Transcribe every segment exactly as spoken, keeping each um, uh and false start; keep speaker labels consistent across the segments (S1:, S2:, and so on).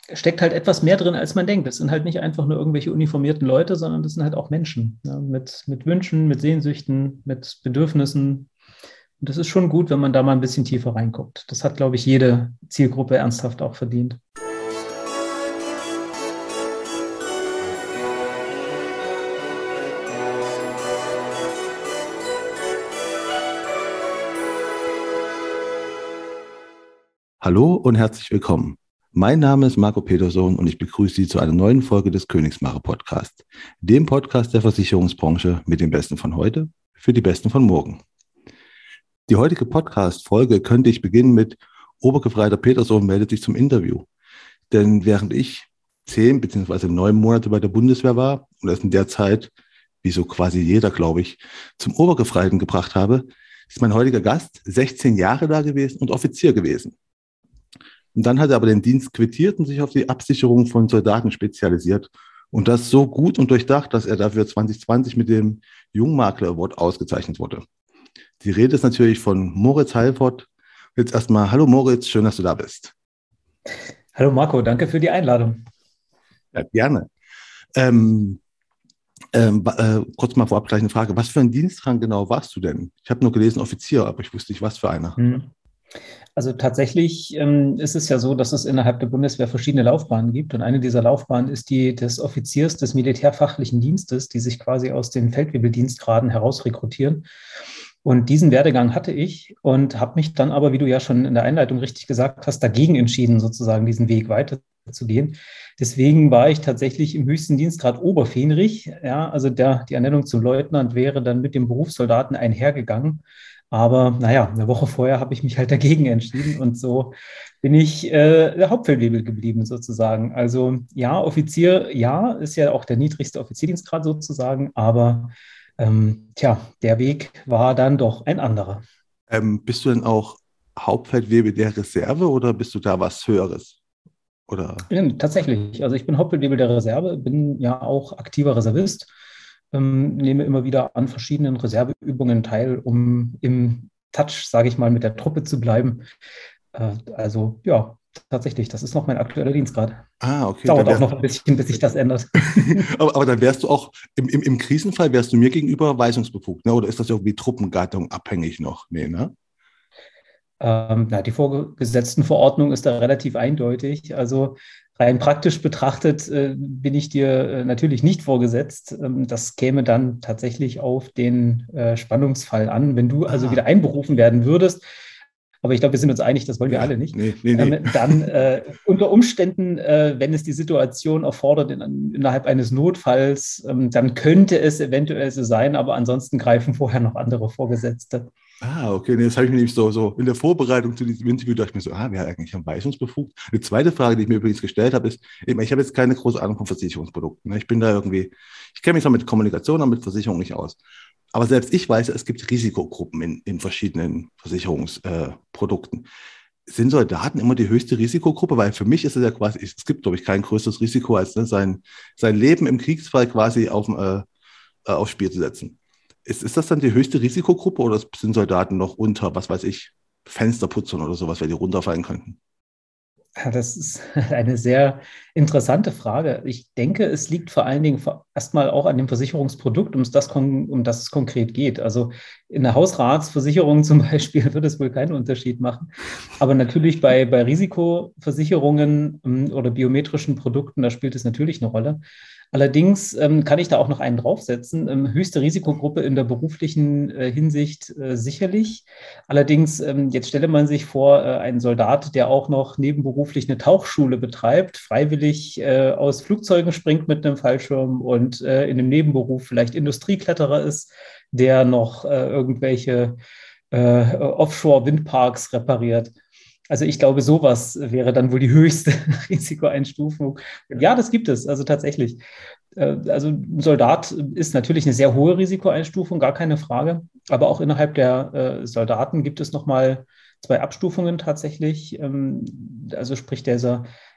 S1: steckt halt etwas mehr drin, als man denkt. Das sind halt nicht einfach nur irgendwelche uniformierten Leute, sondern das sind halt auch Menschen, ja, mit, mit Wünschen, mit Sehnsüchten, mit Bedürfnissen. Und das ist schon gut, wenn man da mal ein bisschen tiefer reinguckt. Das hat, glaube ich, jede Zielgruppe ernsthaft auch verdient.
S2: Hallo und herzlich willkommen. Mein Name ist Marco Petersohn und ich begrüße Sie zu einer neuen Folge des Königsmacher Podcast, dem Podcast der Versicherungsbranche mit den Besten von heute für die Besten von morgen. Die heutige Podcast-Folge könnte ich beginnen mit: Obergefreiter Petersohn meldet sich zum Interview. Denn während ich zehn bzw. neun Monate bei der Bundeswehr war und es in der Zeit, wie so quasi jeder, glaube ich, zum Obergefreiten gebracht habe, ist mein heutiger Gast sechzehn Jahre da gewesen und Offizier gewesen. Und dann hat er aber den Dienst quittiert und sich auf die Absicherung von Soldaten spezialisiert. Und das so gut und durchdacht, dass er dafür zwanzig zwanzig mit dem Jungmakler Award ausgezeichnet wurde. Die Rede ist natürlich von Moritz Heilfort. Jetzt erstmal: Hallo Moritz, schön, dass du da bist.
S1: Hallo Marco, danke für die Einladung.
S2: Ja, gerne. Ähm, ähm, äh, kurz mal vorab gleich eine Frage. Was für einen Dienstrang genau warst du denn? Ich habe nur gelesen Offizier, aber ich wusste nicht, was für einer.
S1: Hm. Also tatsächlich ähm, ist es ja so, dass es innerhalb der Bundeswehr verschiedene Laufbahnen gibt. Und eine dieser Laufbahnen ist die des Offiziers des Militärfachlichen Dienstes, die sich quasi aus den Feldwebeldienstgraden heraus rekrutieren. Und diesen Werdegang hatte ich und habe mich dann aber, wie du ja schon in der Einleitung richtig gesagt hast, dagegen entschieden, sozusagen diesen Weg weiterzugehen. Deswegen war ich tatsächlich im höchsten Dienstgrad Oberfähnrich. Ja, also der, die Ernennung zum Leutnant wäre dann mit dem Berufssoldaten einhergegangen. Aber naja, eine Woche vorher habe ich mich halt dagegen entschieden und so bin ich äh, der Hauptfeldwebel geblieben sozusagen. Also ja, Offizier, ja, ist ja auch der niedrigste Offizierdienstgrad sozusagen, aber ähm, tja, der Weg war dann doch ein anderer.
S2: Ähm, bist du denn auch Hauptfeldwebel der Reserve oder bist du da was Höheres? Oder?
S1: Ja, tatsächlich, also ich bin Hauptfeldwebel der Reserve, bin ja auch aktiver Reservist, ähm, nehme immer wieder an verschiedenen Reserveübungen teil, um im Touch, sage ich mal, mit der Truppe zu bleiben. Äh, also ja, tatsächlich, das ist noch mein aktueller Dienstgrad.
S2: Ah, okay, dann
S1: Dauert auch
S2: wärst
S1: noch ein bisschen, bis sich das ändert.
S2: aber, aber dann wärst du auch, im, im, im Krisenfall wärst du mir gegenüber weisungsbefugt, ne? Oder ist das irgendwie Truppengattung abhängig noch? Nee, ne?
S1: Ähm, na, die Vorgesetztenverordnung ist da relativ eindeutig. Also rein praktisch betrachtet äh, bin ich dir äh, natürlich nicht vorgesetzt. Ähm, das käme dann tatsächlich auf den äh, Spannungsfall an. Wenn du also
S2: Ah,
S1: wieder einberufen werden würdest, aber ich glaube, wir sind uns einig, das wollen wir
S2: ja,
S1: alle nicht.
S2: nee, nee, nee.
S1: Ähm, dann äh, unter Umständen, äh, wenn es die Situation erfordert, in, innerhalb eines Notfalls, ähm, dann könnte es eventuell so sein, aber ansonsten greifen vorher noch andere Vorgesetzte.
S2: Ah, okay, nee, das habe ich mir nämlich so, so in der Vorbereitung zu diesem Interview dachte ich mir so, ah, wer eigentlich am weisungsbefugt? Eine zweite Frage, die ich mir übrigens gestellt habe, ist, ich meine, ich habe jetzt keine große Ahnung von Versicherungsprodukten. Ne? Ich bin da irgendwie, ich kenne mich zwar mit Kommunikation, aber mit Versicherung nicht aus. Aber selbst ich weiß, es gibt Risikogruppen in, in verschiedenen Versicherungsprodukten. Äh, Sind Soldaten immer die höchste Risikogruppe? Weil für mich ist es ja quasi, es gibt, glaube ich, kein größeres Risiko, als ne, sein, sein Leben im Kriegsfall quasi auf, äh, aufs Spiel zu setzen. Ist, ist das dann die höchste Risikogruppe oder sind Soldaten noch unter, was weiß ich, Fensterputzern oder sowas, weil die runterfallen könnten?
S1: Ja, das ist eine sehr interessante Frage. Ich denke, es liegt vor allen Dingen erstmal auch an dem Versicherungsprodukt, um das, um das es konkret geht. Also in der Hausratsversicherung zum Beispiel wird es wohl keinen Unterschied machen. Aber natürlich bei, bei Risikoversicherungen ähm, oder biometrischen Produkten, da spielt es natürlich eine Rolle. Allerdings ähm, kann ich da auch noch einen draufsetzen. Ähm, höchste Risikogruppe in der beruflichen äh, Hinsicht äh, sicherlich. Allerdings, ähm, jetzt stelle man sich vor, äh, einen Soldat, der auch noch nebenberuflich eine Tauchschule betreibt, freiwillig äh, aus Flugzeugen springt mit einem Fallschirm und äh, in einem Nebenberuf vielleicht Industriekletterer ist, der noch äh, irgendwelche äh, Offshore-Windparks repariert. Also ich glaube, sowas wäre dann wohl die höchste Risikoeinstufung. Ja, das gibt es, also tatsächlich. Äh, Also ein Soldat ist natürlich eine sehr hohe Risikoeinstufung, gar keine Frage. Aber auch innerhalb der äh, Soldaten gibt es nochmal zwei Abstufungen tatsächlich. Ähm, also sprich dieser,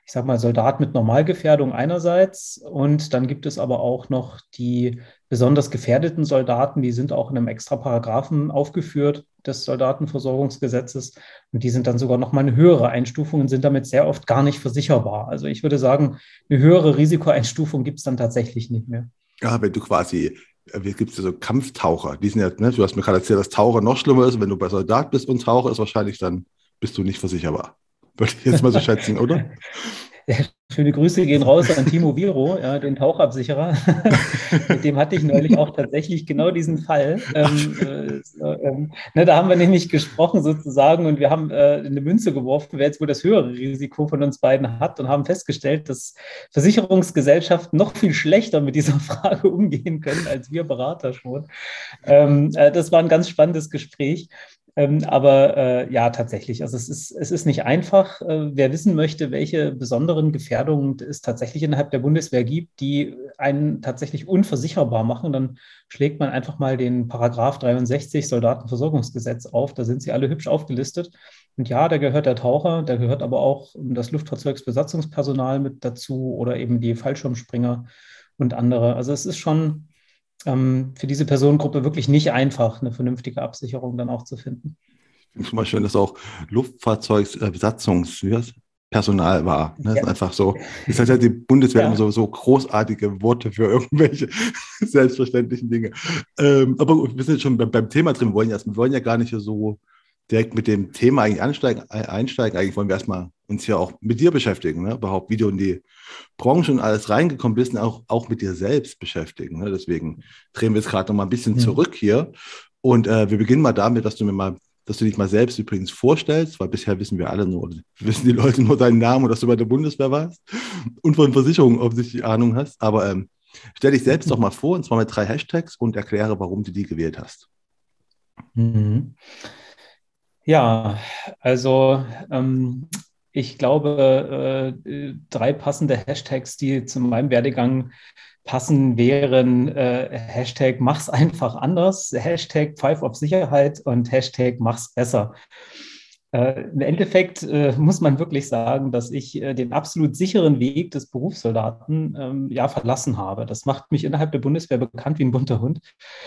S1: ich sag mal, Soldat mit Normalgefährdung einerseits und dann gibt es aber auch noch die besonders gefährdeten Soldaten, die sind auch in einem extra Paragraphen aufgeführt des Soldatenversorgungsgesetzes und die sind dann sogar noch mal eine höhere Einstufung und sind damit sehr oft gar nicht versicherbar. Also ich würde sagen, eine höhere Risikoeinstufung gibt es dann tatsächlich nicht mehr.
S2: Ja, wenn du quasi, wie gibt es ja so Kampftaucher, die sind ja, ne, du hast mir gerade erzählt, dass Taucher noch schlimmer ist. Wenn du bei Soldat bist und Taucher ist wahrscheinlich, dann bist du nicht versicherbar. Würde ich jetzt mal so schätzen, oder?
S1: Ja, schöne Grüße gehen raus an Timo Viro, ja, den Tauchabsicherer. Mit dem hatte ich neulich auch tatsächlich genau diesen Fall. Ähm, äh, so, ähm, ne, da haben wir nämlich gesprochen sozusagen und wir haben äh, eine Münze geworfen, wer jetzt wohl das höhere Risiko von uns beiden hat und haben festgestellt, dass Versicherungsgesellschaften noch viel schlechter mit dieser Frage umgehen können als wir Berater schon. Ähm, äh, das war ein ganz spannendes Gespräch. Ähm, aber äh, ja, tatsächlich. Also es ist, es ist nicht einfach. Äh, wer wissen möchte, welche besonderen Gefährdungen es tatsächlich innerhalb der Bundeswehr gibt, die einen tatsächlich unversicherbar machen, dann schlägt man einfach mal den Paragraph dreiundsechzig Soldatenversorgungsgesetz auf. Da sind sie alle hübsch aufgelistet. Und ja, da gehört der Taucher, da gehört aber auch das Luftfahrzeugsbesatzungspersonal mit dazu oder eben die Fallschirmspringer und andere. Also es ist schon ähm, für diese Personengruppe wirklich nicht einfach, eine vernünftige Absicherung dann auch zu finden.
S2: Ich finde schon mal schön, dass auch Luftfahrzeugsbesatzungspersonal war. Ne? Das
S1: Ja.
S2: ist einfach so, das heißt ja die Bundeswehr
S1: Ja.
S2: immer so, so großartige Worte für irgendwelche selbstverständlichen Dinge. Ähm, aber gut, wir sind jetzt schon beim, beim Thema drin. Wir wollen, ja, wir wollen ja gar nicht so direkt mit dem Thema eigentlich ansteigen, einsteigen. Eigentlich wollen wir erstmal uns hier auch mit dir beschäftigen, ne? Überhaupt, wie du in die Branche und alles reingekommen bist und auch, auch mit dir selbst beschäftigen. Ne? Deswegen drehen wir jetzt gerade noch mal ein bisschen
S1: Hm.
S2: zurück hier. Und äh, wir beginnen mal damit, dass du mir mal, dass du dich mal selbst übrigens vorstellst, weil bisher wissen wir alle nur, wissen die Leute nur deinen Namen und dass du bei der Bundeswehr warst und von Versicherungen offensichtlich Ahnung hast. Aber ähm, stell dich selbst doch mal vor, und zwar mit drei Hashtags und erkläre, warum du die gewählt hast.
S1: Mhm. Ja, also ähm, ich glaube, äh, drei passende Hashtags, die zu meinem Werdegang passen, wären äh, Hashtag Mach's einfach anders, Hashtag Pfeif auf Sicherheit und Hashtag Mach's besser. Äh, Im Endeffekt äh, muss man wirklich sagen, dass ich äh, den absolut sicheren Weg des Berufssoldaten ähm, ja verlassen habe. Das macht mich innerhalb der Bundeswehr bekannt wie ein bunter Hund.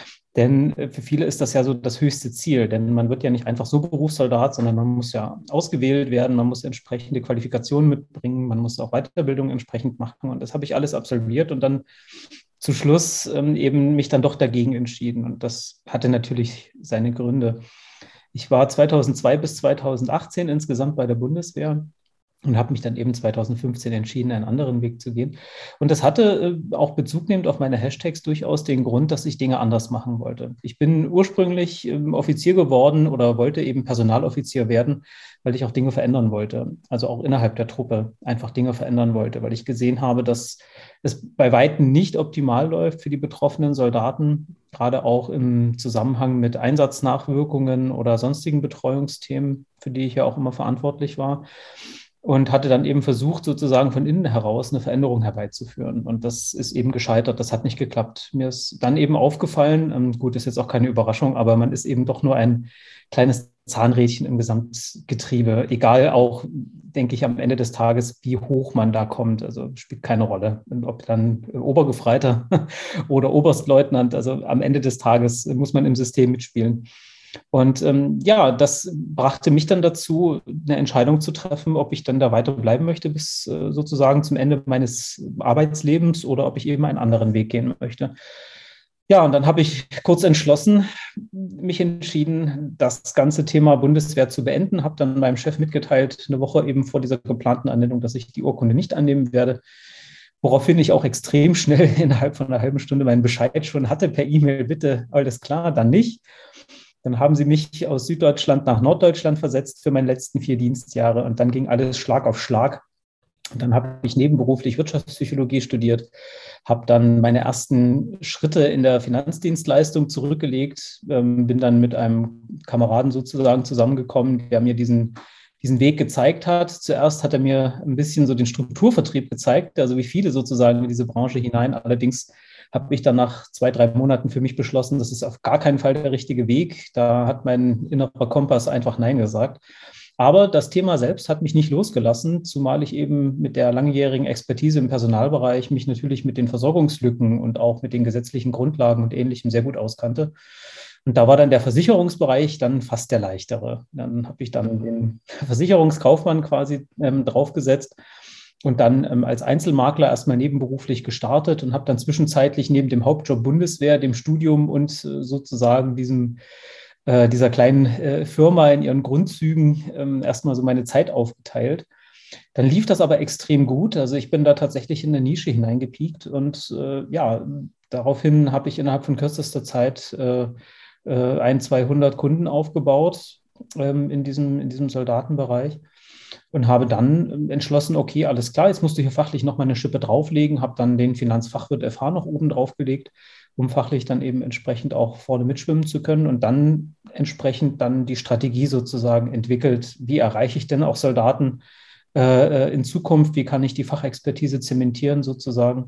S1: Denn äh, für viele ist das ja so das höchste Ziel. Denn man wird ja nicht einfach so Berufssoldat, sondern man muss ja ausgewählt werden, man muss entsprechende Qualifikationen mitbringen, man muss auch Weiterbildung entsprechend machen. Und das habe ich alles absolviert und dann zu Schluss ähm, eben mich dann doch dagegen entschieden. Und das hatte natürlich seine Gründe. Ich war zweitausendzwei bis zweitausendachtzehn insgesamt bei der Bundeswehr und habe mich dann eben zweitausendfünfzehn entschieden, einen anderen Weg zu gehen. Und das hatte äh, auch Bezug nehmend auf meine Hashtags durchaus den Grund, dass ich Dinge anders machen wollte. Ich bin ursprünglich ähm, Offizier geworden oder wollte eben Personaloffizier werden, weil ich auch Dinge verändern wollte. Also auch innerhalb der Truppe einfach Dinge verändern wollte, weil ich gesehen habe, dass es bei Weitem nicht optimal läuft für die betroffenen Soldaten, gerade auch im Zusammenhang mit Einsatznachwirkungen oder sonstigen Betreuungsthemen, für die ich ja auch immer verantwortlich war. Und hatte dann eben versucht, sozusagen von innen heraus eine Veränderung herbeizuführen. Und das ist eben gescheitert, das hat nicht geklappt. Mir ist dann eben aufgefallen, ähm, gut, ist jetzt auch keine Überraschung, aber man ist eben doch nur ein kleines Zahnrädchen im Gesamtgetriebe. Egal auch, denke ich, am Ende des Tages, wie hoch man da kommt. Also spielt keine Rolle, ob dann Obergefreiter oder Oberstleutnant. Also am Ende des Tages muss man im System mitspielen. Und ähm, ja, das brachte mich dann dazu, eine Entscheidung zu treffen, ob ich dann da weiter bleiben möchte bis äh, sozusagen zum Ende meines Arbeitslebens oder ob ich eben einen anderen Weg gehen möchte. Ja, und dann habe ich kurz entschlossen, mich entschieden, das ganze Thema Bundeswehr zu beenden, habe dann meinem Chef mitgeteilt, eine Woche eben vor dieser geplanten Anmeldung, dass ich die Urkunde nicht annehmen werde. Woraufhin ich auch extrem schnell innerhalb von einer halben Stunde meinen Bescheid schon hatte per E-Mail, bitte, alles klar, dann nicht. Dann haben sie mich aus Süddeutschland nach Norddeutschland versetzt für meine letzten vier Dienstjahre und dann ging alles Schlag auf Schlag. Und dann habe ich nebenberuflich Wirtschaftspsychologie studiert, habe dann meine ersten Schritte in der Finanzdienstleistung zurückgelegt, ähm, bin dann mit einem Kameraden sozusagen zusammengekommen, der mir diesen, diesen Weg gezeigt hat. Zuerst hat er mir ein bisschen so den Strukturvertrieb gezeigt, also wie viele sozusagen in diese Branche hinein. Allerdings habe ich dann nach zwei, drei Monaten für mich beschlossen, das ist auf gar keinen Fall der richtige Weg. Da hat mein innerer Kompass einfach Nein gesagt. Aber das Thema selbst hat mich nicht losgelassen, zumal ich eben mit der langjährigen Expertise im Personalbereich mich natürlich mit den Versorgungslücken und auch mit den gesetzlichen Grundlagen und Ähnlichem sehr gut auskannte. Und da war dann der Versicherungsbereich dann fast der leichtere. Dann habe ich dann den Versicherungskaufmann quasi ähm, draufgesetzt und dann ähm, als Einzelmakler erstmal nebenberuflich gestartet und habe dann zwischenzeitlich neben dem Hauptjob Bundeswehr, dem Studium und äh, sozusagen diesem äh, dieser kleinen äh, Firma in ihren Grundzügen ähm, erstmal so meine Zeit aufgeteilt. Dann lief das aber extrem gut. Also ich bin da tatsächlich in eine Nische hineingepiekt und äh, ja, daraufhin habe ich innerhalb von kürzester Zeit äh, äh, ein, zweihundert Kunden aufgebaut ähm, in diesem, in diesem Soldatenbereich und habe dann entschlossen, okay, alles klar, jetzt musst du hier fachlich noch mal eine Schippe drauflegen, habe dann den Finanzfachwirt F H noch oben draufgelegt, um fachlich dann eben entsprechend auch vorne mitschwimmen zu können und dann entsprechend dann die Strategie sozusagen entwickelt, wie erreiche ich denn auch Soldaten äh, in Zukunft, wie kann ich die Fachexpertise zementieren sozusagen.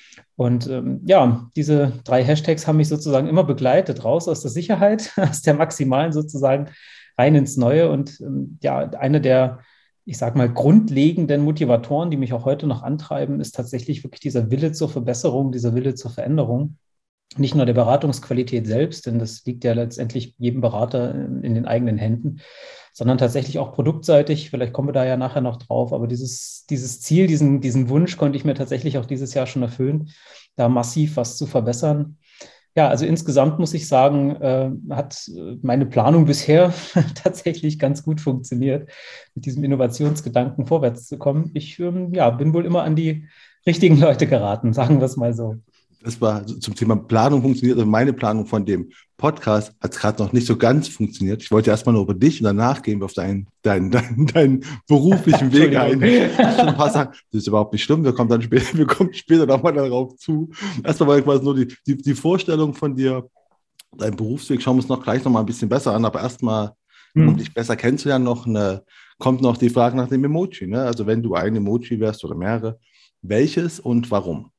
S1: Und ähm, ja, diese drei Hashtags haben mich sozusagen immer begleitet, raus aus der Sicherheit, aus der maximalen sozusagen rein ins Neue. Und ähm, ja, eine der, ich sage mal, grundlegenden Motivatoren, die mich auch heute noch antreiben, ist tatsächlich wirklich dieser Wille zur Verbesserung, dieser Wille zur Veränderung. Nicht nur der Beratungsqualität selbst, denn das liegt ja letztendlich jedem Berater in den eigenen Händen, sondern tatsächlich auch produktseitig. Vielleicht kommen wir da ja nachher noch drauf, aber dieses, dieses Ziel, diesen, diesen Wunsch konnte ich mir tatsächlich auch dieses Jahr schon erfüllen, da massiv was zu verbessern. Ja, also insgesamt muss ich sagen, äh, hat meine Planung bisher tatsächlich ganz gut funktioniert, mit diesem Innovationsgedanken vorwärts zu kommen. Ich ähm, ja, bin wohl immer an die richtigen Leute geraten, sagen wir es mal so.
S2: Das war zum Thema Planung funktioniert. Also meine Planung von dem Podcast hat gerade noch nicht so ganz funktioniert. Ich wollte erstmal nur über dich und danach gehen wir auf deinen, deinen, deinen, deinen beruflichen Weg ein. Ein paar Sachen. Das ist überhaupt nicht schlimm. Wir kommen dann später, wir kommen später nochmal darauf zu. Erstmal war quasi nur die, die, die Vorstellung von dir, dein Berufsweg. Schauen wir uns noch gleich noch mal ein bisschen besser an. Aber erstmal, um hm. dich besser kennenzulernen, noch eine, kommt noch die Frage nach dem Emoji. Ne? Also wenn du ein Emoji wärst oder mehrere, welches und warum?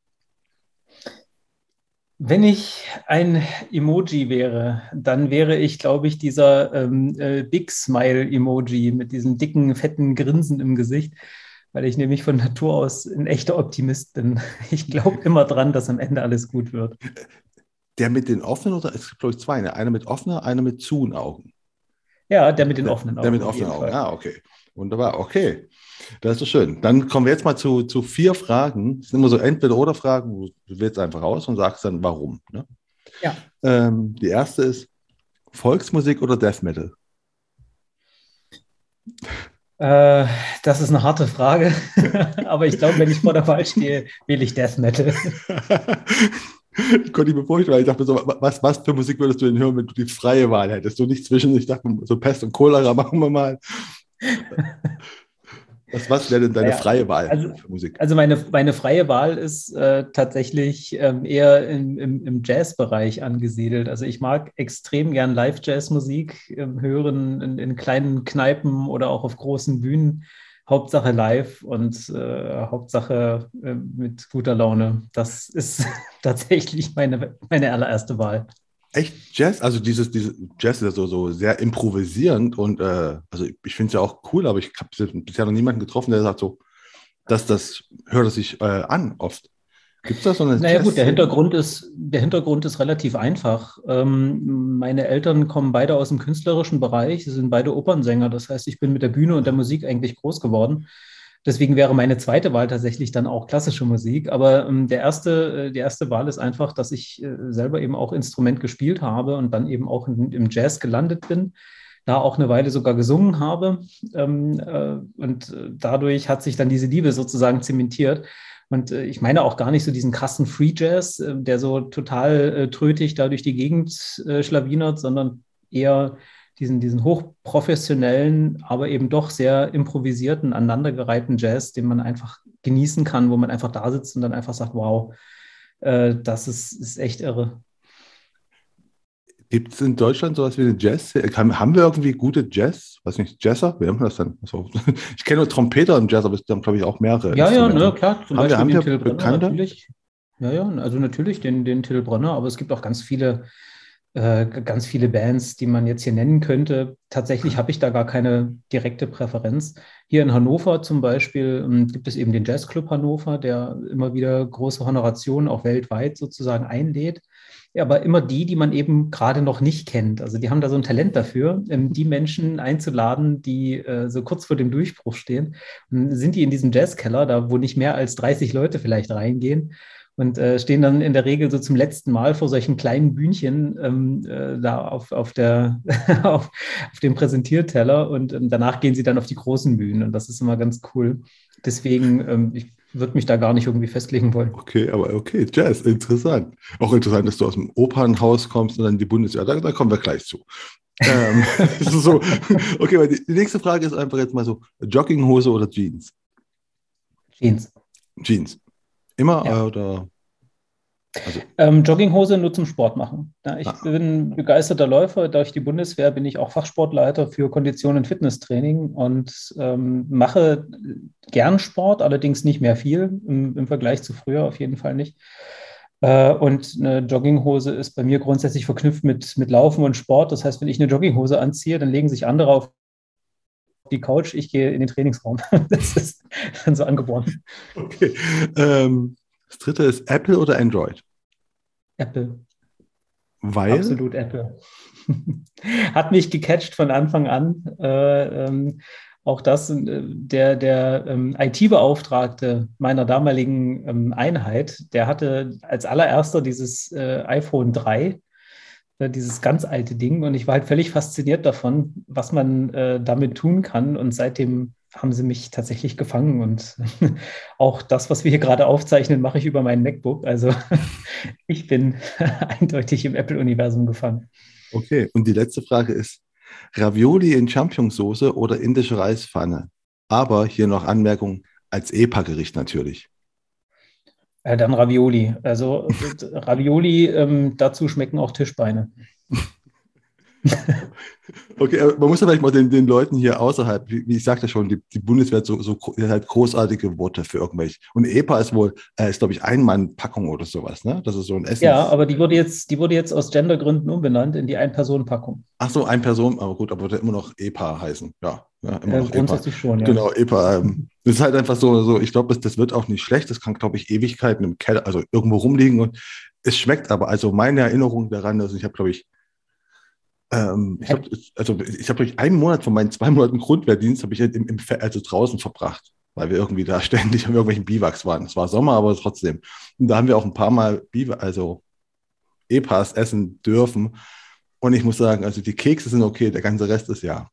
S1: Wenn ich ein Emoji wäre, dann wäre ich, glaube ich, dieser ähm, äh, Big Smile-Emoji mit diesem dicken, fetten Grinsen im Gesicht, weil ich nämlich von Natur aus ein echter Optimist bin. Ich glaube immer dran, dass am Ende alles gut wird.
S2: Der mit den offenen, oder es gibt, glaube ich, zwei, ne? Einer mit offenen, einer mit zuen Augen.
S1: Ja, der mit den offenen Augen.
S2: Der mit offenen Augen, ah, okay. Wunderbar, okay. Das ist so schön. Dann kommen wir jetzt mal zu, zu vier Fragen. Das sind immer so Entweder-oder-Fragen. Du wählst einfach aus und sagst dann, warum. Ne?
S1: Ja.
S2: Ähm, die erste ist Volksmusik oder Death Metal?
S1: Äh, das ist eine harte Frage. Aber ich glaube, wenn ich vor der Wahl stehe, wähle ich Death Metal.
S2: Ich konnte mir vorstellen, ich dachte so, was, was für Musik würdest du denn hören, wenn du die freie Wahl hättest? Du nicht zwischen, ich dachte, so Pest und Cholera machen wir mal. Was, was wäre denn deine ja, freie Wahl
S1: also,
S2: für Musik?
S1: Also meine, meine freie Wahl ist äh, tatsächlich ähm, eher im, im, im Jazzbereich angesiedelt. Also ich mag extrem gern Live-Jazz-Musik ähm, hören in, in kleinen Kneipen oder auch auf großen Bühnen. Hauptsache live und äh, Hauptsache äh, mit guter Laune. Das ist tatsächlich meine, meine allererste Wahl.
S2: Echt Jazz? Also dieses, dieses Jazz ist ja so, so sehr improvisierend und äh, also ich, ich finde es ja auch cool, aber ich habe bisher noch niemanden getroffen, der sagt so, dass das hört es sich äh, an oft. Gibt es das so eine
S1: Naja
S2: Jazz-
S1: gut, der Hintergrund ist, der Hintergrund ist relativ einfach. Ähm, meine Eltern kommen beide aus dem künstlerischen Bereich, sie sind beide Opernsänger, das heißt, ich bin mit der Bühne und der Musik eigentlich groß geworden. Deswegen wäre meine zweite Wahl tatsächlich dann auch klassische Musik. Aber ähm, der erste, äh, die erste Wahl ist einfach, dass ich äh, selber eben auch Instrument gespielt habe und dann eben auch in, im Jazz gelandet bin, da auch eine Weile sogar gesungen habe. Ähm, äh, und dadurch hat sich dann diese Liebe sozusagen zementiert. Und äh, ich meine auch gar nicht so diesen krassen Free Jazz, äh, der so total äh, trötig da durch die Gegend äh, schlawinert, sondern eher diesen, diesen hochprofessionellen, aber eben doch sehr improvisierten, aneinandergereihten Jazz, den man einfach genießen kann, wo man einfach da sitzt und dann einfach sagt, wow, äh, das ist, ist echt irre.
S2: Gibt es in Deutschland sowas wie eine Jazz? Haben wir irgendwie gute Jazz? Weiß nicht, Jazzer? Wie nennt man das denn? Also, ich kenne nur Trompeter im Jazz, aber es haben, glaube ich, auch mehrere.
S1: Ja, ja, ne, klar. Zum
S2: haben
S1: Beispiel
S2: wir, haben
S1: den Till Brönner
S2: Bekannte?
S1: natürlich. Ja, ja, also natürlich den, den Till Brönner, aber es gibt auch ganz viele äh, ganz viele Bands, die man jetzt hier nennen könnte. Tatsächlich habe ich da gar keine direkte Präferenz. Hier in Hannover zum Beispiel ähm, gibt es eben den Jazzclub Hannover, der immer wieder große Honorationen auch weltweit sozusagen einlädt. Ja, aber immer die, die man eben gerade noch nicht kennt. Also die haben da so ein Talent dafür, ähm, die Menschen einzuladen, die äh, so kurz vor dem Durchbruch stehen. Und dann sind die in diesem Jazzkeller, da wo nicht mehr als dreißig Leute vielleicht reingehen und äh, stehen dann in der Regel so zum letzten Mal vor solchen kleinen Bühnchen ähm, äh, da auf, auf, der, auf, auf dem Präsentierteller und ähm, danach gehen sie dann auf die großen Bühnen und das ist immer ganz cool. Deswegen, ähm, ich würde mich da gar nicht irgendwie festlegen wollen.
S2: Okay, aber okay, Jazz, interessant. Auch interessant, dass du aus dem Opernhaus kommst und dann die Bundeswehr. Da, da kommen wir gleich zu. ähm, so, okay, aber die, die nächste Frage ist einfach jetzt mal so: Jogginghose oder Jeans?
S1: Jeans.
S2: Jeans. Immer
S1: Ja.
S2: äh, oder? Also,
S1: Ähm, Jogginghose nur zum Sport machen. Ja, ich
S2: ah,
S1: bin begeisterter Läufer. Durch die Bundeswehr bin ich auch Fachsportleiter für Kondition und Fitnesstraining und ähm, mache gern Sport, allerdings nicht mehr viel im, im Vergleich zu früher, auf jeden Fall nicht. Äh, und eine Jogginghose ist bei mir grundsätzlich verknüpft mit, mit Laufen und Sport. Das heißt, wenn ich eine Jogginghose anziehe, dann legen sich andere auf die Couch, ich gehe in den Trainingsraum. Das ist dann so angeboren.
S2: okay. Ähm, das dritte ist Apple oder Android?
S1: Apple.
S2: Weil?
S1: Absolut Apple. Hat mich gecatcht von Anfang an. Äh, ähm, auch das, äh, der, der ähm, I T-Beauftragte meiner damaligen ähm, Einheit, der hatte als allererster dieses äh, iPhone drei, äh, dieses ganz alte Ding. Und ich war halt völlig fasziniert davon, was man äh, damit tun kann. Und seitdem haben sie mich tatsächlich gefangen. Und auch das, was wir hier gerade aufzeichnen, mache ich über mein MacBook. Also ich bin eindeutig im Apple-Universum gefangen.
S2: Okay. Und die letzte Frage ist: Ravioli in Champignonsauce oder indische Reispfanne? Aber hier noch Anmerkung: als E P A-Gericht natürlich.
S1: Äh, dann Ravioli. Also d- Ravioli, ähm, dazu schmecken auch Tischbeine.
S2: Okay, aber man muss ja vielleicht mal den, den Leuten hier außerhalb, wie, wie ich sagte schon, die, die Bundeswehr hat so, so gro- die hat halt großartige Worte für irgendwelche. Und E P A ist wohl, äh, ist glaube ich, Einmann-Packung oder sowas, ne? Das ist so ein
S1: Ja,
S2: Essens.
S1: aber die wurde jetzt, die wurde jetzt aus Gendergründen umbenannt in die Ein-Personen-Packung.
S2: Ach so, ein Person, aber gut, aber wird ja immer noch E P A heißen. Ja, ja, immer
S1: Äh,
S2: noch E P A.
S1: grundsätzlich schon, ja.
S2: Genau, E P A. Ähm, das ist halt einfach so, so ich glaube, das, das wird auch nicht schlecht. Das kann, glaube ich, Ewigkeiten im Keller, also irgendwo rumliegen und es schmeckt aber. Also meine Erinnerung daran, also ich habe, glaube ich, Ähm, ich habe also ich habe durch einen Monat von meinen zwei Monaten Grundwehrdienst habe ich im, im, Fe- also draußen verbracht, weil wir irgendwie da ständig an irgendwelchen Biwaks waren. Es war Sommer, aber trotzdem. Und da haben wir auch ein paar Mal Biwak, also E P As essen dürfen. Und ich muss sagen, also die Kekse sind okay, der ganze Rest ist ja.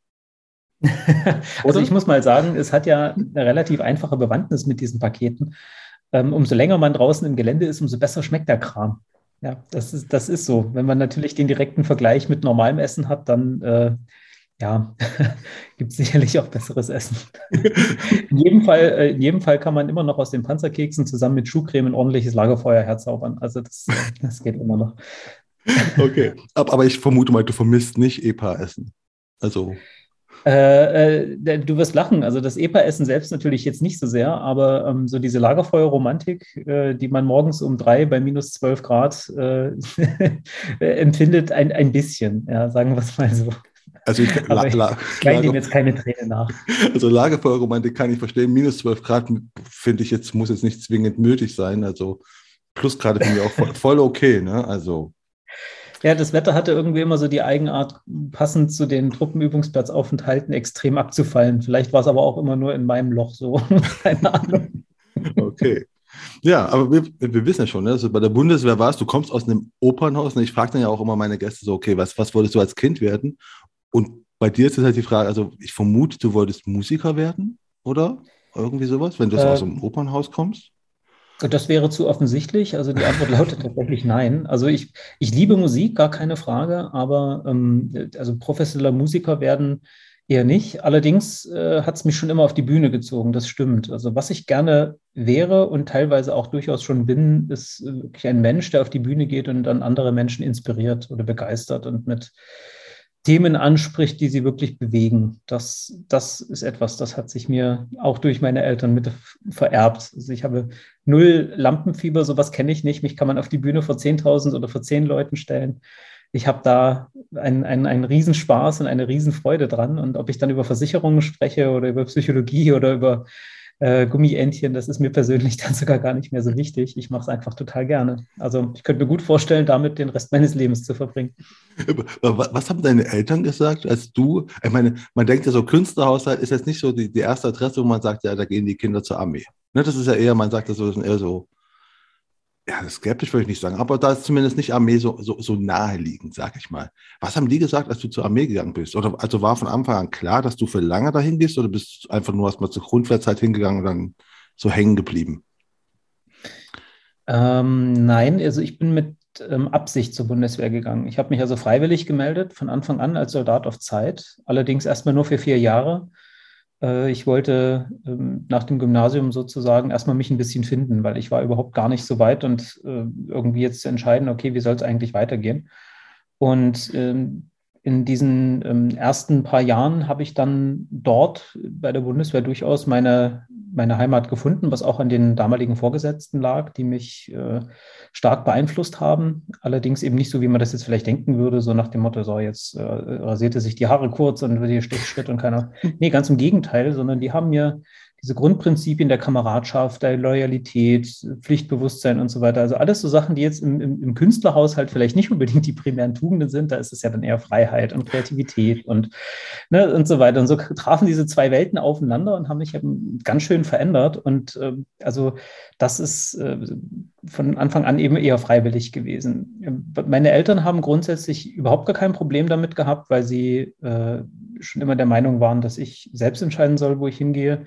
S1: Also ich
S2: Oder?
S1: muss mal sagen, es hat ja eine relativ einfache Bewandtnis mit diesen Paketen. Ähm, umso länger man draußen im Gelände ist, umso besser schmeckt der Kram. Ja, das ist, das ist so. Wenn man natürlich den direkten Vergleich mit normalem Essen hat, dann äh, ja, gibt es sicherlich auch besseres Essen. In jedem Fall, äh, in jedem Fall kann man immer noch aus den Panzerkeksen zusammen mit Schuhcreme ein ordentliches Lagerfeuer herzaubern. Also das, äh, das geht immer noch.
S2: Okay. Aber, aber ich vermute mal, du vermisst nicht E P A-Essen. Also,
S1: Äh, äh, du wirst lachen. Also das E P A-Essen selbst natürlich jetzt nicht so sehr, aber ähm, so diese Lagerfeuerromantik, äh, die man morgens um drei bei minus zwölf Grad äh, empfindet, ein, ein bisschen. Ja, sagen wir es mal so.
S2: also ich
S1: Aber
S2: la,
S1: ich,
S2: la,
S1: ich weine dem
S2: Lager,
S1: jetzt keine Träne nach.
S2: also Lagerfeuerromantik kann ich verstehen. Minus zwölf Grad finde ich jetzt, muss jetzt nicht zwingend nötig sein. Also Plusgrade finde ich auch voll, voll okay, ne? Also,
S1: Ja, das Wetter hatte irgendwie immer so die Eigenart, passend zu den Truppenübungsplatzaufenthalten extrem abzufallen. Vielleicht war es aber auch immer nur in meinem Loch so. Keine Ahnung.
S2: okay. Ja, aber wir, wir wissen ja schon, ne? Also bei der Bundeswehr warst du, kommst aus einem Opernhaus und ich frage dann ja auch immer meine Gäste so, okay, was, was wolltest du als Kind werden? Und bei dir ist jetzt halt die Frage, also ich vermute, du wolltest Musiker werden, oder? Irgendwie sowas, wenn du so aus
S1: Äh,
S2: einem Opernhaus kommst?
S1: Das wäre zu offensichtlich. Also die Antwort lautet tatsächlich nein. Also ich, ich liebe Musik, gar keine Frage, aber ähm, also professioneller Musiker werden eher nicht. Allerdings äh, hat es mich schon immer auf die Bühne gezogen, das stimmt. Also was ich gerne wäre und teilweise auch durchaus schon bin, ist äh, wirklich ein Mensch, der auf die Bühne geht und dann andere Menschen inspiriert oder begeistert und mit Themen anspricht, die sie wirklich bewegen. Das, das ist etwas, das hat sich mir auch durch meine Eltern mit vererbt. Also ich habe null Lampenfieber, sowas kenne ich nicht. Mich kann man auf die Bühne vor zehntausend oder vor zehn Leuten stellen. ich habe da einen, einen, einen Riesenspaß und eine Riesenfreude dran. Und ob ich dann über Versicherungen spreche oder über Psychologie oder über äh, Gummientchen, das ist mir persönlich dann sogar gar nicht mehr so wichtig. Ich mache es einfach total gerne. Also ich könnte mir gut vorstellen, damit den Rest meines Lebens zu verbringen.
S2: Was haben deine Eltern gesagt, als du, ich meine, man denkt ja so, Künstlerhaushalt ist jetzt nicht so die, die erste Adresse, wo man sagt, ja, da gehen die Kinder zur Armee. Ne, das ist ja eher, man sagt das so, das sind eher so, ja, skeptisch würde ich nicht sagen, aber da ist zumindest nicht Armee so, so, so naheliegend, sag ich mal. Was haben die gesagt, als du zur Armee gegangen bist? Oder also war von Anfang an klar, dass du für lange dahin gehst oder bist du einfach nur erstmal zur Grundwehrzeit hingegangen und dann so hängen geblieben?
S1: Ähm, nein, also ich bin mit ähm, Absicht zur Bundeswehr gegangen. Ich habe mich also freiwillig gemeldet, von Anfang an als Soldat auf Zeit, allerdings erstmal nur für vier Jahre. Äh, ich wollte ähm, nach dem Gymnasium sozusagen erstmal mich ein bisschen finden, weil ich war überhaupt gar nicht so weit und äh, irgendwie jetzt zu entscheiden, okay, wie soll es eigentlich weitergehen? Und ähm, in diesen ähm, ersten paar Jahren habe ich dann dort bei der Bundeswehr durchaus meine, meine Heimat gefunden, was auch an den damaligen Vorgesetzten lag, die mich äh, stark beeinflusst haben. Allerdings eben nicht so, wie man das jetzt vielleicht denken würde, so nach dem Motto, so jetzt äh, rasierte sich die Haare kurz und wird hier Stechschritt und keiner. Nee, ganz im Gegenteil, sondern die haben mir diese Grundprinzipien der Kameradschaft, der Loyalität, Pflichtbewusstsein und so weiter. Also alles so Sachen, die jetzt im, im, im Künstlerhaushalt vielleicht nicht unbedingt die primären Tugenden sind. Da ist es ja dann eher Freiheit und Kreativität und, ne, und so weiter. Und so trafen diese zwei Welten aufeinander und haben mich eben ganz schön verändert. Und äh, also das ist äh, von Anfang an eben eher freiwillig gewesen. Meine Eltern haben grundsätzlich überhaupt gar kein Problem damit gehabt, weil sie äh, schon immer der Meinung waren, dass ich selbst entscheiden soll, wo ich hingehe.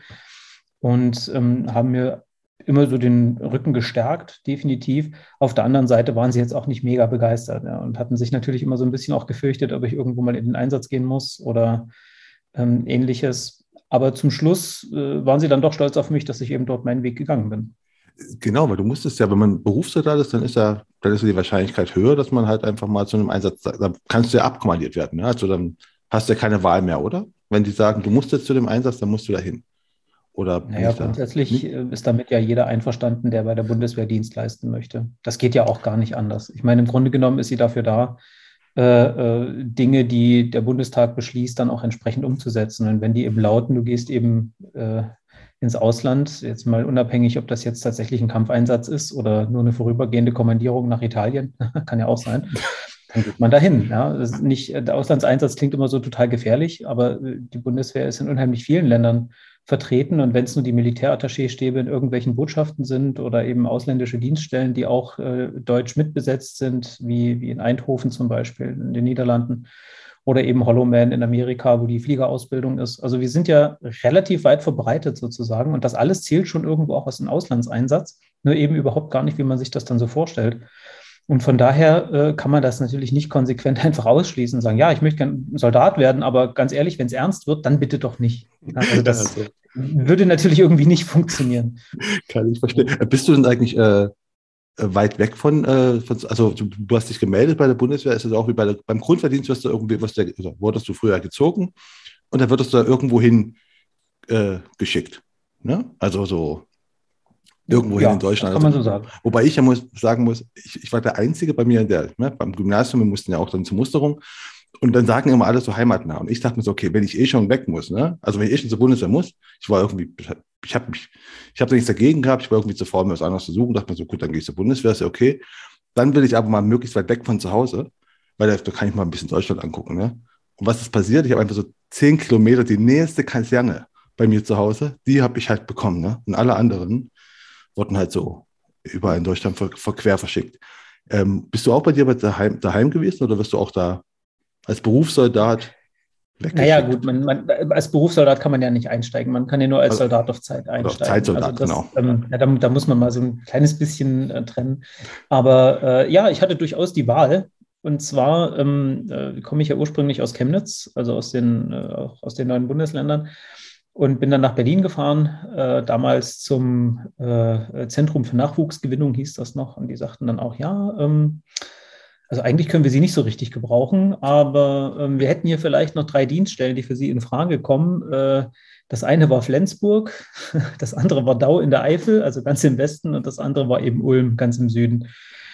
S1: Und ähm, haben mir immer so den Rücken gestärkt, definitiv. Auf der anderen Seite waren sie jetzt auch nicht mega begeistert, ja, und hatten sich natürlich immer so ein bisschen auch gefürchtet, ob ich irgendwo mal in den Einsatz gehen muss oder ähm, ähnliches. Aber zum Schluss äh, waren sie dann doch stolz auf mich, dass ich eben dort meinen Weg gegangen bin.
S2: Genau, weil du musstest ja, wenn man Berufssoldat ist, dann ist ja, dann ist ja die Wahrscheinlichkeit höher, dass man halt einfach mal zu einem Einsatz, da kannst du ja abkommandiert werden. Ne? Also dann hast du ja keine Wahl mehr, oder? Wenn die sagen, du musst jetzt zu dem Einsatz, dann musst du da hin. Oder bin
S1: Naja,
S2: ich da
S1: grundsätzlich
S2: nicht?
S1: äh, ist damit ja jeder einverstanden, der bei der Bundeswehr Dienst leisten möchte. Das geht ja auch gar nicht anders. Ich meine, im Grunde genommen ist sie dafür da, äh, äh, Dinge, die der Bundestag beschließt, dann auch entsprechend umzusetzen. Und wenn die eben lauten, du gehst eben äh, ins Ausland, jetzt mal unabhängig, ob das jetzt tatsächlich ein Kampfeinsatz ist oder nur eine vorübergehende Kommandierung nach Italien, kann ja auch sein, dann geht man dahin. Ja. Das ist nicht, der Auslandseinsatz klingt immer so total gefährlich, aber äh, die Bundeswehr ist in unheimlich vielen Ländern vertreten. Und wenn es nur die Militärattachéstäbe in irgendwelchen Botschaften sind oder eben ausländische Dienststellen, die auch äh, deutsch mitbesetzt sind, wie, wie in Eindhoven zum Beispiel in den Niederlanden oder eben Holloman in Amerika, wo die Fliegerausbildung ist. Also wir sind ja relativ weit verbreitet sozusagen und das alles zählt schon irgendwo auch aus dem Auslandseinsatz, nur eben überhaupt gar nicht, wie man sich das dann so vorstellt. Und von daher äh, kann man das natürlich nicht konsequent einfach ausschließen und sagen, ja, ich möchte gerne Soldat werden, aber ganz ehrlich, wenn es ernst wird, dann bitte doch nicht. Also
S2: Ja,
S1: das
S2: also,
S1: würde natürlich irgendwie nicht funktionieren.
S2: kann ich verstehen. Äh, Bist du denn eigentlich äh, weit weg von, äh, von also du, du hast dich gemeldet bei der Bundeswehr, ist es auch wie bei der, beim Grundverdienst, wirst du irgendwie, wirst du, also wurdest du früher gezogen und dann würdest du da irgendwo hin äh, geschickt. Ne? Also so irgendwo hin in
S1: Ja, das
S2: Deutschland.
S1: kann man
S2: Also,
S1: so sagen.
S2: wobei ich ja muss, sagen muss, ich, ich war der Einzige bei mir, der, ne, beim Gymnasium, wir mussten ja auch dann zur Musterung. Und dann sagen immer alle so heimatnah. Und ich dachte mir so, okay, wenn ich eh schon weg muss, ne? Also wenn ich eh schon zur Bundeswehr muss, ich war irgendwie, ich habe mich, ich habe nichts dagegen gehabt, ich war irgendwie zu faul, mir was anderes zu suchen, dachte mir so, gut, dann gehe ich zur Bundeswehr, ist ja okay. Dann will ich aber mal möglichst weit weg von zu Hause, weil da, da kann ich mal ein bisschen Deutschland angucken, ne? Und was ist passiert? Ich habe einfach so zehn Kilometer die nächste Kaserne bei mir zu Hause, die habe ich halt bekommen, ne? Und alle anderen wurden halt so überall in Deutschland ver, ver quer verschickt. Ähm, bist du auch bei dir daheim, daheim gewesen oder wirst du auch da als Berufssoldat
S1: Naja,
S2: weggeschickt?
S1: gut, man, man, als Berufssoldat kann man ja nicht einsteigen. Man kann ja nur als
S2: Also,
S1: Soldat auf Zeit
S2: oder
S1: einsteigen. Also
S2: Zeitsoldat,
S1: das,
S2: genau.
S1: ähm, ja, da, da muss man mal so ein kleines bisschen äh, trennen. Aber äh, ja, ich hatte durchaus die Wahl. Und zwar ähm, äh, komme ich ja ursprünglich aus Chemnitz, also aus den, äh, auch aus den neuen Bundesländern. Und bin dann nach Berlin gefahren, äh, damals zum äh, Zentrum für Nachwuchsgewinnung hieß das noch. Und die sagten dann auch, ja, ähm, also eigentlich können wir sie nicht so richtig gebrauchen, aber ähm, wir hätten hier vielleicht noch drei Dienststellen, die für Sie in Frage kommen. Äh, das eine war Flensburg, das andere war Dau in der Eifel, also ganz im Westen, und das andere war eben Ulm, ganz im Süden.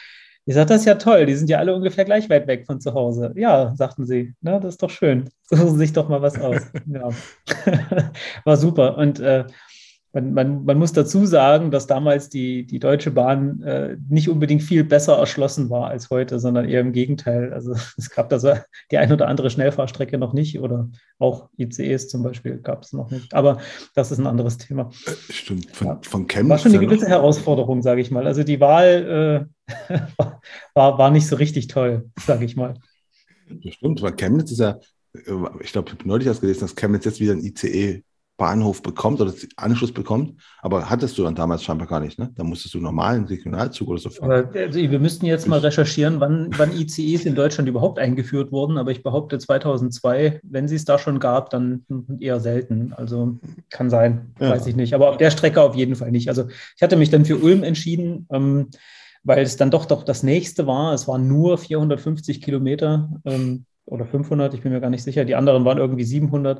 S1: Ich sagte, das ist ja toll, die sind ja alle ungefähr gleich weit weg von zu Hause. Ja, sagten sie, na, das ist doch schön. Suchen Sie sich doch mal was aus. Ja, war super. Und äh, man, man, man muss dazu sagen, dass damals die, die Deutsche Bahn äh, nicht unbedingt viel besser erschlossen war als heute, sondern eher im Gegenteil. Also es gab da so die ein oder andere Schnellfahrstrecke noch nicht oder auch I C Es zum Beispiel gab es noch nicht. Aber das ist ein anderes Thema.
S2: Stimmt, von,
S1: Ja.
S2: von
S1: War
S2: Chemnitz
S1: schon eine
S2: ja noch.
S1: gewisse Herausforderung, sage ich mal. Also die Wahl äh, war, war nicht so richtig toll, sage ich mal.
S2: Das stimmt, weil Chemnitz ist ja, äh, ich glaube, ich habe neulich erst gelesen, dass Chemnitz jetzt wieder einen I C E-Bahnhof bekommt oder Anschluss bekommt. Aber hattest du dann damals scheinbar gar nicht, ne? Da musstest du normalen Regionalzug oder so fahren.
S1: Aber also wir müssten jetzt mal recherchieren, wann, wann I C Es in Deutschland überhaupt eingeführt wurden. Aber ich behaupte zweitausendzwei, wenn sie es da schon gab, dann eher selten. Also kann sein, weiß
S2: Ja.
S1: ich nicht. Aber auf der Strecke auf jeden Fall nicht. Also ich hatte mich dann für Ulm entschieden, ähm, weil es dann doch doch das nächste war. Es waren nur vierhundertfünfzig Kilometer ähm, oder fünfhundert, ich bin mir gar nicht sicher. Die anderen waren irgendwie siebenhundert.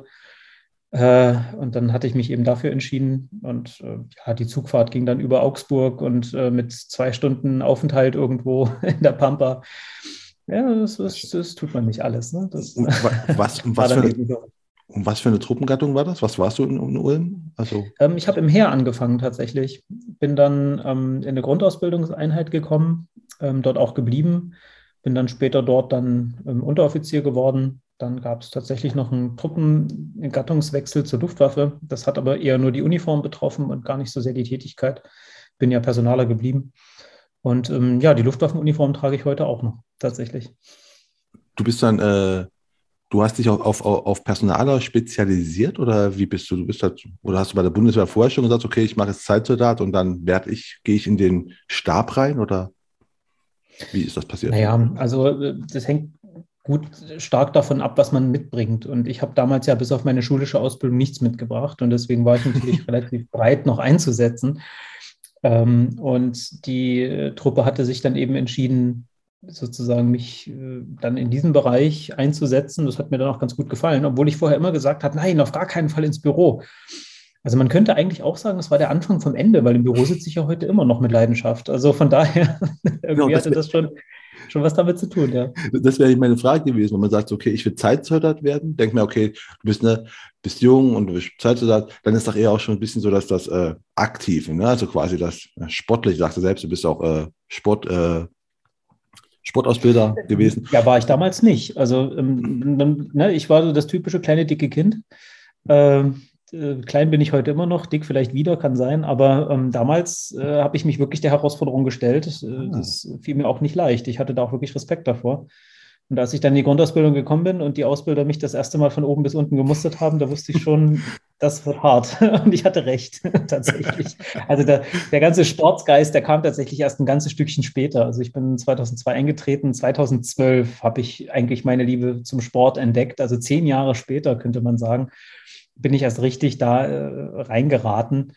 S1: Äh, und dann hatte ich mich eben dafür entschieden. Und äh, ja, die Zugfahrt ging dann über Augsburg und äh, mit zwei Stunden Aufenthalt irgendwo in der Pampa. Ja, das, das, das tut man nicht alles. Ne? Das
S2: Und wa- was, und
S1: war
S2: was für
S1: dann
S2: eine,
S1: eben so.
S2: und was für eine Truppengattung war das? Was warst du in, in Ulm? Also,
S1: Ähm, ich habe im Heer angefangen tatsächlich. Bin dann ähm, in eine Grundausbildungseinheit gekommen, ähm, dort auch geblieben. Bin dann später dort dann ähm, Unteroffizier geworden. Dann gab es tatsächlich noch einen Truppengattungswechsel zur Luftwaffe. Das hat aber eher nur die Uniform betroffen und gar nicht so sehr die Tätigkeit. Bin ja Personaler geblieben. Und ähm, ja, die Luftwaffenuniform trage ich heute auch noch tatsächlich.
S2: du bist dann, äh, du hast dich auf, auf, auf Personaler spezialisiert oder wie bist du? Du bist halt, oder hast du bei der Bundeswehr vorher schon gesagt, okay, ich mache jetzt Zeitsoldat und dann werde ich, gehe ich in den Stab rein oder wie ist das passiert?
S1: Naja, also äh, das hängt gut stark davon ab, was man mitbringt. Und ich habe damals ja bis auf meine schulische Ausbildung nichts mitgebracht. Und deswegen war ich natürlich relativ breit noch einzusetzen. Ähm, und die äh, Truppe hatte sich dann eben entschieden, sozusagen mich äh, dann in diesem Bereich einzusetzen. Das hat mir dann auch ganz gut gefallen, obwohl ich vorher immer gesagt habe, nein, auf gar keinen Fall ins Büro. Also man könnte eigentlich auch sagen, das war der Anfang vom Ende, weil im Büro sitze ich ja heute immer noch mit Leidenschaft. Also von daher,
S2: Genau,
S1: irgendwie
S2: das
S1: hatte das schon, schon was damit zu tun, ja.
S2: Das wäre meine Frage gewesen, wenn man sagt, okay, ich will Zeitsoldat werden, denk mir, okay, du bist, ne, bist jung und du bist Zeitsoldat, dann ist doch eher auch schon ein bisschen so, dass das äh, Aktive, ne? Also quasi das äh, Sportliche, sagst du selbst, du bist auch äh, Sport, äh, Sportausbilder gewesen.
S1: Ja, war ich damals nicht. Also ähm, ne, ich war so das typische kleine, dicke Kind. Ähm, äh, klein bin ich heute immer noch, dick vielleicht wieder, kann sein. Aber ähm, damals äh, habe ich mich wirklich der Herausforderung gestellt. Das, äh,
S2: Ah.
S1: das fiel mir auch nicht leicht. Ich hatte da auch wirklich Respekt davor. Und als ich dann in die Grundausbildung gekommen bin und die Ausbilder mich das erste Mal von oben bis unten gemustert haben, da wusste ich schon, das wird hart. Und ich hatte recht, tatsächlich. Also der, der ganze Sportsgeist, der kam tatsächlich erst ein ganzes Stückchen später. Also ich bin zweitausendzwei eingetreten. zweitausendzwölf habe ich eigentlich meine Liebe zum Sport entdeckt. Also zehn Jahre später, könnte man sagen, bin ich erst richtig da äh, reingeraten.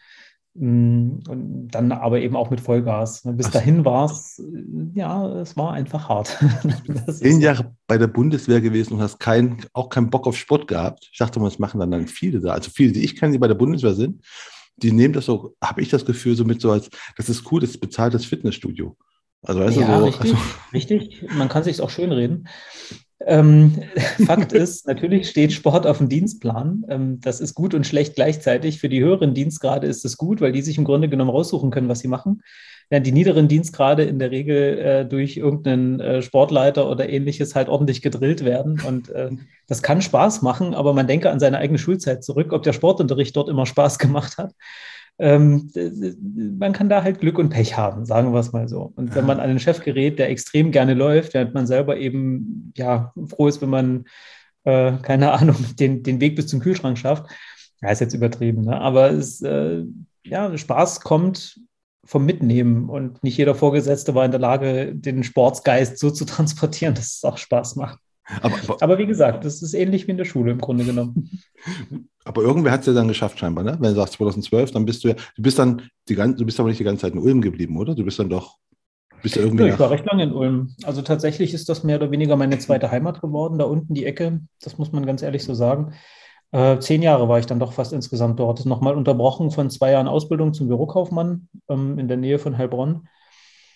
S1: Und dann aber eben auch mit Vollgas. Bis
S2: Also,
S1: dahin war es, ja, es war einfach hart. Das ist
S2: zehn
S1: so.
S2: Jahre bei der Bundeswehr gewesen und hast kein, auch keinen Bock auf Sport gehabt. Ich dachte mal, das machen dann, dann viele da. Also viele, die ich kenne, die bei der Bundeswehr sind, die nehmen das so, habe ich das Gefühl, so mit so als, das ist cool, das ist bezahltes Fitnessstudio. Also weißt du,
S1: Ja,
S2: so, also,
S1: richtig, richtig. Man kann sich auch schön reden. Ähm, Fakt ist, natürlich steht Sport auf dem Dienstplan. Ähm, das ist gut und schlecht gleichzeitig. Für die höheren Dienstgrade ist es gut, weil die sich im Grunde genommen raussuchen können, was sie machen. Während die niederen Dienstgrade in der Regel äh, durch irgendeinen äh, Sportleiter oder ähnliches halt ordentlich gedrillt werden. Und äh, das kann Spaß machen, aber man denke an seine eigene Schulzeit zurück, ob der Sportunterricht dort immer Spaß gemacht hat. Ähm, man kann da halt Glück und Pech haben, sagen wir es mal so. Und wenn man
S2: ja.
S1: an einen Chef gerät, der extrem gerne läuft, während man selber eben ja froh ist, wenn man, äh, keine Ahnung, den, den Weg bis zum Kühlschrank schafft, ja, ist jetzt übertrieben, ne? Aber es, äh, ja, Spaß kommt vom Mitnehmen und nicht jeder Vorgesetzte war in der Lage, den Sportsgeist so zu transportieren, dass es auch Spaß macht.
S2: Aber, aber,
S1: Aber wie gesagt, das ist ähnlich wie in der Schule im Grunde genommen.
S2: aber irgendwer hat es ja dann geschafft, scheinbar, ne? Wenn du sagst zweitausendzwölf, dann bist du ja, du bist dann die ganze, du bist aber nicht die ganze Zeit in Ulm geblieben, oder? Du bist dann doch, bist ja irgendwie
S1: Ja, ich war
S2: nach.
S1: recht lange in Ulm. Also tatsächlich ist das mehr oder weniger meine zweite Heimat geworden, da unten die Ecke. Das muss man ganz ehrlich so sagen. Äh, zehn Jahre war ich dann doch fast insgesamt dort. Das ist nochmal unterbrochen von zwei Jahren Ausbildung zum Bürokaufmann ähm, in der Nähe von Heilbronn.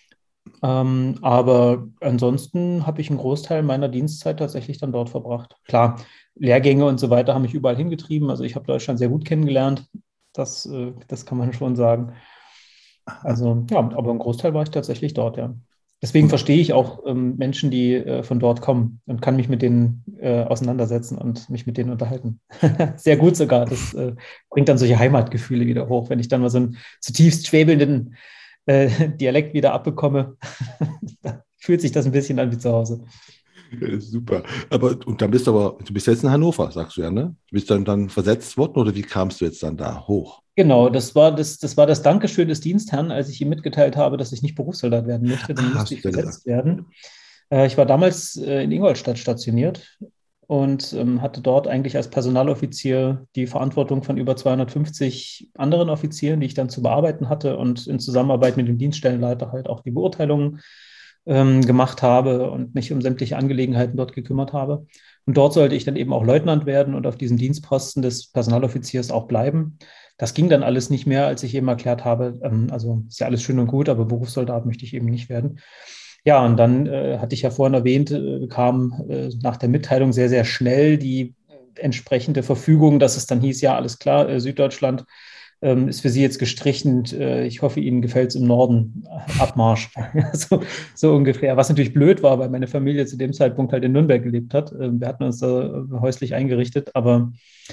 S1: Ähm, aber ansonsten habe ich einen Großteil meiner Dienstzeit tatsächlich dann dort verbracht. Klar, Lehrgänge und so weiter haben mich überall hingetrieben. Also ich habe Deutschland sehr gut kennengelernt. Das, äh, das kann man schon sagen. Also ja, aber ein Großteil war ich tatsächlich dort, ja. Deswegen
S2: Und
S1: verstehe ich auch ähm, Menschen, die äh, von dort kommen und kann mich mit denen äh, auseinandersetzen und mich mit denen unterhalten. Sehr gut sogar. Das äh, bringt dann solche Heimatgefühle wieder hoch, wenn ich dann mal so einen zutiefst schwäbelnden äh, Dialekt wieder abbekomme. Da fühlt sich das ein bisschen an wie zu Hause.
S2: ja, super. Aber und dann bist du aber, du bist jetzt in Hannover, sagst du ja, ne? Du bist dann, dann versetzt worden oder wie kamst du jetzt dann da hoch?
S1: Genau, das war das, das war das Dankeschön des Dienstherrn, als ich ihm mitgeteilt habe, dass ich nicht Berufssoldat werden möchte. Dann
S2: Ah,
S1: musste
S2: hast
S1: ich
S2: du ja gesagt.
S1: versetzt werden. Äh, ich war damals äh, in Ingolstadt stationiert und ähm, hatte dort eigentlich als Personaloffizier die Verantwortung von über zweihundertfünfzig anderen Offizieren, die ich dann zu bearbeiten hatte und in Zusammenarbeit mit dem Dienststellenleiter halt auch die Beurteilungen ähm, gemacht habe und mich um sämtliche Angelegenheiten dort gekümmert habe. Und dort sollte ich dann eben auch Leutnant werden und auf diesem Dienstposten des Personaloffiziers auch bleiben. Das ging dann alles nicht mehr, als ich eben erklärt habe, ähm, also ist ja alles schön und gut, aber Berufssoldat möchte ich eben nicht werden. Ja, und dann äh, hatte ich ja vorhin erwähnt, äh, kam äh, nach der Mitteilung sehr, sehr schnell die entsprechende Verfügung, dass es dann hieß, ja, alles klar, äh, Süddeutschland ähm, ist für Sie jetzt gestrichen. Äh, ich hoffe, Ihnen gefällt es im Norden. Abmarsch. so, so ungefähr. Was natürlich blöd war, weil meine Familie zu dem Zeitpunkt halt in Nürnberg gelebt hat. Ähm, wir hatten uns da äh, häuslich eingerichtet, aber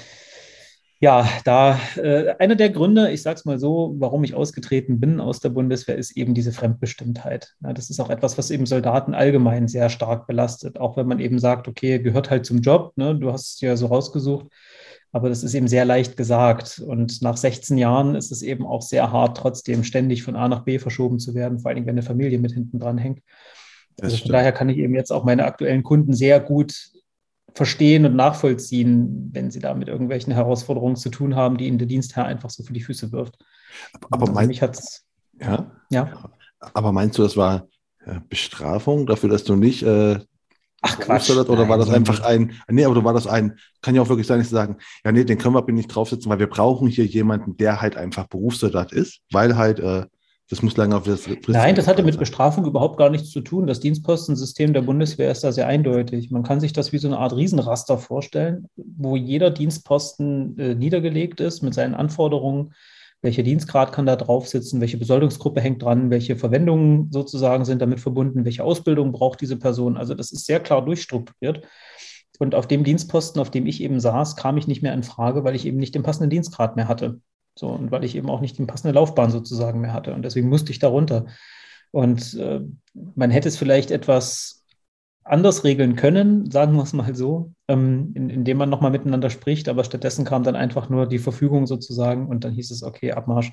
S1: ja, da äh, einer der Gründe, ich sage es mal so, warum ich ausgetreten bin aus der Bundeswehr, ist eben diese Fremdbestimmtheit. Ja, das ist auch etwas, was eben Soldaten allgemein sehr stark belastet. Auch wenn man eben sagt, okay, gehört halt zum Job, ne? Du hast es ja so rausgesucht, aber das ist eben sehr leicht gesagt. Und nach sechzehn Jahren ist es eben auch sehr hart, trotzdem ständig von A nach B verschoben zu werden, vor allem wenn eine Familie mit hinten dran hängt.
S2: Das
S1: Also von
S2: stimmt.
S1: daher kann ich eben jetzt auch meine aktuellen Kunden sehr gut verstehen und nachvollziehen, wenn sie da mit irgendwelchen Herausforderungen zu tun haben, die ihnen der Dienstherr einfach so für die Füße wirft.
S2: Aber
S1: Also
S2: mein,
S1: mich hat's,
S2: ja,
S1: ja.
S2: aber meinst du, das war äh, Bestrafung dafür, dass du nicht äh,
S1: Ach Quatsch,
S2: Berufssoldat oder war
S1: nein,
S2: das
S1: nee,
S2: einfach
S1: nee.
S2: ein, nee, aber war das ein, kann ja auch wirklich sein, dass sie sagen, ja, nee, den können wir aber nicht draufsetzen, weil wir brauchen hier jemanden, der halt einfach Berufssoldat ist, weil halt, äh, das muss lange auf das Frist
S1: Nein, das hatte
S2: eingeplant
S1: mit
S2: sein.
S1: Bestrafung überhaupt gar nichts zu tun. Das Dienstpostensystem der Bundeswehr ist da sehr eindeutig. Man kann sich das wie so eine Art Riesenraster vorstellen, wo jeder Dienstposten äh, niedergelegt ist mit seinen Anforderungen. Welcher Dienstgrad kann da drauf sitzen? Welche Besoldungsgruppe hängt dran? Welche Verwendungen sozusagen sind damit verbunden? Welche Ausbildung braucht diese Person? Also das ist sehr klar durchstrukturiert. Und auf dem Dienstposten, auf dem ich eben saß, kam ich nicht mehr in Frage, weil ich eben nicht den passenden Dienstgrad mehr hatte. So, und weil ich eben auch nicht die passende Laufbahn sozusagen mehr hatte. Und deswegen musste ich da runter. Und äh, man hätte es vielleicht etwas anders regeln können, sagen wir es mal so, ähm, in, indem man nochmal miteinander spricht. Aber stattdessen kam dann einfach nur die Verfügung sozusagen und dann hieß es, okay, Abmarsch.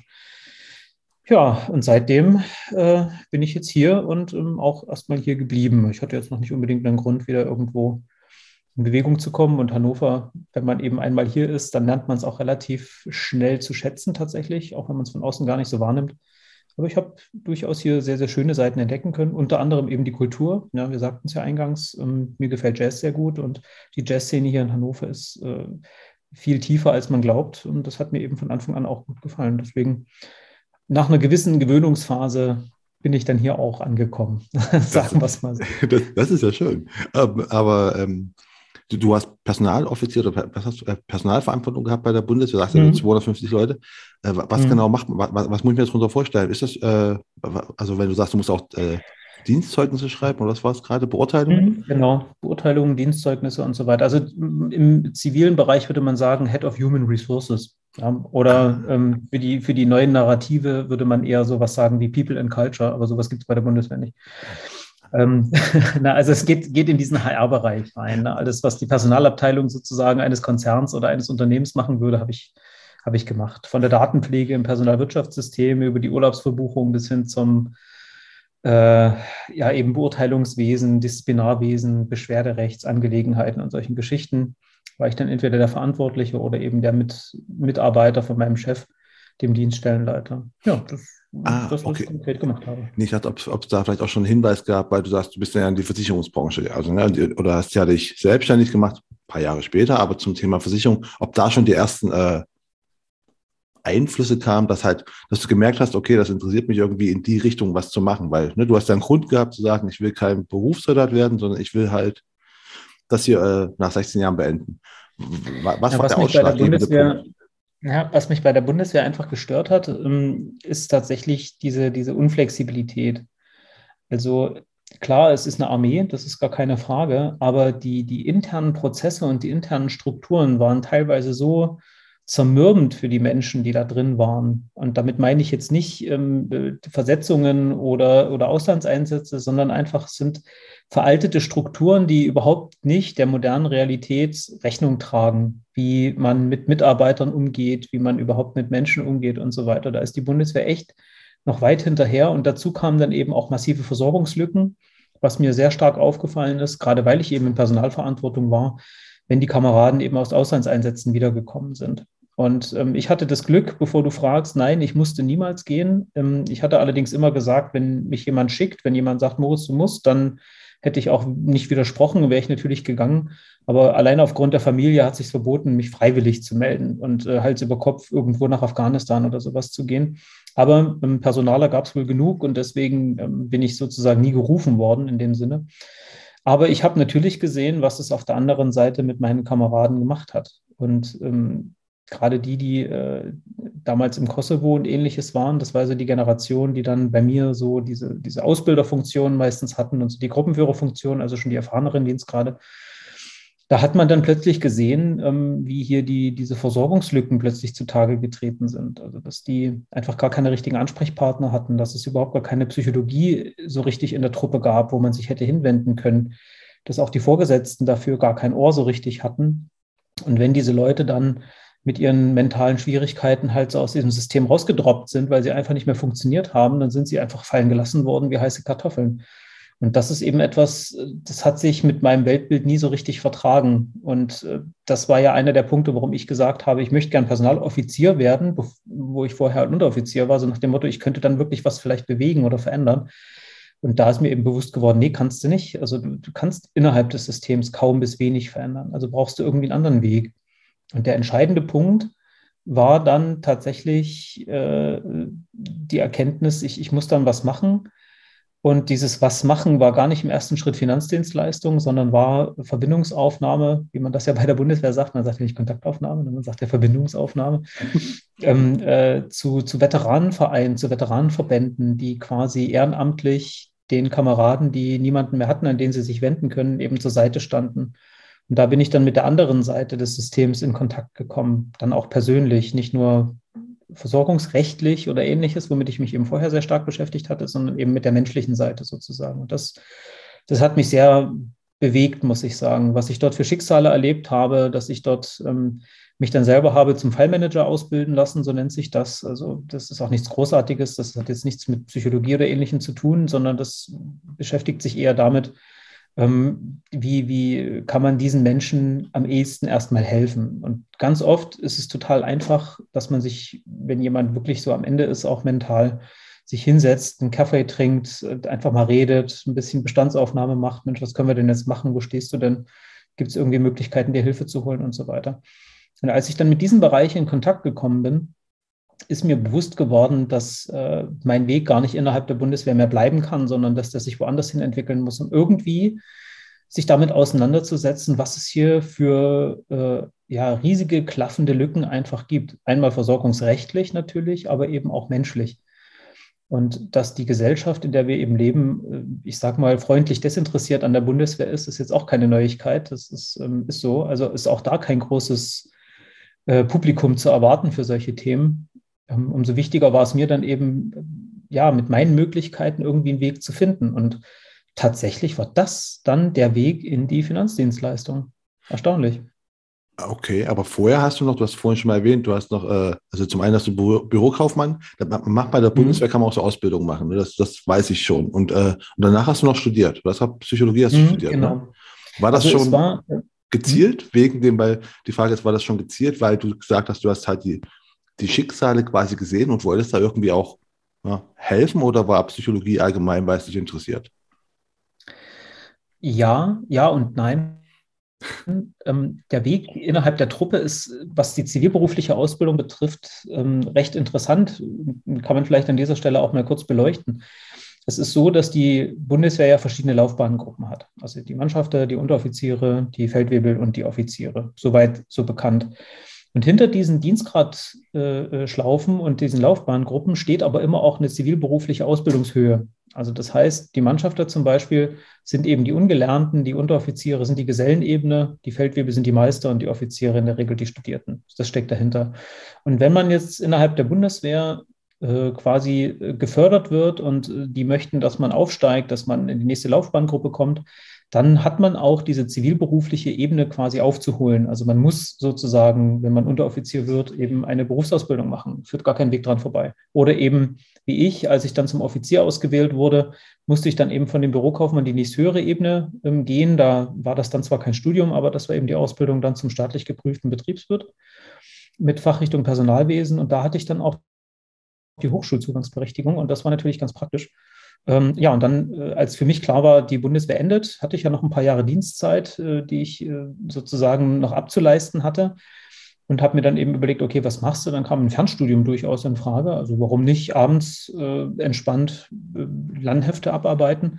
S1: Ja, und seitdem äh, bin ich jetzt hier und ähm, auch erstmal hier geblieben. Ich hatte jetzt noch nicht unbedingt einen Grund, wieder irgendwo in Bewegung zu kommen. Und Hannover, wenn man eben einmal hier ist, dann lernt man es auch relativ schnell zu schätzen tatsächlich, auch wenn man es von außen gar nicht so wahrnimmt. Aber ich habe durchaus hier sehr, sehr schöne Seiten entdecken können, unter anderem eben die Kultur. Ja, wir sagten es ja eingangs, ähm, mir gefällt Jazz sehr gut und die Jazzszene hier in Hannover ist äh, viel tiefer, als man glaubt. Und das hat mir eben von Anfang an auch gut gefallen. Deswegen, nach einer gewissen Gewöhnungsphase bin ich dann hier auch angekommen.
S2: Das,
S1: Sagen wir es mal so.
S2: das, das ist ja schön. Aber, aber ähm, du, du hast Personaloffizier oder was hast du, äh, Personalverantwortung gehabt bei der Bundeswehr, du sagst ja nur
S1: Mhm.
S2: zweihundertfünfzig Leute. Äh, was genau
S1: Mhm.
S2: macht man? Was, was muss ich mir jetzt darunter vorstellen? Ist das, äh, also wenn du sagst, du musst auch äh, Dienstzeugnisse schreiben oder was war es gerade? Beurteilungen?
S1: Mhm, genau, Beurteilungen, Dienstzeugnisse und so weiter. Also m, im zivilen Bereich würde man sagen Head of Human Resources. Ja, oder
S2: Ah,
S1: ähm, für die, für die neuen Narrative würde man eher sowas sagen wie People and Culture, aber sowas gibt es bei der Bundeswehr nicht. Ähm, na, also es geht, geht in diesen H R-Bereich rein. Ne? Alles, was die Personalabteilung sozusagen eines Konzerns oder eines Unternehmens machen würde, habe ich, habe ich gemacht. Von der Datenpflege im Personalwirtschaftssystem über die Urlaubsverbuchung bis hin zum äh, ja eben Beurteilungswesen, Disziplinarwesen, Beschwerderechtsangelegenheiten und solchen Geschichten war ich dann entweder der Verantwortliche oder eben der Mit Mitarbeiter von meinem Chef, dem Dienststellenleiter. Ja, das ist
S2: ah,
S1: das, was ich
S2: okay.
S1: konkret gemacht habe.
S2: Nee, ich dachte, ob es da vielleicht auch schon einen Hinweis gab, weil du sagst, du bist ja in die Versicherungsbranche, also, ne, die- oder hast ja dich selbstständig gemacht, ein paar Jahre später, aber zum Thema Versicherung, ob da schon die ersten äh, Einflüsse kamen, dass halt, dass du gemerkt hast, okay, das interessiert mich irgendwie in die Richtung was zu machen, weil ne, du hast ja einen Grund gehabt zu sagen, ich will kein Berufssoldat werden, sondern ich will halt das hier äh, nach sechzehn Jahren beenden. Was
S1: Ja,
S2: war
S1: was
S2: der
S1: mich bei der
S2: ausschlaggebende Punkt?
S1: Bundeswehr, ja, was mich bei der Bundeswehr einfach gestört hat, ähm, ist tatsächlich diese, diese Unflexibilität. Also klar, es ist eine Armee, das ist gar keine Frage, aber die, die internen Prozesse und die internen Strukturen waren teilweise so zermürbend für die Menschen, die da drin waren. Und damit meine ich jetzt nicht ähm, äh, Versetzungen oder, oder Auslandseinsätze, sondern einfach es sind veraltete Strukturen, die überhaupt nicht der modernen Realität Rechnung tragen, wie man mit Mitarbeitern umgeht, wie man überhaupt mit Menschen umgeht und so weiter. Da ist die Bundeswehr echt noch weit hinterher. Und dazu kamen dann eben auch massive Versorgungslücken, was mir sehr stark aufgefallen ist, gerade weil ich eben in Personalverantwortung war, wenn die Kameraden eben aus Auslandseinsätzen wiedergekommen sind. Und ähm, ich hatte das Glück, bevor du fragst, nein, ich musste niemals gehen. Ähm, ich hatte allerdings immer gesagt, wenn mich jemand schickt, wenn jemand sagt, Moritz, du musst, dann hätte ich auch nicht widersprochen, wäre ich natürlich gegangen. Aber allein aufgrund der Familie hat es sich verboten, mich freiwillig zu melden und äh, Hals über Kopf irgendwo nach Afghanistan oder sowas zu gehen. Aber ähm, Personaler gab es wohl genug und deswegen ähm, bin ich sozusagen nie gerufen worden in dem Sinne. Aber ich habe natürlich gesehen, was es auf der anderen Seite mit meinen Kameraden gemacht hat. Und ähm, gerade die, die äh, damals im Kosovo und ähnliches waren, das war so die Generation, die dann bei mir so diese, diese Ausbilderfunktion meistens hatten und so die Gruppenführerfunktion, also schon die erfahreneren Dienstgrade. Da hat man dann plötzlich gesehen, ähm, wie hier die, diese Versorgungslücken plötzlich zutage getreten sind. Also, dass die einfach gar keine richtigen Ansprechpartner hatten, dass es überhaupt gar keine Psychologie so richtig in der Truppe gab, wo man sich hätte hinwenden können, dass auch die Vorgesetzten dafür gar kein Ohr so richtig hatten. Und wenn diese Leute dann mit ihren mentalen Schwierigkeiten halt so aus diesem System rausgedroppt sind, weil sie einfach nicht mehr funktioniert haben, dann sind sie einfach fallen gelassen worden wie heiße Kartoffeln. Und das ist eben etwas, das hat sich mit meinem Weltbild nie so richtig vertragen. Und äh, das war ja einer der Punkte, warum ich gesagt habe, ich möchte gern Personaloffizier werden, wo ich vorher Unteroffizier war, so nach dem Motto, ich könnte dann wirklich was vielleicht bewegen oder verändern. Und da ist mir eben bewusst geworden, nee, kannst du nicht. Also du, du kannst innerhalb des Systems kaum bis wenig verändern. Also brauchst du irgendwie einen anderen Weg. Und der entscheidende Punkt war dann tatsächlich äh, die Erkenntnis, ich, ich muss dann was machen. Und dieses Was machen war gar nicht im ersten Schritt Finanzdienstleistung, sondern war Verbindungsaufnahme, wie man das ja bei der Bundeswehr sagt. Man sagt ja nicht Kontaktaufnahme, sondern man sagt ja Verbindungsaufnahme ähm, äh, zu, zu Veteranenvereinen, zu Veteranenverbänden, die quasi ehrenamtlich den Kameraden, die niemanden mehr hatten, an den sie sich wenden können, eben zur Seite standen. Und da bin ich dann mit der anderen Seite des Systems in Kontakt gekommen, dann auch persönlich, nicht nur versorgungsrechtlich oder ähnliches, womit ich mich eben vorher sehr stark beschäftigt hatte, sondern eben mit der menschlichen Seite sozusagen. Und das, das hat mich sehr bewegt, muss ich sagen, was ich dort für Schicksale erlebt habe, dass ich dort ähm, mich dann selber habe zum Fallmanager ausbilden lassen, so nennt sich das. Also das ist auch nichts Großartiges, das hat jetzt nichts mit Psychologie oder Ähnlichem zu tun, sondern das beschäftigt sich eher damit, ähm, wie, wie kann man diesen Menschen am ehesten erstmal helfen? Und ganz oft ist es total einfach, dass man sich, wenn jemand wirklich so am Ende ist, auch mental, sich hinsetzt, einen Kaffee trinkt, einfach mal redet, ein bisschen Bestandsaufnahme macht. Mensch, was können wir denn jetzt machen? Wo stehst du denn? Gibt es irgendwie Möglichkeiten, dir Hilfe zu holen und so weiter? Und als ich dann mit diesem Bereich in Kontakt gekommen bin, ist mir bewusst geworden, dass äh, mein Weg gar nicht innerhalb der Bundeswehr mehr bleiben kann, sondern dass der sich woanders hin entwickeln muss, um irgendwie sich damit auseinanderzusetzen, was es hier für äh, ja, riesige, klaffende Lücken einfach gibt. Einmal versorgungsrechtlich natürlich, aber eben auch menschlich. Und dass die Gesellschaft, in der wir eben leben, ich sage mal, freundlich desinteressiert an der Bundeswehr ist, ist jetzt auch keine Neuigkeit. Das ist, ähm, ist so. Also ist auch da kein großes äh, Publikum zu erwarten für solche Themen. Ähm, umso wichtiger war es mir dann eben, ja, mit meinen Möglichkeiten irgendwie einen Weg zu finden. Und tatsächlich war das dann der Weg in die Finanzdienstleistung. Erstaunlich.
S2: Okay, aber vorher hast du noch, du hast vorhin schon mal erwähnt, du hast noch, äh, also zum einen hast du Büro, Bürokaufmann, man macht bei der Bundeswehr,
S1: Mhm.
S2: kann man auch so Ausbildung machen, ne? das, das weiß ich schon. Und, äh, und danach hast du noch studiert, du hast Psychologie hast du
S1: Mhm,
S2: studiert, ne?
S1: genau.
S2: War das
S1: Also es
S2: schon
S1: war, mhm.
S2: gezielt, wegen dem, weil die Frage ist, war das schon gezielt, weil du gesagt hast, du hast halt die, die Schicksale quasi gesehen und wolltest da irgendwie auch ja, helfen oder war Psychologie allgemein, weil es dich interessiert?
S1: Ja, ja und nein. Ähm, der Weg innerhalb der Truppe ist, was die zivilberufliche Ausbildung betrifft, ähm, recht interessant. Kann man vielleicht an dieser Stelle auch mal kurz beleuchten. Es ist so, dass die Bundeswehr ja verschiedene Laufbahngruppen hat. Also die Mannschafter, die Unteroffiziere, die Feldwebel und die Offiziere. Soweit so bekannt. Und hinter diesen Dienstgradschlaufen und diesen Laufbahngruppen steht aber immer auch eine zivilberufliche Ausbildungshöhe. Also das heißt, die Mannschafter zum Beispiel sind eben die Ungelernten, die Unteroffiziere sind die Gesellenebene, die Feldwebel sind die Meister und die Offiziere in der Regel die Studierten. Das steckt dahinter. Und wenn man jetzt innerhalb der Bundeswehr äh, quasi äh, gefördert wird und äh, die möchten, dass man aufsteigt, dass man in die nächste Laufbahngruppe kommt, dann hat man auch diese zivilberufliche Ebene quasi aufzuholen. Also man muss sozusagen, wenn man Unteroffizier wird, eben eine Berufsausbildung machen. Führt gar kein Weg dran vorbei. Oder eben wie ich, als ich dann zum Offizier ausgewählt wurde, musste ich dann eben von dem Bürokaufmann die nächsthöhere Ebene ähm, gehen. Da war das dann zwar kein Studium, aber das war eben die Ausbildung dann zum staatlich geprüften Betriebswirt mit Fachrichtung Personalwesen. Und da hatte ich dann auch die Hochschulzugangsberechtigung und das war natürlich ganz praktisch. Ähm, ja, und dann, äh, als für mich klar war, die Bundeswehr endet, hatte ich ja noch ein paar Jahre Dienstzeit, äh, die ich äh, sozusagen noch abzuleisten hatte und habe mir dann eben überlegt, okay, was machst du? Dann kam ein Fernstudium durchaus in Frage. Also warum nicht abends äh, entspannt äh, Lernhefte abarbeiten?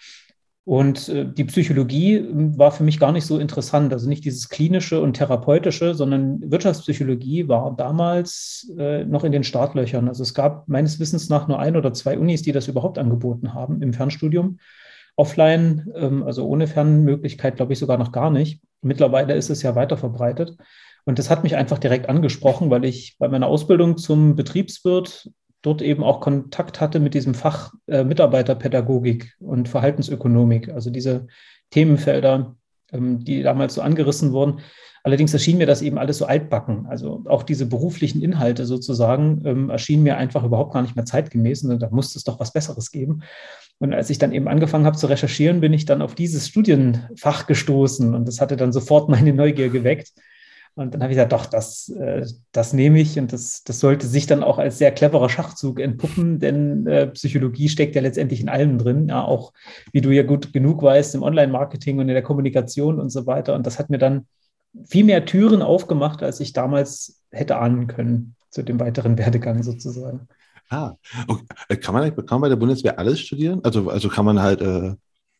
S1: Und äh, die Psychologie äh, war für mich gar nicht so interessant. Also nicht dieses klinische und therapeutische, sondern Wirtschaftspsychologie war damals äh, noch in den Startlöchern. Also es gab meines Wissens nach nur ein oder zwei Unis, die das überhaupt angeboten haben im Fernstudium. Offline, ähm, also ohne Fernmöglichkeit, glaube ich sogar noch gar nicht. Mittlerweile ist es ja weiter verbreitet. Und das hat mich einfach direkt angesprochen, weil ich bei meiner Ausbildung zum Betriebswirt dort eben auch Kontakt hatte mit diesem Fach äh, Mitarbeiterpädagogik und Verhaltensökonomik, also diese Themenfelder, ähm, die damals so angerissen wurden. Allerdings erschien mir das eben alles so altbacken. Also auch diese beruflichen Inhalte sozusagen ähm, erschienen mir einfach überhaupt gar nicht mehr zeitgemäß. Und da musste es doch was Besseres geben. Und als ich dann eben angefangen habe zu recherchieren, bin ich dann auf dieses Studienfach gestoßen und das hatte dann sofort meine Neugier geweckt. Und dann habe ich gesagt, doch, das, äh, das nehme ich und das, das sollte sich dann auch als sehr cleverer Schachzug entpuppen, denn äh, Psychologie steckt ja letztendlich in allem drin, ja, auch wie du ja gut genug weißt, im Online-Marketing und in der Kommunikation und so weiter. Und das hat mir dann viel mehr Türen aufgemacht, als ich damals hätte ahnen können zu dem weiteren Werdegang sozusagen.
S2: Ah, okay. Kann man, kann man bei der Bundeswehr alles studieren? Also, also kann man halt, äh,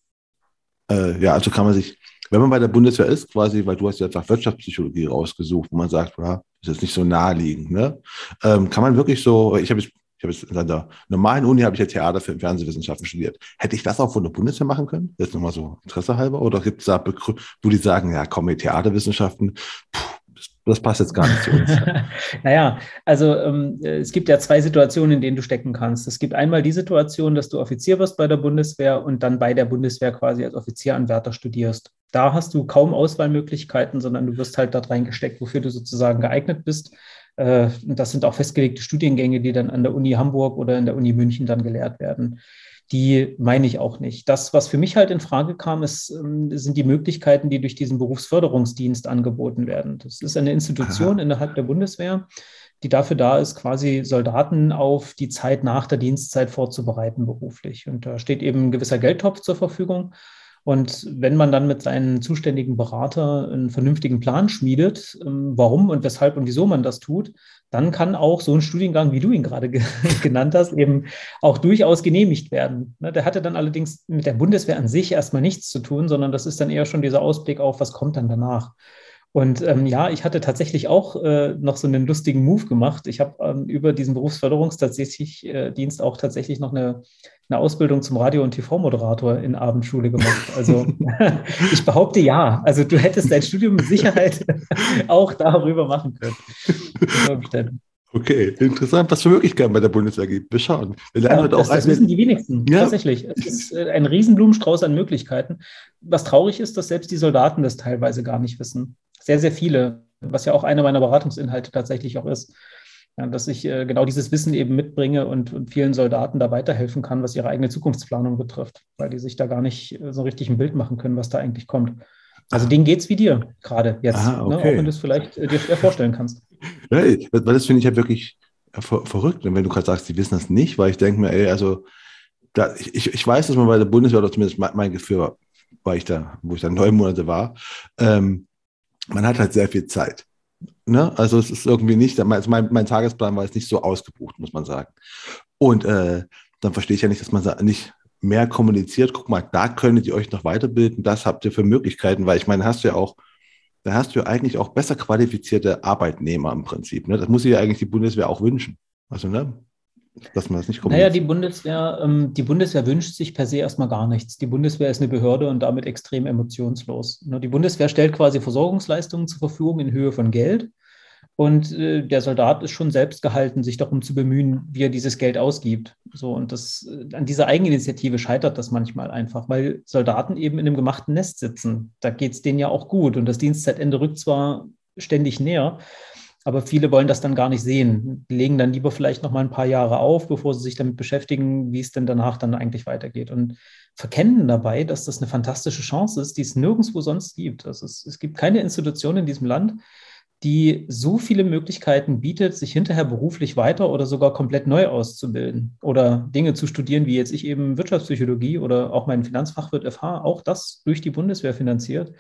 S2: äh, ja, also kann man sich, wenn man bei der Bundeswehr ist, quasi, weil du hast ja jetzt nach Wirtschaftspsychologie rausgesucht, wo man sagt, ja, das ist nicht so naheliegend, ne? Ähm, kann man wirklich so, ich habe jetzt, ich habe jetzt in der normalen Uni habe ich ja Theater, Film, Fernsehwissenschaften studiert. Hätte ich das auch von der Bundeswehr machen können? Jetzt nochmal so Interesse halber? Oder gibt es da, Begrü- wo die sagen, ja, komm, mit Theaterwissenschaften, puh, das, das passt jetzt gar nicht zu uns.
S1: Naja, also ähm, es gibt ja zwei Situationen, in denen du stecken kannst. Es gibt einmal die Situation, dass du Offizier wirst bei der Bundeswehr und dann bei der Bundeswehr quasi als Offizieranwärter studierst. Da hast du kaum Auswahlmöglichkeiten, sondern du wirst halt da reingesteckt, wofür du sozusagen geeignet bist. Äh, das sind auch festgelegte Studiengänge, die dann an der Uni Hamburg oder in der Uni München dann gelehrt werden. Die meine ich auch nicht. Das, was für mich halt in Frage kam, ist, sind die Möglichkeiten, die durch diesen Berufsförderungsdienst angeboten werden. Das ist eine Institution
S2: Aha.
S1: innerhalb der Bundeswehr, die dafür da ist, quasi Soldaten auf die Zeit nach der Dienstzeit vorzubereiten beruflich. Und da steht eben ein gewisser Geldtopf zur Verfügung. Und wenn man dann mit seinem zuständigen Berater einen vernünftigen Plan schmiedet, warum und weshalb und wieso man das tut, dann kann auch so ein Studiengang, wie du ihn gerade ge- genannt hast, eben auch durchaus genehmigt werden. Ne, der hatte dann allerdings mit der Bundeswehr an sich erstmal nichts zu tun, sondern das ist dann eher schon dieser Ausblick auf, was kommt dann danach. Und ähm, ja, ich hatte tatsächlich auch äh, noch so einen lustigen Move gemacht. Ich habe ähm, über diesen Berufsförderungsdienst auch tatsächlich noch eine, eine Ausbildung zum Radio- und T V-Moderator in Abendschule gemacht. Also ich behaupte ja. Also du hättest dein Studium mit Sicherheit auch darüber machen können. Unter Umständen.
S2: Okay, interessant, was für Möglichkeiten bei der Bundeswehr gibt. Wir schauen. Wir lernen
S1: Ja,
S2: heute
S1: das,
S2: auch
S1: das
S2: eine.
S1: wissen die wenigsten,
S2: Ja,
S1: tatsächlich. Es ist äh, ein Riesenblumenstrauß an Möglichkeiten. Was traurig ist, dass selbst die Soldaten das teilweise gar nicht wissen. Sehr, sehr viele, was ja auch einer meiner Beratungsinhalte tatsächlich auch ist. Ja, dass ich äh, genau dieses Wissen eben mitbringe und, und vielen Soldaten da weiterhelfen kann, was ihre eigene Zukunftsplanung betrifft, weil die sich da gar nicht äh, so richtig ein Bild machen können, was da eigentlich kommt. Also
S2: ah,
S1: denen geht es wie dir gerade
S2: ah,
S1: jetzt, ne? Auch wenn du
S2: okay.
S1: es vielleicht äh, dir schwer vorstellen kannst.
S2: Ja, ey, weil das finde ich ja wirklich ver verrückt. Und wenn du gerade sagst, die wissen das nicht, weil ich denke mir, ey, also da, ich, ich weiß, dass man bei der Bundeswehr, oder zumindest mein, mein Gefühl, weil ich da, wo ich da neun Monate war. Ähm, man hat halt sehr viel Zeit. Ne? Also es ist irgendwie nicht, also mein, mein Tagesplan war jetzt nicht so ausgebucht, muss man sagen. Und äh, dann verstehe ich ja nicht, dass man nicht mehr kommuniziert. Guck mal, da könntet ihr euch noch weiterbilden. Das habt ihr für Möglichkeiten, weil ich meine, hast du ja auch, da hast du ja eigentlich auch besser qualifizierte Arbeitnehmer im Prinzip. Ne? Das muss sich ja eigentlich die Bundeswehr auch wünschen. Also, ne? Dass man das nicht
S1: Naja, die
S2: kommuniziert.
S1: Bundeswehr, ähm, die Bundeswehr wünscht sich per se erstmal gar nichts. Die Bundeswehr ist eine Behörde und damit extrem emotionslos. Ne, die Bundeswehr stellt quasi Versorgungsleistungen zur Verfügung in Höhe von Geld. Und äh, der Soldat ist schon selbst gehalten, sich darum zu bemühen, wie er dieses Geld ausgibt. So, und das, äh, an dieser Eigeninitiative scheitert das manchmal einfach, weil Soldaten eben in einem gemachten Nest sitzen. Da geht es denen ja auch gut. Und das Dienstzeitende rückt zwar ständig näher, aber viele wollen das dann gar nicht sehen. Die legen dann lieber vielleicht noch mal ein paar Jahre auf, bevor sie sich damit beschäftigen, wie es denn danach dann eigentlich weitergeht. Und verkennen dabei, dass das eine fantastische Chance ist, die es nirgendwo sonst gibt. Also es, es gibt keine Institution in diesem Land, die so viele Möglichkeiten bietet, sich hinterher beruflich weiter oder sogar komplett neu auszubilden oder Dinge zu studieren, wie jetzt ich eben Wirtschaftspsychologie oder auch mein Finanzfachwirt F H, auch das durch die Bundeswehr finanziert.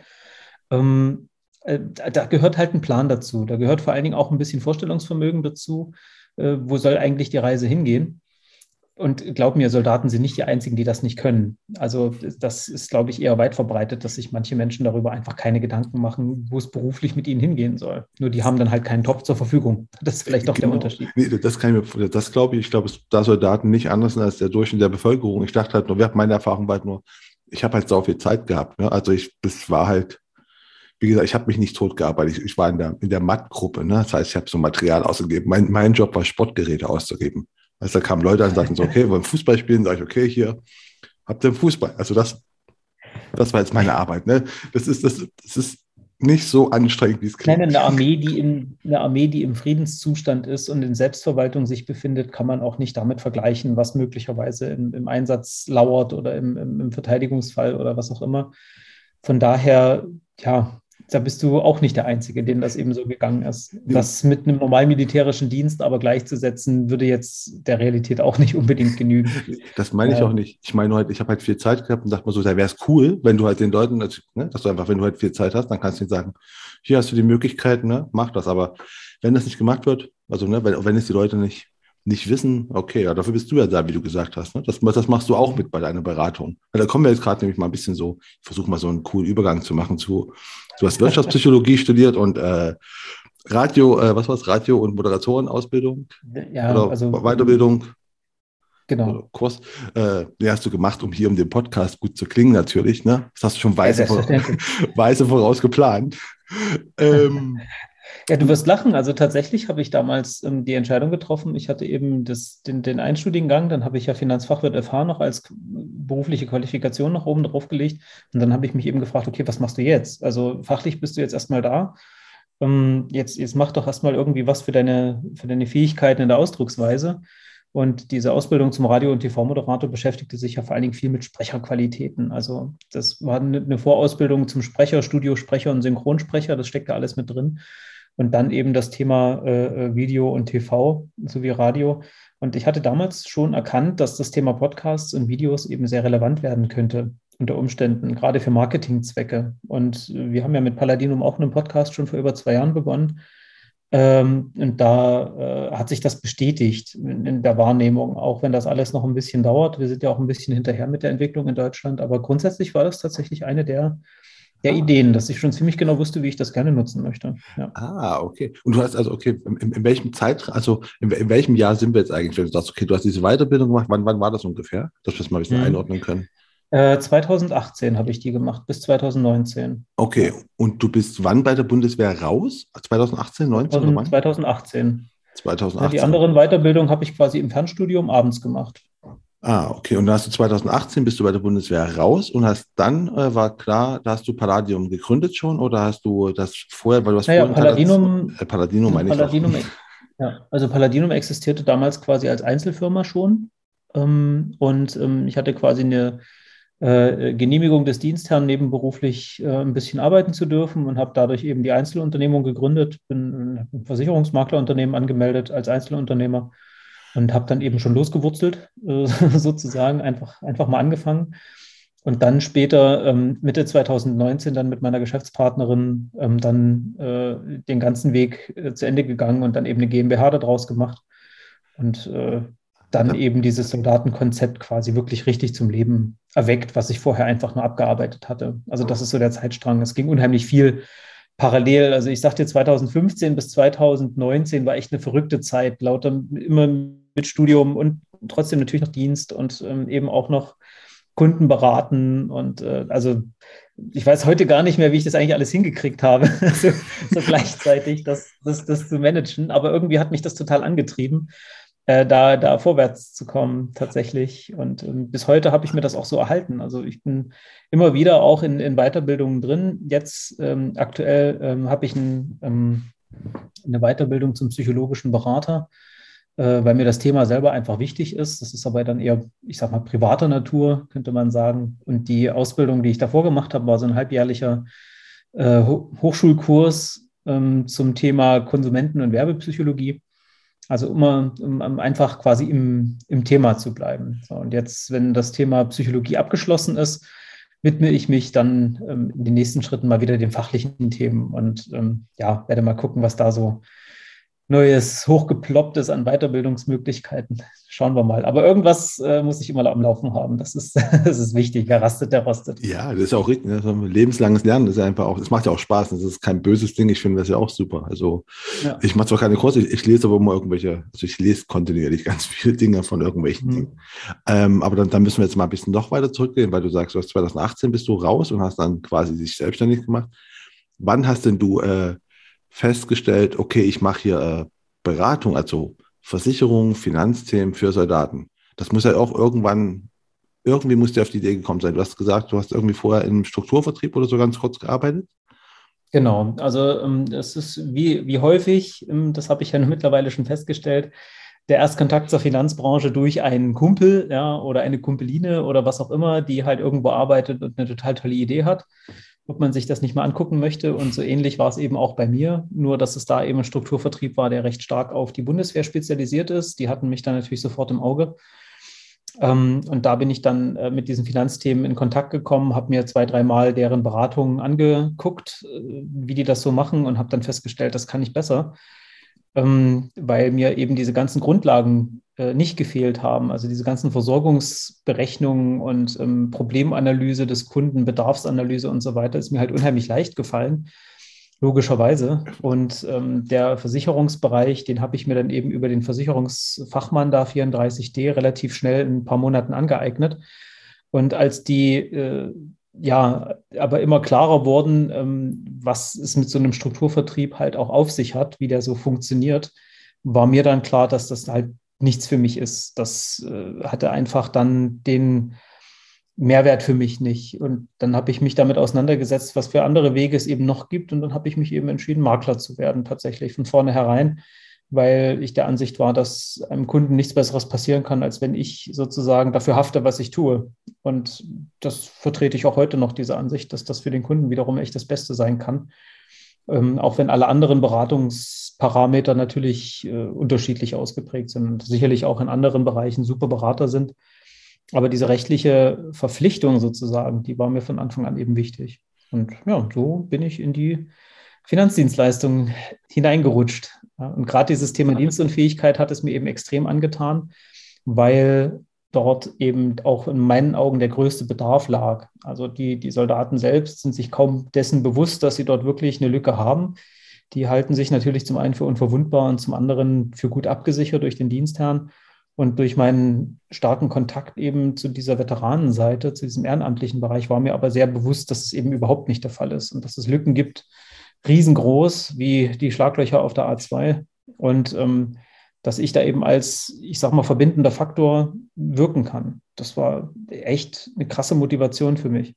S1: Ähm, äh, da gehört halt ein Plan dazu. Da gehört vor allen Dingen auch ein bisschen Vorstellungsvermögen dazu. Äh, wo soll eigentlich die Reise hingehen? Und glaub mir, Soldaten sind nicht die einzigen, die das nicht können. Also das ist, glaube ich, eher weit verbreitet, dass sich manche Menschen darüber einfach keine Gedanken machen, wo es beruflich mit ihnen hingehen soll. Nur die haben dann halt keinen Top zur Verfügung. Das ist vielleicht doch der
S2: Genau.
S1: Unterschied.
S2: Nee, das kann ich mir, das glaube ich, ich glaube, da Soldaten nicht anders sind als der Durchschnitt der Bevölkerung. Ich dachte halt nur, meine Erfahrung war halt nur, ich habe halt so viel Zeit gehabt. Ne? Also ich, das war halt, wie gesagt, ich habe mich nicht tot gearbeitet. Ich, ich war in der, in der Matt-Gruppe. Ne? Das heißt, ich habe so Material ausgegeben. Mein, mein Job war, Sportgeräte auszugeben. Also da kamen Leute an und sagten so, okay, wir wollen Fußball spielen. Sag ich, okay, hier, habt ihr einen Fußball? Also das, das war jetzt meine Arbeit. Ne? Das ist, das, das ist nicht so anstrengend, wie es
S1: Nein,
S2: klingt.
S1: eine Armee, die in, eine Armee, die im Friedenszustand ist und in Selbstverwaltung sich befindet, kann man auch nicht damit vergleichen, was möglicherweise im, im Einsatz lauert oder im, im, im Verteidigungsfall oder was auch immer. Von daher, ja, da bist du auch nicht der Einzige, dem das eben so gegangen ist. Das mit einem normalen militärischen Dienst aber gleichzusetzen, würde jetzt der Realität auch nicht unbedingt genügen.
S2: Das meine ich
S1: Äh,
S2: auch nicht. Ich meine halt, ich habe halt viel Zeit gehabt und dachte mir so, da wäre es cool, wenn du halt den Leuten, ne, dass du einfach, wenn du halt viel Zeit hast, dann kannst du ihnen sagen, hier hast du die Möglichkeit, ne, mach das. Aber wenn das nicht gemacht wird, also ne, wenn, wenn es die Leute nicht, nicht wissen, okay, ja, dafür bist du ja da, wie du gesagt hast. Ne? Das, das machst du auch mit bei deiner Beratung. Weil da kommen wir jetzt gerade nämlich mal ein bisschen so, ich versuche mal so einen coolen Übergang zu machen zu, du hast Wirtschaftspsychologie studiert und äh, Radio, äh, was war es, Radio- und Moderatorenausbildung
S1: ja,
S2: oder
S1: also
S2: Weiterbildung? Oder
S1: genau.
S2: Kurs, äh, den hast du gemacht, um hier um den Podcast gut zu klingen, natürlich. Ne? Das hast du schon
S1: Ja,
S2: weise,
S1: selbstverständlich.
S2: weise voraus geplant. Ähm,
S1: Ja, du wirst lachen. Also tatsächlich habe ich damals ähm, die Entscheidung getroffen. Ich hatte eben das, den, den Einstudiengang, dann habe ich ja Finanzfachwirt F H noch als berufliche Qualifikation nach oben drauf gelegt. Und dann habe ich mich eben gefragt, okay, was machst du jetzt? Also fachlich bist du jetzt erstmal da. Ähm, jetzt, jetzt mach doch erstmal irgendwie was für deine, für deine Fähigkeiten in der Ausdrucksweise. Und diese Ausbildung zum Radio- und T V-Moderator beschäftigte sich ja vor allen Dingen viel mit Sprecherqualitäten. Also das war eine Vorausbildung zum Sprecher, Studiosprecher und Synchronsprecher, das steckt da alles mit drin. Und dann eben das Thema äh, Video und T V sowie Radio. Und ich hatte damals schon erkannt, dass das Thema Podcasts und Videos eben sehr relevant werden könnte unter Umständen, gerade für Marketingzwecke. Und wir haben ja mit Paladinum auch einen Podcast schon vor über zwei Jahren begonnen. Ähm, und da äh, hat sich das bestätigt in, in der Wahrnehmung, auch wenn das alles noch ein bisschen dauert. Wir sind ja auch ein bisschen hinterher mit der Entwicklung in Deutschland, aber grundsätzlich war das tatsächlich eine der, der
S2: ah,
S1: Ideen, dass ich schon ziemlich genau wusste, wie ich das gerne nutzen möchte. Ja.
S2: ah, okay. Und du hast also, okay, in, in welchem Zeitraum, also in, in, welchem Jahr sind wir jetzt eigentlich, wenn du sagst, okay, du hast diese Weiterbildung gemacht, wann, wann war das ungefähr? Dass wir es mal ein bisschen
S1: Mhm.
S2: einordnen können.
S1: Äh, zwanzig achtzehn habe ich die gemacht, bis zwanzig neunzehn.
S2: Okay,
S1: Ja.
S2: und du bist wann bei der Bundeswehr raus? zwanzig achtzehn, neunzehn oder wann?
S1: zwanzig achtzehn. Ja, die
S2: zwanzig achtzehn.
S1: anderen Weiterbildungen habe ich quasi im Fernstudium abends gemacht.
S2: Ah, okay. Und dann hast du zwanzig achtzehn bist du bei der Bundeswehr raus und hast dann, äh, war klar, da hast du Palladium gegründet schon oder hast du das vorher, weil du hast
S1: Naja,
S2: vorhin gesagt, das,
S1: Paladinum,
S2: äh, Paladino
S1: ne,
S2: meine ich doch.
S1: Paladinum, ja, also Paladinum existierte damals quasi als Einzelfirma schon. Ähm, und ähm, ich hatte quasi eine äh, Genehmigung des Dienstherrn, nebenberuflich äh, ein bisschen arbeiten zu dürfen und habe dadurch eben die Einzelunternehmung gegründet, bin ein Versicherungsmaklerunternehmen angemeldet als Einzelunternehmer und habe dann eben schon losgewurzelt, äh, sozusagen, einfach, einfach mal angefangen. Und dann später, ähm, Mitte zwanzig neunzehn, dann mit meiner Geschäftspartnerin ähm, dann äh, den ganzen Weg äh, zu Ende gegangen und dann eben eine GmbH daraus gemacht und äh, dann
S2: Da,
S1: eben dieses Soldatenkonzept quasi wirklich richtig zum Leben erweckt, was ich vorher einfach nur abgearbeitet hatte. Also das ist so der Zeitstrang. Es ging unheimlich viel parallel. Also ich sagte, zwanzig fünfzehn bis zwanzig neunzehn war echt eine verrückte Zeit, lauter immer mit Studium und trotzdem natürlich noch Dienst und ähm, eben auch noch Kunden beraten. Und äh, also ich weiß heute gar nicht mehr, wie ich das eigentlich alles hingekriegt habe, so, so gleichzeitig das, das, das zu managen. Aber irgendwie hat mich das total angetrieben, äh, da, da vorwärts zu kommen tatsächlich. Und ähm, bis heute habe ich mir das auch so erhalten. Also ich bin immer wieder auch in, in Weiterbildungen drin. Jetzt ähm, aktuell ähm, habe ich ein, ähm, eine Weiterbildung zum psychologischen Berater, äh, weil mir das Thema selber einfach wichtig ist. Das ist aber dann eher, ich sag mal, privater Natur, könnte man sagen. Und die Ausbildung, die ich davor gemacht habe, war so ein halbjährlicher äh, Ho Hochschulkurs ähm, zum Thema Konsumenten- und Werbepsychologie. Also immer um, um einfach quasi im, im Thema zu bleiben. So, und jetzt, wenn das Thema Psychologie abgeschlossen ist, widme ich mich dann ähm, in den nächsten Schritten mal wieder den fachlichen Themen und ähm, ja, werde mal gucken, was da so Neues, Hochgeplopptes an Weiterbildungsmöglichkeiten. Schauen wir mal. Aber irgendwas äh, muss ich immer am Laufen haben. Das ist, das ist wichtig. Wer rastet, der rostet.
S2: ja, das ist auch richtig. Ne? So ein lebenslanges Lernen ist ja einfach auch, das macht ja auch Spaß. Das ist kein böses Ding. Ich finde das ja auch super. Also
S1: Ja.
S2: ich mache zwar keine Kurse, ich, ich lese aber immer irgendwelche, also ich lese kontinuierlich ganz viele Dinge von irgendwelchen
S1: Mhm.
S2: Dingen. Ähm, aber dann, dann müssen wir jetzt mal ein bisschen noch weiter zurückgehen, weil du sagst, du hast zwanzig achtzehn bist du raus und hast dann quasi dich selbstständig gemacht. Wann hast denn du äh, festgestellt, okay, ich mache hier äh, Beratung, also Versicherung, Finanzthemen für Soldaten? Das muss ja auch irgendwann, irgendwie muss dir auf die Idee gekommen sein. Du hast gesagt, du hast irgendwie vorher im Strukturvertrieb oder so ganz kurz gearbeitet.
S1: Genau, also ähm, es ist wie, wie häufig, ähm, das habe ich ja mittlerweile schon festgestellt, der Erstkontakt zur Finanzbranche durch einen Kumpel, ja, oder eine Kumpeline oder was auch immer, die halt irgendwo arbeitet und eine total tolle Idee hat, ob man sich das nicht mal angucken möchte. Und so ähnlich war es eben auch bei mir, nur dass es da eben ein Strukturvertrieb war, der recht stark auf die Bundeswehr spezialisiert ist. Die hatten mich dann natürlich sofort im Auge. Ähm, und da bin ich dann äh, mit diesen Finanzthemen in Kontakt gekommen, habe mir zwei, dreimal deren Beratungen angeguckt, äh, wie die das so machen und habe dann festgestellt, das kann ich besser, ähm, weil mir eben diese ganzen Grundlagen äh, nicht gefehlt haben. Also diese ganzen Versorgungsberechnungen und ähm, Problemanalyse des Kunden, Bedarfsanalyse und so weiter ist mir halt unheimlich leicht gefallen. Logischerweise. Und ähm, der Versicherungsbereich, den habe ich mir dann eben über den Versicherungsfachmann da vierunddreißig D relativ schnell in ein paar Monaten angeeignet. Und als die äh, ja aber immer klarer wurden, ähm, was es mit so einem Strukturvertrieb halt auch auf sich hat, wie der so funktioniert, war mir dann klar, dass das halt nichts für mich ist. Das äh, hatte einfach dann den Mehrwert für mich nicht. Und dann habe ich mich damit auseinandergesetzt, was für andere Wege es eben noch gibt. Und dann habe ich mich eben entschieden, Makler zu werden, tatsächlich von vornherein, weil ich der Ansicht war, dass einem Kunden nichts Besseres passieren kann, als wenn ich sozusagen dafür hafte, was ich tue. Und das vertrete ich auch heute noch, diese Ansicht, dass das für den Kunden wiederum echt das Beste sein kann. Ähm, auch wenn alle anderen Beratungsparameter natürlich äh, unterschiedlich ausgeprägt sind und sicherlich auch in anderen Bereichen super Berater sind. Aber diese rechtliche Verpflichtung sozusagen, die war mir von Anfang an eben wichtig. Und ja, so bin ich in die Finanzdienstleistungen hineingerutscht. Ja, und gerade dieses Thema Dienstunfähigkeit hat es mir eben extrem angetan, weil dort eben auch in meinen Augen der größte Bedarf lag. Also die, die Soldaten selbst sind sich kaum dessen bewusst, dass sie dort wirklich eine Lücke haben. Die halten sich natürlich zum einen für unverwundbar und zum anderen für gut abgesichert durch den Dienstherrn. Und durch meinen starken Kontakt eben zu dieser Veteranenseite, zu diesem ehrenamtlichen Bereich, war mir aber sehr bewusst, dass es eben überhaupt nicht der Fall ist und dass es Lücken gibt, riesengroß wie die Schlaglöcher auf der A zwei. Und ähm, dass ich da eben als, ich sag mal, verbindender Faktor wirken kann. Das war echt eine krasse Motivation für mich.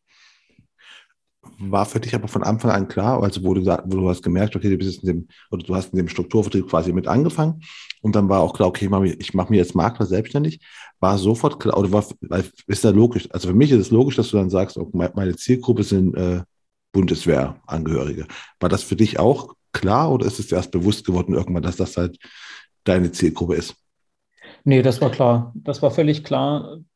S2: War für dich aber von Anfang an klar, also wo du, wo du hast gemerkt, okay, du bist in dem, oder du hast in dem Strukturvertrieb quasi mit angefangen und dann war auch klar, okay, ich mache mich jetzt Makler selbstständig, war sofort klar, oder war, ist da logisch, also für mich ist es logisch, dass du dann sagst, okay, meine Zielgruppe sind äh, Bundeswehrangehörige. War das für dich auch klar oder ist es erst bewusst geworden irgendwann, dass das halt deine Zielgruppe ist?
S1: Nee, das war klar. Das war völlig klar.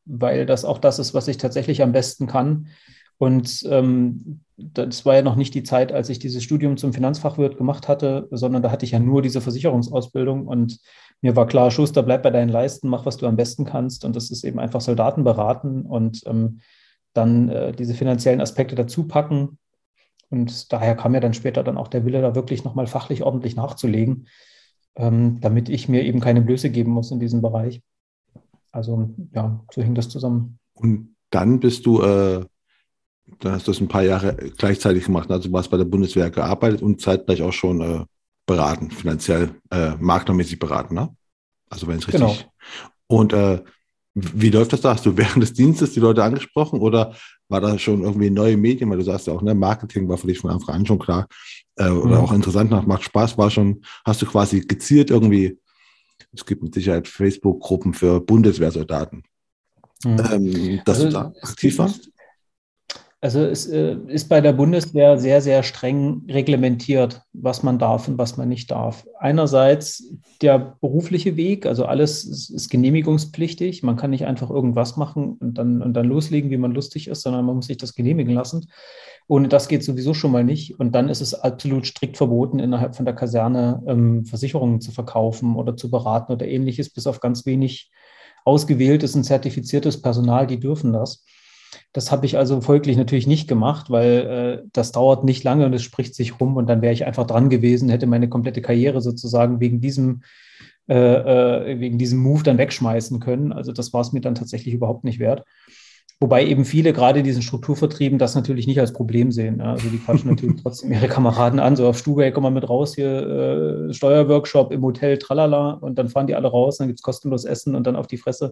S1: weil das auch das ist, was ich tatsächlich am besten kann. Und ähm, das war ja noch nicht die Zeit, als ich dieses Studium zum Finanzfachwirt gemacht hatte, sondern da hatte ich ja nur diese Versicherungsausbildung und mir war klar, Schuster, bleib bei deinen Leisten, mach, was du am besten kannst. Und das ist eben einfach Soldaten beraten und ähm, dann äh, diese finanziellen Aspekte dazu packen. Und daher kam ja dann später dann auch der Wille, da wirklich nochmal fachlich ordentlich nachzulegen, ähm, damit ich mir eben keine Blöße geben muss in diesem Bereich. Also ja, so hing das zusammen.
S2: Und dann bist du, äh, dann hast du das ein paar Jahre gleichzeitig gemacht. Also du hast bei der Bundeswehr gearbeitet und zeitgleich auch schon äh, beraten, finanziell, äh, maklermäßig beraten, ne? Also wenn es
S1: Genau.
S2: richtig. Und äh, wie läuft das da? Hast du während des Dienstes die Leute angesprochen oder war da schon irgendwie neue Medien? Weil du sagst ja auch, ne, Marketing war für dich von Anfang an schon klar äh, oder auch
S1: Mhm.
S2: interessant, macht Spaß, war schon, hast du quasi gezielt irgendwie, es gibt mit Sicherheit Facebook-Gruppen für Bundeswehrsoldaten,
S1: Mhm.
S2: ähm, dass du
S1: Also
S2: da
S1: es
S2: aktiv
S1: gibt,
S2: warst?
S1: Also es äh, ist bei der Bundeswehr sehr, sehr streng reglementiert, was man darf und was man nicht darf. Einerseits der berufliche Weg, also alles ist, ist genehmigungspflichtig. Man kann nicht einfach irgendwas machen und dann, und dann loslegen, wie man lustig ist, sondern man muss sich das genehmigen lassen. Ohne das geht sowieso schon mal nicht. Und dann ist es absolut strikt verboten, innerhalb von der Kaserne ähm, Versicherungen zu verkaufen oder zu beraten oder ähnliches, bis auf ganz wenig ausgewähltes und zertifiziertes Personal, die dürfen das. Das habe ich also folglich natürlich nicht gemacht, weil äh, das dauert nicht lange und es spricht sich rum und dann wäre ich einfach dran gewesen, hätte meine komplette Karriere sozusagen wegen diesem, äh, äh, wegen diesem Move dann wegschmeißen können. Also das war es mir dann tatsächlich überhaupt nicht wert. Wobei eben viele gerade diesen Strukturvertrieben das natürlich nicht als Problem sehen. Ja. Also die quatschen natürlich trotzdem ihre Kameraden an, so auf Stube, komm mal mit raus hier, äh, Steuerworkshop im Hotel, tralala, und dann fahren die alle raus, dann gibt es kostenlos Essen und dann auf die Fresse.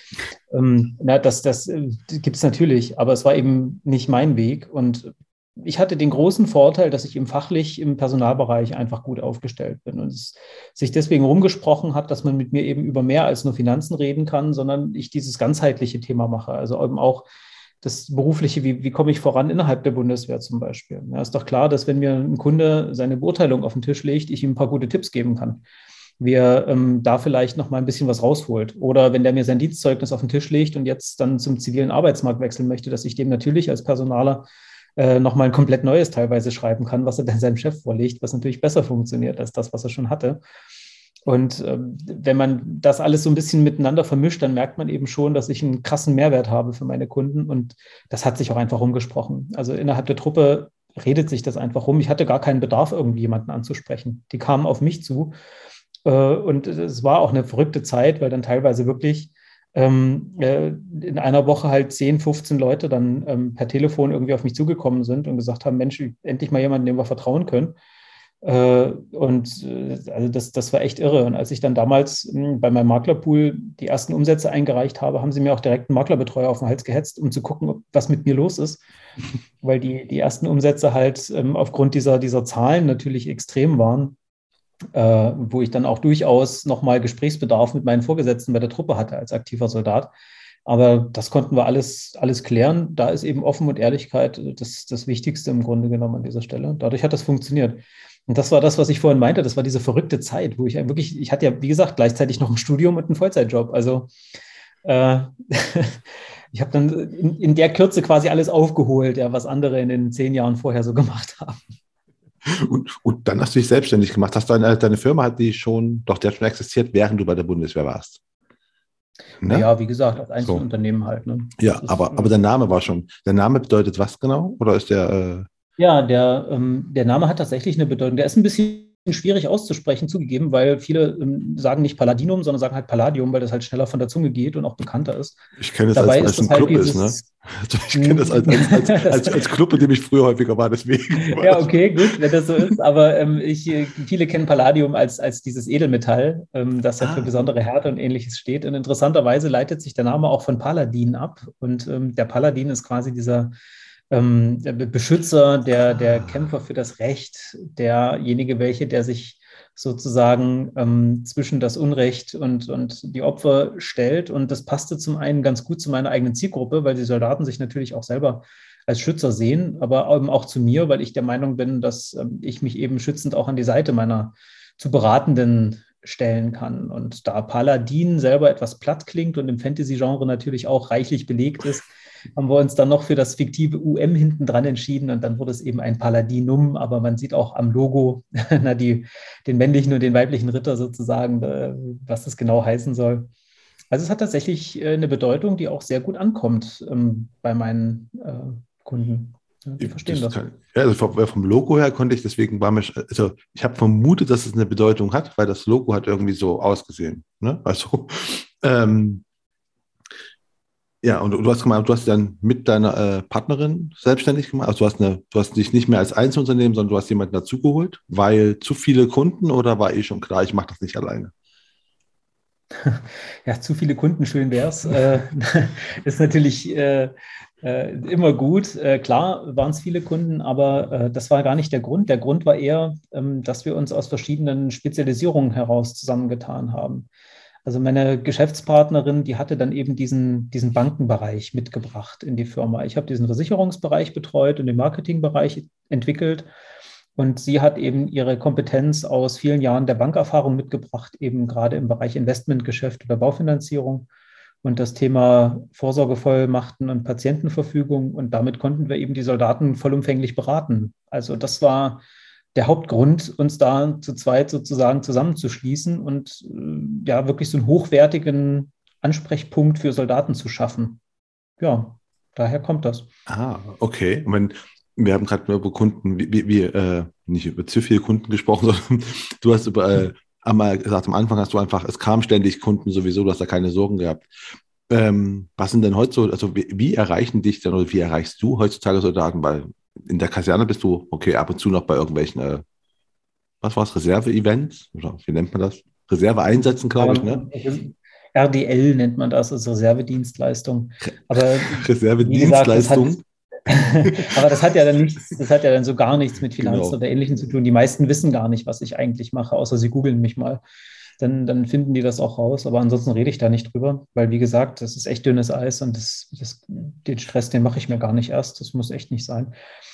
S1: Ähm, na, das das äh, gibt es natürlich, aber es war eben nicht mein Weg. Und ich hatte den großen Vorteil, dass ich eben fachlich im Personalbereich einfach gut aufgestellt bin und es sich deswegen rumgesprochen hat, dass man mit mir eben über mehr als nur Finanzen reden kann, sondern ich dieses ganzheitliche Thema mache. Also eben auch das Berufliche, wie, wie komme ich voran innerhalb der Bundeswehr zum Beispiel. Ja, ist doch klar, dass wenn mir ein Kunde seine Beurteilung auf den Tisch legt, ich ihm ein paar gute Tipps geben kann, wie er ähm, da vielleicht noch mal ein bisschen was rausholt. Oder wenn der mir sein Dienstzeugnis auf den Tisch legt und jetzt dann zum zivilen Arbeitsmarkt wechseln möchte, dass ich dem natürlich als Personaler äh, noch mal ein komplett neues teilweise schreiben kann, was er dann seinem Chef vorlegt, was natürlich besser funktioniert als das, was er schon hatte. Und ähm, wenn man das alles so ein bisschen miteinander vermischt, dann merkt man eben schon, dass ich einen krassen Mehrwert habe für meine Kunden. Und das hat sich auch einfach rumgesprochen. Also innerhalb der Truppe redet sich das einfach rum. Ich hatte gar keinen Bedarf, irgendwie jemanden anzusprechen. Die kamen auf mich zu. Äh, und es war auch eine verrückte Zeit, weil dann teilweise wirklich ähm, äh, in einer Woche halt zehn, fünfzehn Leute dann ähm, per Telefon irgendwie auf mich zugekommen sind und gesagt haben, Mensch, endlich mal jemanden, dem wir vertrauen können. Äh, und äh, also das, das war echt irre. Und als ich dann damals mh, bei meinem Maklerpool die ersten Umsätze eingereicht habe, haben sie mir auch direkt einen Maklerbetreuer auf den Hals gehetzt, um zu gucken, ob, was mit mir los ist. Weil die, die ersten Umsätze halt ähm, aufgrund dieser, dieser Zahlen natürlich extrem waren, äh, wo ich dann auch durchaus nochmal Gesprächsbedarf mit meinen Vorgesetzten bei der Truppe hatte als aktiver Soldat. Aber das konnten wir alles, alles klären. Da ist eben Offen und Ehrlichkeit das, das Wichtigste im Grunde genommen an dieser Stelle. Dadurch hat das funktioniert. Und das war das, was ich vorhin meinte. Das war diese verrückte Zeit, wo ich wirklich, ich hatte ja, wie gesagt, gleichzeitig noch ein Studium und einen Vollzeitjob. Also äh, ich habe dann in, in der Kürze quasi alles aufgeholt, ja, was andere in den zehn Jahren vorher so gemacht haben.
S2: Und, und dann hast du dich selbstständig gemacht. Hast deine, deine Firma, hat die schon, doch, die hat schon existiert, während du bei der Bundeswehr warst. Ne?
S1: Naja, wie gesagt, als
S2: So.
S1: Einzelunternehmen halt. Ne? Das
S2: Ja,
S1: ist,
S2: aber, aber
S1: äh,
S2: der Name war schon. Der Name bedeutet was genau? Oder ist der, äh,
S1: Ja, der, ähm, der Name hat tatsächlich eine Bedeutung. Der ist ein bisschen schwierig auszusprechen, zugegeben, weil viele ähm, sagen nicht Palladium, sondern sagen halt Palladium, weil das halt schneller von der Zunge geht und auch bekannter ist.
S2: ich kenne es, als
S1: Dabei
S2: weil
S1: ist
S2: es
S1: das
S2: ein
S1: halt
S2: Club ist, ne?
S1: dieses.
S2: Also ich kenne das als, als, als,
S1: Das,
S2: als, als Club, in dem ich früher häufiger war, deswegen war
S1: ja,
S2: das.
S1: okay, gut, wenn das so ist. Aber ähm, ich, äh, viele kennen Palladium als, als dieses Edelmetall, ähm, das ja für
S2: Ah,
S1: besondere Härte und Ähnliches steht. Und interessanterweise leitet sich der Name auch von Paladin ab. Und ähm, der Paladin ist quasi dieser ähm, der Beschützer, der, der
S2: ah.
S1: Kämpfer für das Recht, derjenige, welche, der sich sozusagen ähm, zwischen das Unrecht und, und die Opfer stellt. Und das passte zum einen ganz gut zu meiner eigenen Zielgruppe, weil die Soldaten sich natürlich auch selber als Schützer sehen, aber eben auch zu mir, weil ich der Meinung bin, dass ähm, ich mich eben schützend auch an die Seite meiner zu beratenden stellen kann. Und da Paladin selber etwas platt klingt und im Fantasy-Genre natürlich auch reichlich belegt ist, haben wir uns dann noch für das fiktive U M hinten dran entschieden und dann wurde es eben ein Paladinum, aber man sieht auch am Logo na, die, den männlichen und den weiblichen Ritter sozusagen, äh, was das genau heißen soll. Also es hat tatsächlich äh, eine Bedeutung, die auch sehr gut ankommt ähm, bei meinen äh, Kunden. Ja, die verstehen
S2: Das
S1: das.
S2: kann, ja, also vom, vom Logo her konnte ich, deswegen war mir, also ich habe vermutet, dass es eine Bedeutung hat, weil das Logo hat irgendwie so ausgesehen. Ne? Also, ähm, ja, und du hast gemacht, du hast dann mit deiner äh, Partnerin selbstständig gemacht. Also du hast eine, du hast dich nicht mehr als Einzelunternehmen, sondern du hast jemanden dazugeholt, weil zu viele Kunden oder war eh schon klar, ich mache das nicht alleine?
S1: Ja, zu viele Kunden, schön wär's. Äh, ist natürlich äh, äh, immer gut. Äh, klar waren es viele Kunden, aber äh, das war gar nicht der Grund. Der Grund war eher, ähm, dass wir uns aus verschiedenen Spezialisierungen heraus zusammengetan haben. Also meine Geschäftspartnerin, die hatte dann eben diesen, diesen Bankenbereich mitgebracht in die Firma. Ich habe diesen Versicherungsbereich betreut und den Marketingbereich entwickelt. Und sie hat eben ihre Kompetenz aus vielen Jahren der Bankerfahrung mitgebracht, eben gerade im Bereich Investmentgeschäft oder Baufinanzierung und das Thema Vorsorgevollmachten und Patientenverfügung. Und damit konnten wir eben die Soldaten vollumfänglich beraten. Also das war der Hauptgrund, uns da zu zweit sozusagen zusammenzuschließen und äh, ja, wirklich so einen hochwertigen Ansprechpunkt für Soldaten zu schaffen. Ja, daher kommt das.
S2: Ah, okay. Und wenn, wir haben gerade über Kunden, wie, wie, wie, äh, nicht über zu viele Kunden gesprochen, sondern du hast über, äh, einmal gesagt, am Anfang hast du einfach, es kamen ständig Kunden sowieso, du hast da keine Sorgen gehabt. Ähm, was sind denn heute so, also wie, wie erreichen dich denn oder wie erreichst du heutzutage Soldaten? Weil in der Kaserne bist du, okay, ab und zu noch bei irgendwelchen, äh, was war es, Reserve-Events? Oder wie nennt man das? Reserve-Einsätzen, glaube ich, ne?
S1: Ähm, R D L nennt man das, also Reservedienstleistung. Aber wie gesagt, das hat,
S2: Reserve-Dienstleistung.
S1: aber das hat ja dann nichts, das hat ja dann so gar nichts mit Finanzen
S2: Genau.
S1: oder Ähnlichem zu tun. Die meisten wissen gar nicht, was ich eigentlich mache, außer sie googeln mich mal. Dann, dann finden die das auch raus. Aber ansonsten rede ich da nicht drüber, weil wie gesagt, das ist echt dünnes Eis und das, das, den Stress, den mache ich mir gar nicht erst. Das muss echt nicht sein.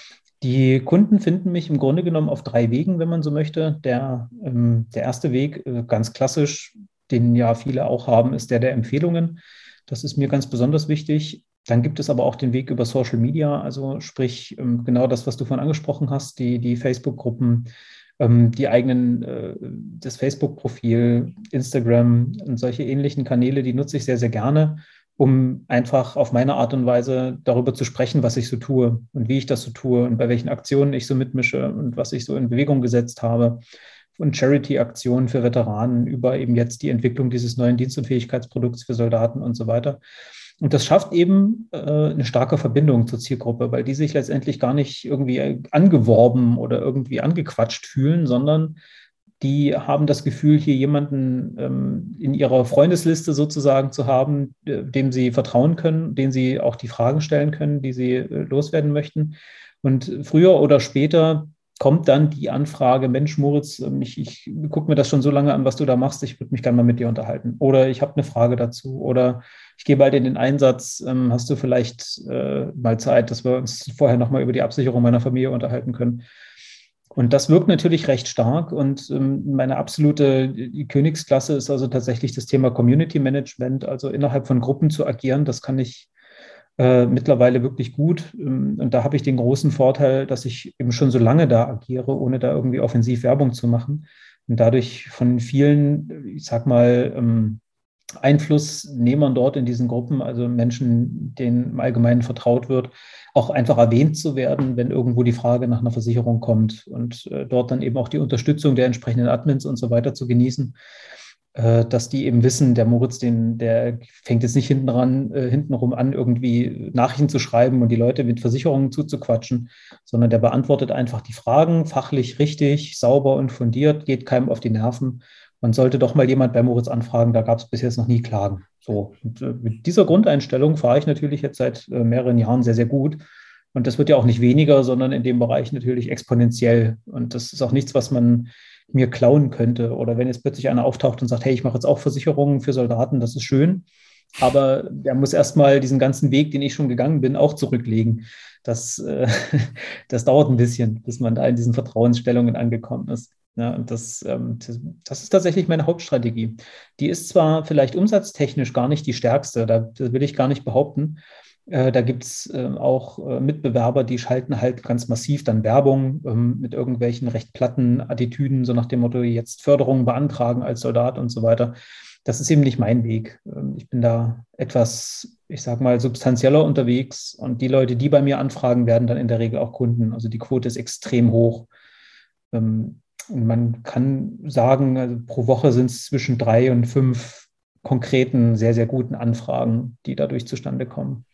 S1: Die Kunden finden mich im Grunde genommen auf drei Wegen, wenn man so möchte. Der, ähm, der erste Weg, äh, ganz klassisch, den ja viele auch haben, ist der der Empfehlungen. Das ist mir ganz besonders wichtig. Dann gibt es aber auch den Weg über Social Media, also sprich ähm, genau das, was du vorhin angesprochen hast, die, die Facebook-Gruppen, ähm, die eigenen, äh, das Facebook-Profil, Instagram und solche ähnlichen Kanäle, die nutze ich sehr, sehr gerne, um einfach auf meine Art und Weise darüber zu sprechen, was ich so tue und wie ich das so tue und bei welchen Aktionen ich so mitmische und was ich so in Bewegung gesetzt habe. Und Charity-Aktionen für Veteranen über eben jetzt die Entwicklung dieses neuen Dienst- und Fähigkeitsprodukts für Soldaten und so weiter. Und das schafft eben äh, eine starke Verbindung zur Zielgruppe, weil die sich letztendlich gar nicht irgendwie angeworben oder irgendwie angequatscht fühlen, sondern die haben das Gefühl, hier jemanden ähm, in ihrer Freundesliste sozusagen zu haben, äh, dem sie vertrauen können, den sie auch die Fragen stellen können, die sie äh, loswerden möchten. Und früher oder später kommt dann die Anfrage, Mensch, Moritz, ähm, ich, ich gucke mir das schon so lange an, was du da machst, ich würde mich gerne mal mit dir unterhalten. Oder ich habe eine Frage dazu. Oder ich gehe bald in den Einsatz, ähm, hast du vielleicht äh, mal Zeit, dass wir uns vorher nochmal über die Absicherung meiner Familie unterhalten können. Und das wirkt natürlich recht stark. Und ähm, meine absolute Königsklasse ist also tatsächlich das Thema Community Management, also innerhalb von Gruppen zu agieren. Das kann ich äh, mittlerweile wirklich gut. Ähm, und da habe ich den großen Vorteil, dass ich eben schon so lange da agiere, ohne da irgendwie offensiv Werbung zu machen. Und dadurch von vielen, ich sag mal, ähm, Einflussnehmern dort in diesen Gruppen, also Menschen, denen im Allgemeinen vertraut wird, auch einfach erwähnt zu werden, wenn irgendwo die Frage nach einer Versicherung kommt und äh, dort dann eben auch die Unterstützung der entsprechenden Admins und so weiter zu genießen, äh, dass die eben wissen, der Moritz, den, der fängt jetzt nicht hinten ran, äh, hintenrum an, irgendwie Nachrichten zu schreiben und die Leute mit Versicherungen zuzuquatschen, sondern der beantwortet einfach die Fragen, fachlich richtig, sauber und fundiert, geht keinem auf die Nerven. Man sollte doch mal jemand bei Moritz anfragen, da gab es bis jetzt noch nie Klagen. So, und äh, mit dieser Grundeinstellung fahre ich natürlich jetzt seit äh, mehreren Jahren sehr, sehr gut. Und das wird ja auch nicht weniger, sondern in dem Bereich natürlich exponentiell. Und das ist auch nichts, was man mir klauen könnte. Oder wenn jetzt plötzlich einer auftaucht und sagt, hey, ich mache jetzt auch Versicherungen für Soldaten, das ist schön. Aber der muss erstmal diesen ganzen Weg, den ich schon gegangen bin, auch zurücklegen. Das, äh, das dauert ein bisschen, bis man da in diesen Vertrauensstellungen angekommen ist. Ja, und das, ähm, das, das ist tatsächlich meine Hauptstrategie. Die ist zwar vielleicht umsatztechnisch gar nicht die stärkste, da, das will ich gar nicht behaupten. Äh, da gibt es äh, auch äh, Mitbewerber, die schalten halt ganz massiv dann Werbung ähm, mit irgendwelchen recht platten Attitüden, so nach dem Motto, jetzt Förderung beantragen als Soldat und so weiter. Das ist eben nicht mein Weg. Ähm, ich bin da etwas, ich sag mal, substanzieller unterwegs und die Leute, die bei mir anfragen, werden dann in der Regel auch Kunden. Also die Quote ist extrem hoch. Ähm, und man kann sagen, also pro Woche sind es zwischen drei und fünf konkreten, sehr, sehr guten Anfragen, die dadurch zustande kommen.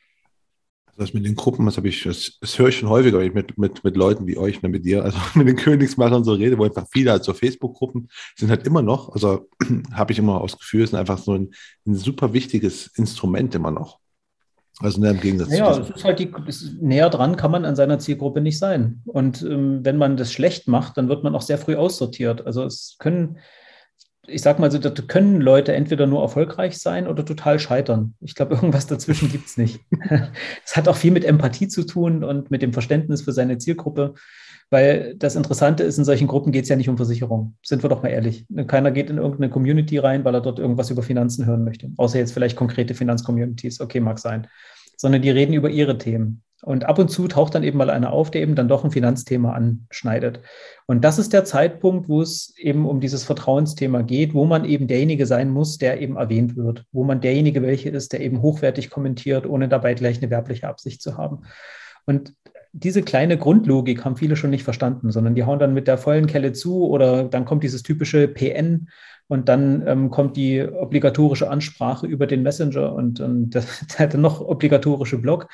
S2: Das mit den Gruppen, das habe ich, das, das höre ich schon häufiger, wenn ich mit, mit, mit Leuten wie euch, ne, mit dir, also mit den Königsmachern so rede, wo einfach viele halt so Facebook-Gruppen sind halt immer noch, also habe ich immer das Gefühl, es ist einfach so ein, ein super wichtiges Instrument immer noch. Also ne, im Gegensatz zu
S1: Naja,
S2: diesem.
S1: es ist halt die, es ist, näher dran kann man an seiner Zielgruppe nicht sein. Und ähm, wenn man das schlecht macht, dann wird man auch sehr früh aussortiert. Also es können, ich sag mal so, da können Leute entweder nur erfolgreich sein oder total scheitern. Ich glaube, irgendwas dazwischen gibt es nicht. Es hat auch viel mit Empathie zu tun und mit dem Verständnis für seine Zielgruppe. Weil das Interessante ist, in solchen Gruppen geht es ja nicht um Versicherung. Sind wir doch mal ehrlich. Keiner geht in irgendeine Community rein, weil er dort irgendwas über Finanzen hören möchte. Außer jetzt vielleicht konkrete Finanzcommunities. Okay, mag sein. Sondern die reden über ihre Themen. Und ab und zu taucht dann eben mal einer auf, der eben dann doch ein Finanzthema anschneidet. Und das ist der Zeitpunkt, wo es eben um dieses Vertrauensthema geht, wo man eben derjenige sein muss, der eben erwähnt wird, wo man derjenige welche ist, der eben hochwertig kommentiert, ohne dabei gleich eine werbliche Absicht zu haben. Und diese kleine Grundlogik haben viele schon nicht verstanden, sondern die hauen dann mit der vollen Kelle zu oder dann kommt dieses typische P N und dann ähm, kommt die obligatorische Ansprache über den Messenger und, und der, der noch obligatorische Blog.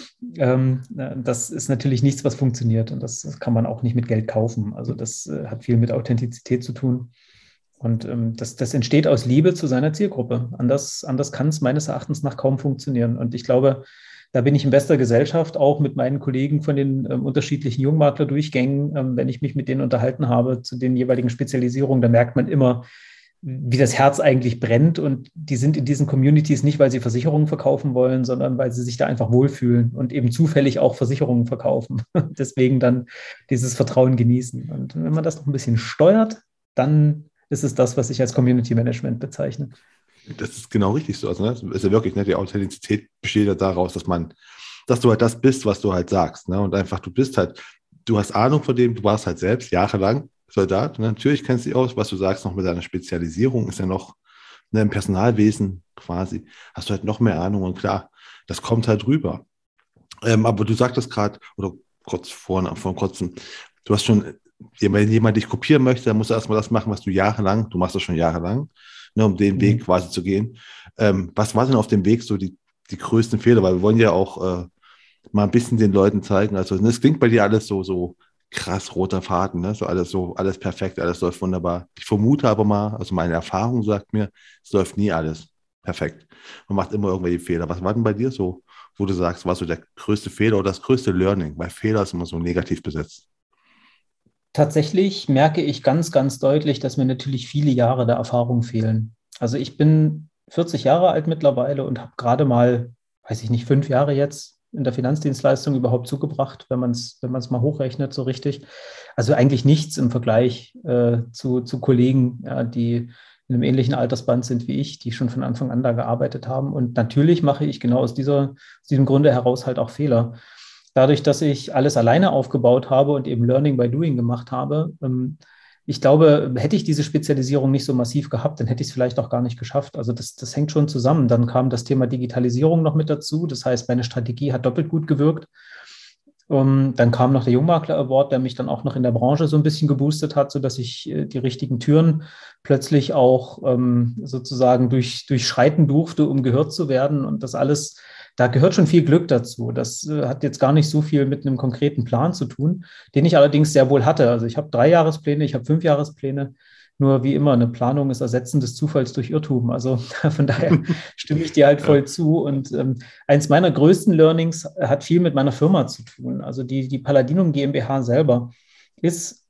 S1: Ähm, das ist natürlich nichts, was funktioniert und das, das kann man auch nicht mit Geld kaufen. Also das äh, hat viel mit Authentizität zu tun. Und ähm, das, das entsteht aus Liebe zu seiner Zielgruppe. Anders, anders kann es meines Erachtens nach kaum funktionieren. Und ich glaube, da bin ich in bester Gesellschaft, auch mit meinen Kollegen von den ähm, unterschiedlichen Jungmakler-Durchgängen. Ähm, wenn ich mich mit denen unterhalten habe zu den jeweiligen Spezialisierungen, da merkt man immer, wie das Herz eigentlich brennt. Und die sind in diesen Communities nicht, weil sie Versicherungen verkaufen wollen, sondern weil sie sich da einfach wohlfühlen und eben zufällig auch Versicherungen verkaufen. Deswegen dann dieses Vertrauen genießen. Und wenn man das noch ein bisschen steuert, dann ist es das, was ich als Community Management bezeichne.
S2: Das ist genau richtig so. Also, ne? Das ist ja wirklich, ne? Die Authentizität besteht ja daraus, dass man, dass du halt das bist, was du halt sagst. Ne? Und einfach, du bist halt, du hast Ahnung von dem, du warst halt selbst jahrelang Soldat. Ne? Natürlich kennst du dich aus, was du sagst, noch mit deiner Spezialisierung ist ja noch, ne, im Personalwesen quasi, hast du halt noch mehr Ahnung und klar, das kommt halt rüber. Ähm, aber du sagtest gerade, oder kurz vor, vor kurzem, du hast schon, wenn jemand dich kopieren möchte, dann musst du erstmal das machen, was du jahrelang, du machst das schon jahrelang, ne, um den mhm. Weg quasi zu gehen. Ähm, was war denn auf dem Weg so die, die größten Fehler? Weil wir wollen ja auch äh, mal ein bisschen den Leuten zeigen, also es klingt bei dir alles so, so krass roter Faden, ne? So alles so, alles perfekt, alles läuft wunderbar. Ich vermute aber mal, also meine Erfahrung sagt mir, es läuft nie alles perfekt. Man macht immer irgendwelche Fehler. Was war denn bei dir so, wo du sagst, war so der größte Fehler oder das größte Learning? Weil Fehler ist immer so negativ besetzt.
S1: Tatsächlich merke ich ganz, ganz deutlich, dass mir natürlich viele Jahre der Erfahrung fehlen. Also ich bin vierzig Jahre alt mittlerweile und habe gerade mal, weiß ich nicht, fünf Jahre jetzt in der Finanzdienstleistung überhaupt zugebracht, wenn man es wenn man es mal hochrechnet, so richtig. Also eigentlich nichts im Vergleich äh, zu, zu Kollegen, ja, die in einem ähnlichen Altersband sind wie ich, die schon von Anfang an da gearbeitet haben. Und natürlich mache ich genau aus, dieser, aus diesem Grunde heraus halt auch Fehler. Dadurch, dass ich alles alleine aufgebaut habe und eben Learning by Doing gemacht habe, ähm, ich glaube, hätte ich diese Spezialisierung nicht so massiv gehabt, dann hätte ich es vielleicht auch gar nicht geschafft. Also das, das hängt schon zusammen. Dann kam das Thema Digitalisierung noch mit dazu. Das heißt, meine Strategie hat doppelt gut gewirkt. Um, dann kam noch der Jungmakler Award, der mich dann auch noch in der Branche so ein bisschen geboostet hat, sodass ich äh, die richtigen Türen plötzlich auch ähm, sozusagen durch, durchschreiten durfte, um gehört zu werden. Und das alles, da gehört schon viel Glück dazu. Das äh, hat jetzt gar nicht so viel mit einem konkreten Plan zu tun, den ich allerdings sehr wohl hatte. Also ich habe Dreijahrespläne, ich habe Fünfjahrespläne. Nur wie immer, eine Planung ist Ersetzen des Zufalls durch Irrtum. Also von daher stimme ich dir halt voll zu. Und ähm, eins meiner größten Learnings hat viel mit meiner Firma zu tun. Also die, die Palladinum GmbH selber ist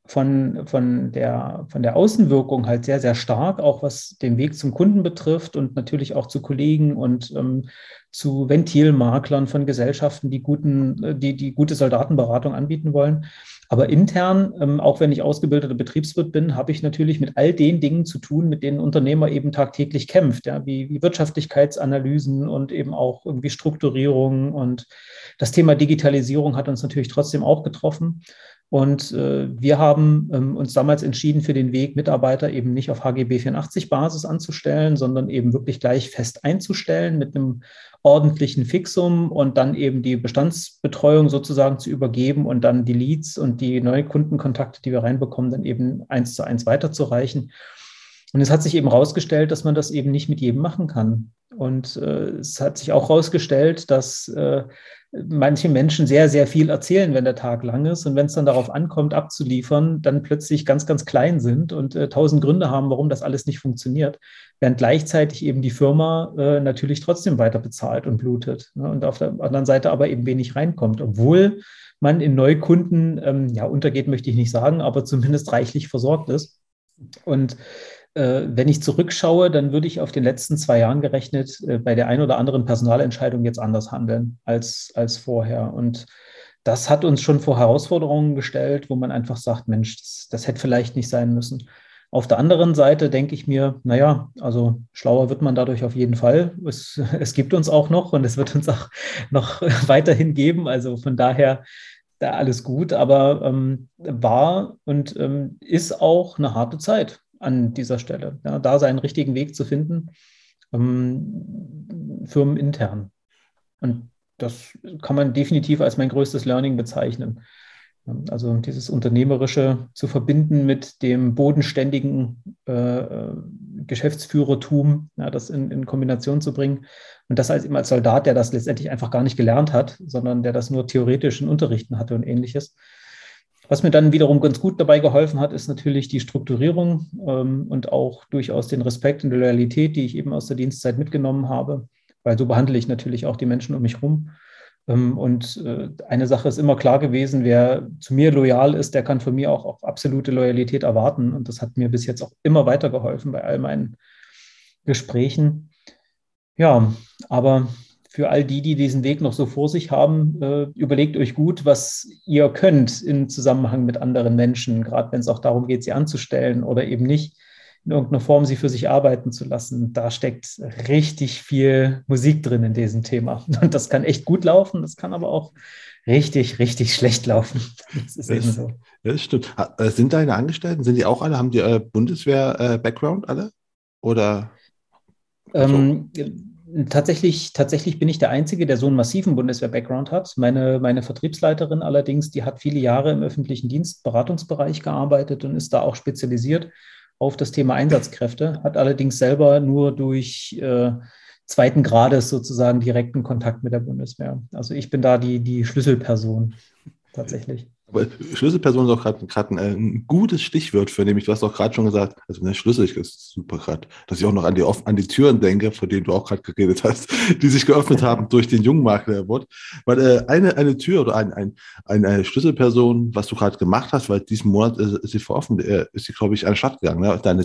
S1: von, von der, von der Außenwirkung halt sehr, sehr stark, auch was den Weg zum Kunden betrifft und natürlich auch zu Kollegen und ähm, zu Ventilmaklern von Gesellschaften, die guten, äh, die, die gute Soldatenberatung anbieten wollen. Aber intern, ähm, auch wenn ich ausgebildeter Betriebswirt bin, habe ich natürlich mit all den Dingen zu tun, mit denen ein Unternehmer eben tagtäglich kämpft, ja, wie, wie Wirtschaftlichkeitsanalysen und eben auch irgendwie Strukturierung. Und das Thema Digitalisierung hat uns natürlich trotzdem auch getroffen. Und äh, wir haben ähm, uns damals entschieden für den Weg, Mitarbeiter eben nicht auf H G B vierundachtzig Basis anzustellen, sondern eben wirklich gleich fest einzustellen mit einem ordentlichen Fixum und dann eben die Bestandsbetreuung sozusagen zu übergeben und dann die Leads und die neuen Kundenkontakte, die wir reinbekommen, dann eben eins zu eins weiterzureichen. Und es hat sich eben herausgestellt, dass man das eben nicht mit jedem machen kann. Und äh, es hat sich auch herausgestellt, dass äh, manche Menschen sehr, sehr viel erzählen, wenn der Tag lang ist. Und wenn es dann darauf ankommt, abzuliefern, dann plötzlich ganz, ganz klein sind und äh, tausend Gründe haben, warum das alles nicht funktioniert. Während gleichzeitig eben die Firma äh, natürlich trotzdem weiter bezahlt und blutet. Ne? Und auf der anderen Seite aber eben wenig reinkommt, obwohl man in Neukunden, ähm, ja, untergeht, möchte ich nicht sagen, aber zumindest reichlich versorgt ist. Und äh, wenn ich zurückschaue, dann würde ich auf den letzten zwei Jahren gerechnet äh, bei der einen oder anderen Personalentscheidung jetzt anders handeln als, als vorher. Und das hat uns schon vor Herausforderungen gestellt, wo man einfach sagt, Mensch, das, das hätte vielleicht nicht sein müssen. Auf der anderen Seite denke ich mir, naja, also schlauer wird man dadurch auf jeden Fall. Es, es gibt uns auch noch und es wird uns auch noch weiterhin geben. Also von daher da alles gut, aber ähm, war und ähm, ist auch eine harte Zeit an dieser Stelle, ja, da seinen richtigen Weg zu finden, ähm, firmenintern. Und das kann man definitiv als mein größtes Learning bezeichnen. Also dieses Unternehmerische zu verbinden mit dem bodenständigen äh, Geschäftsführertum, ja, das in, in Kombination zu bringen. Und das als, eben als Soldat, der das letztendlich einfach gar nicht gelernt hat, sondern der das nur theoretisch in Unterrichten hatte und ähnliches. Was mir dann wiederum ganz gut dabei geholfen hat, ist natürlich die Strukturierung ähm, und auch durchaus den Respekt und die Loyalität, die ich eben aus der Dienstzeit mitgenommen habe, weil so behandle ich natürlich auch die Menschen um mich herum. Ähm, und äh, eine Sache ist immer klar gewesen, wer zu mir loyal ist, der kann von mir auch, auch absolute Loyalität erwarten. Und das hat mir bis jetzt auch immer weitergeholfen bei all meinen Gesprächen. Ja, aber für all die, die diesen Weg noch so vor sich haben, äh, überlegt euch gut, was ihr könnt im Zusammenhang mit anderen Menschen, gerade wenn es auch darum geht, sie anzustellen oder eben nicht in irgendeiner Form sie für sich arbeiten zu lassen. Da steckt richtig viel Musik drin in diesem Thema. Und das kann echt gut laufen, das kann aber auch richtig, richtig schlecht laufen. Das ist eben
S2: Das,
S1: so.
S2: das stimmt. Ha- äh, Sind deine Angestellten, sind die auch alle, haben die äh, Bundeswehr-Background alle? Oder, also,
S1: Ähm, tatsächlich, tatsächlich bin ich der Einzige, der so einen massiven Bundeswehr-Background hat. Meine, meine Vertriebsleiterin allerdings, die hat viele Jahre im öffentlichen Dienst, Beratungsbereich gearbeitet und ist da auch spezialisiert auf das Thema Einsatzkräfte, hat allerdings selber nur durch äh, zweiten Grades sozusagen direkten Kontakt mit der Bundeswehr. Also ich bin da die, die Schlüsselperson tatsächlich.
S2: aber Schlüsselperson ist auch gerade ein, äh, ein gutes Stichwort für, nämlich, du hast auch gerade schon gesagt, also ne, Schlüssel ist super gerade, dass ich auch noch an die, off- an die Türen denke, von denen du auch gerade geredet hast, die sich geöffnet haben durch den Jungmakler Award. Weil äh, eine, eine Tür oder ein, ein, eine Schlüsselperson, was du gerade gemacht hast, weil diesen Monat äh, ist sie veröffentlicht, äh, ist sie, glaube ich, an den Start gegangen, ne? Deine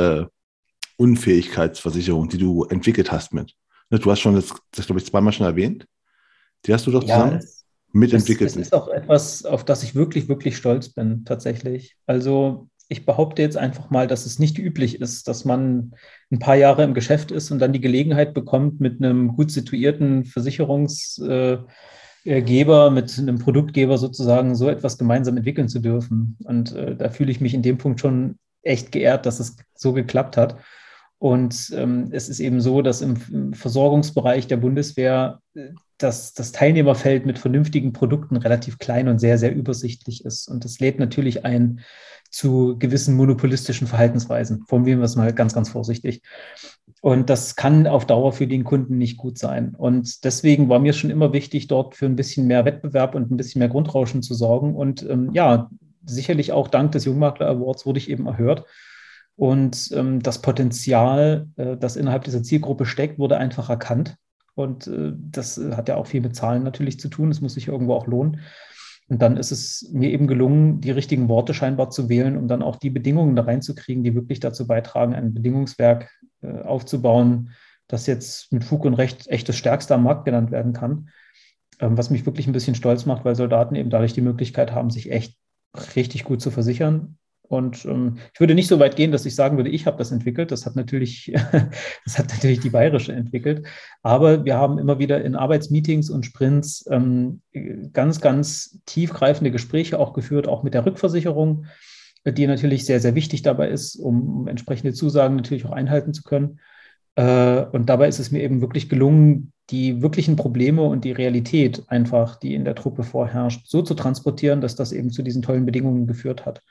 S2: Dienstunfähigkeitsversicherung, äh, die du entwickelt hast mit. Ne, du hast schon das, das glaube ich, zweimal schon erwähnt. Die hast du doch
S1: Ja,
S2: zusammen
S1: es, es,
S2: mitentwickelt
S1: es
S2: mit.
S1: ist auch etwas, auf das ich wirklich, wirklich stolz bin, tatsächlich. Also ich behaupte jetzt einfach mal, dass es nicht üblich ist, dass man ein paar Jahre im Geschäft ist und dann die Gelegenheit bekommt, mit einem gut situierten Versicherungsgeber, mit einem Produktgeber sozusagen so etwas gemeinsam entwickeln zu dürfen. Und äh, da fühle ich mich in dem Punkt schon echt geehrt, dass es so geklappt hat. Und ähm, es ist eben so, dass im, im Versorgungsbereich der Bundeswehr äh, das, das Teilnehmerfeld mit vernünftigen Produkten relativ klein und sehr, sehr übersichtlich ist. Und das lädt natürlich ein zu gewissen monopolistischen Verhaltensweisen. Formulieren wir es mal ganz, ganz vorsichtig. Und das kann auf Dauer für den Kunden nicht gut sein. Und deswegen war mir schon immer wichtig, dort für ein bisschen mehr Wettbewerb und ein bisschen mehr Grundrauschen zu sorgen. Und ähm, ja, sicherlich auch dank des Jungmakler Awards wurde ich eben erhört. Und ähm, das Potenzial, äh, das innerhalb dieser Zielgruppe steckt, wurde einfach erkannt. Und äh, das hat ja auch viel mit Zahlen natürlich zu tun. Es muss sich irgendwo auch lohnen. Und dann ist es mir eben gelungen, die richtigen Worte scheinbar zu wählen, um dann auch die Bedingungen da reinzukriegen, die wirklich dazu beitragen, ein Bedingungswerk äh, aufzubauen, das jetzt mit Fug und Recht echt das Stärkste am Markt genannt werden kann. Ähm, was mich wirklich ein bisschen stolz macht, weil Soldaten eben dadurch die Möglichkeit haben, sich echt richtig gut zu versichern. Und ähm, ich würde nicht so weit gehen, dass ich sagen würde, ich habe das entwickelt. Das hat natürlich, das hat natürlich die Bayerische entwickelt. Aber wir haben immer wieder in Arbeitsmeetings und Sprints ähm, ganz, ganz tiefgreifende Gespräche auch geführt, auch mit der Rückversicherung, die natürlich sehr, sehr wichtig dabei ist, um, um entsprechende Zusagen natürlich auch einhalten zu können. Äh, und dabei ist es mir eben wirklich gelungen, die wirklichen Probleme und die Realität einfach, die in der Truppe vorherrscht, so zu transportieren, dass das eben zu diesen tollen Bedingungen geführt hat.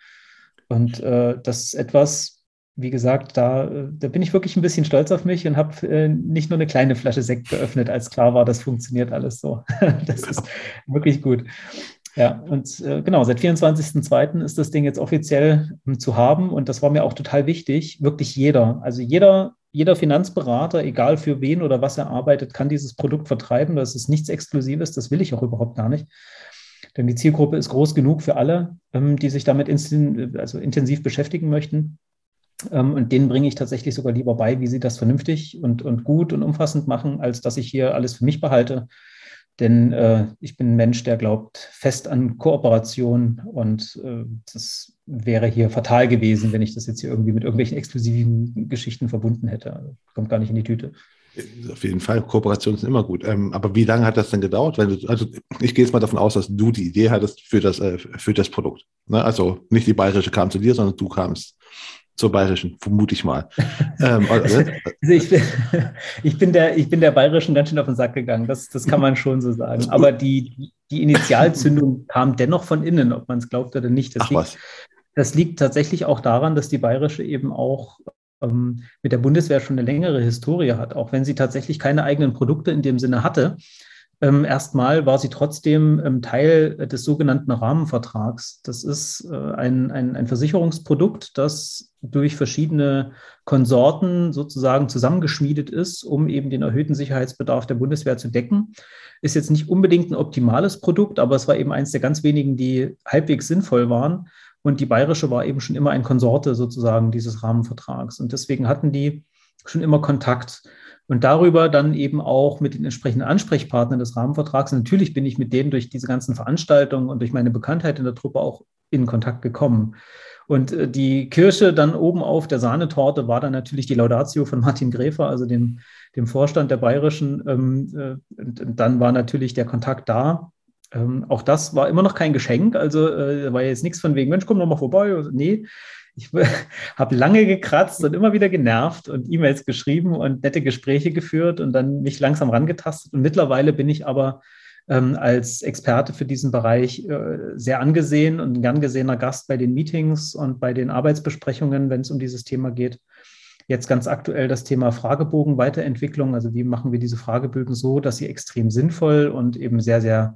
S1: Und äh, das ist etwas, wie gesagt, da, da bin ich wirklich ein bisschen stolz auf mich und habe äh, nicht nur eine kleine Flasche Sekt geöffnet, als klar war, das funktioniert alles so. Das ist wirklich gut. Ja, und äh, genau, seit vierundzwanzigsten zweiten ist das Ding jetzt offiziell ähm, zu haben und das war mir auch total wichtig. Wirklich jeder, also jeder, jeder Finanzberater, egal für wen oder was er arbeitet, kann dieses Produkt vertreiben. Das ist nichts Exklusives, das will ich auch überhaupt gar nicht. Denn die Zielgruppe ist groß genug für alle, ähm, die sich damit insten- also intensiv beschäftigen möchten. Ähm, und denen bringe ich tatsächlich sogar lieber bei, wie sie das vernünftig und, und gut und umfassend machen, als dass ich hier alles für mich behalte. Denn äh, ich bin ein Mensch, der glaubt fest an Kooperation und äh, das wäre hier fatal gewesen, wenn ich das jetzt hier irgendwie mit irgendwelchen exklusiven Geschichten verbunden hätte. Also, kommt gar nicht in die Tüte.
S2: Auf jeden Fall, Kooperation ist immer gut. Ähm, aber wie lange hat das denn gedauert? Weil du, also ich gehe jetzt mal davon aus, dass du die Idee hattest für das, äh, für das Produkt. Ne? Also nicht die Bayerische kam zu dir, sondern du kamst zur Bayerischen, vermute ich mal. Ähm,
S1: also ich, bin, ich, bin der, ich bin der Bayerischen ganz schön auf den Sack gegangen, das, das kann man schon so sagen. Aber die, die Initialzündung kam dennoch von innen, ob man es glaubt oder nicht. Das
S2: Ach
S1: liegt,
S2: was.
S1: das liegt tatsächlich auch daran, dass die Bayerische eben auch ähm, mit der Bundeswehr schon eine längere Historie hat, auch wenn sie tatsächlich keine eigenen Produkte in dem Sinne hatte. Ähm, erstmal war sie trotzdem ähm, Teil des sogenannten Rahmenvertrags. Das ist äh, ein, ein, ein Versicherungsprodukt, das durch verschiedene Konsorten sozusagen zusammengeschmiedet ist, um eben den erhöhten Sicherheitsbedarf der Bundeswehr zu decken. Ist jetzt nicht unbedingt ein optimales Produkt, aber es war eben eines der ganz wenigen, die halbwegs sinnvoll waren. Und die Bayerische war eben schon immer ein Konsorte sozusagen dieses Rahmenvertrags. Und deswegen hatten die schon immer Kontakt. Und darüber dann eben auch mit den entsprechenden Ansprechpartnern des Rahmenvertrags. Und natürlich bin ich mit denen durch diese ganzen Veranstaltungen und durch meine Bekanntheit in der Truppe auch in Kontakt gekommen. Und äh, die Kirsche dann oben auf der Sahnetorte war dann natürlich die Laudatio von Martin Gräfer, also dem, dem Vorstand der Bayerischen. Ähm, äh, und, und dann war natürlich der Kontakt da. Ähm, auch das war immer noch kein Geschenk, also äh, war jetzt nichts von wegen, Mensch, komm doch mal vorbei. Also, nee, ich habe lange gekratzt und immer wieder genervt und E-Mails geschrieben und nette Gespräche geführt und dann mich langsam rangetastet. Und mittlerweile bin ich aber ähm, als Experte für diesen Bereich äh, sehr angesehen und ein gern gesehener Gast bei den Meetings und bei den Arbeitsbesprechungen, wenn es um dieses Thema geht. Jetzt ganz aktuell das Thema Fragebogen, Weiterentwicklung. Also wie machen wir diese Fragebögen so, dass sie extrem sinnvoll und eben sehr, sehr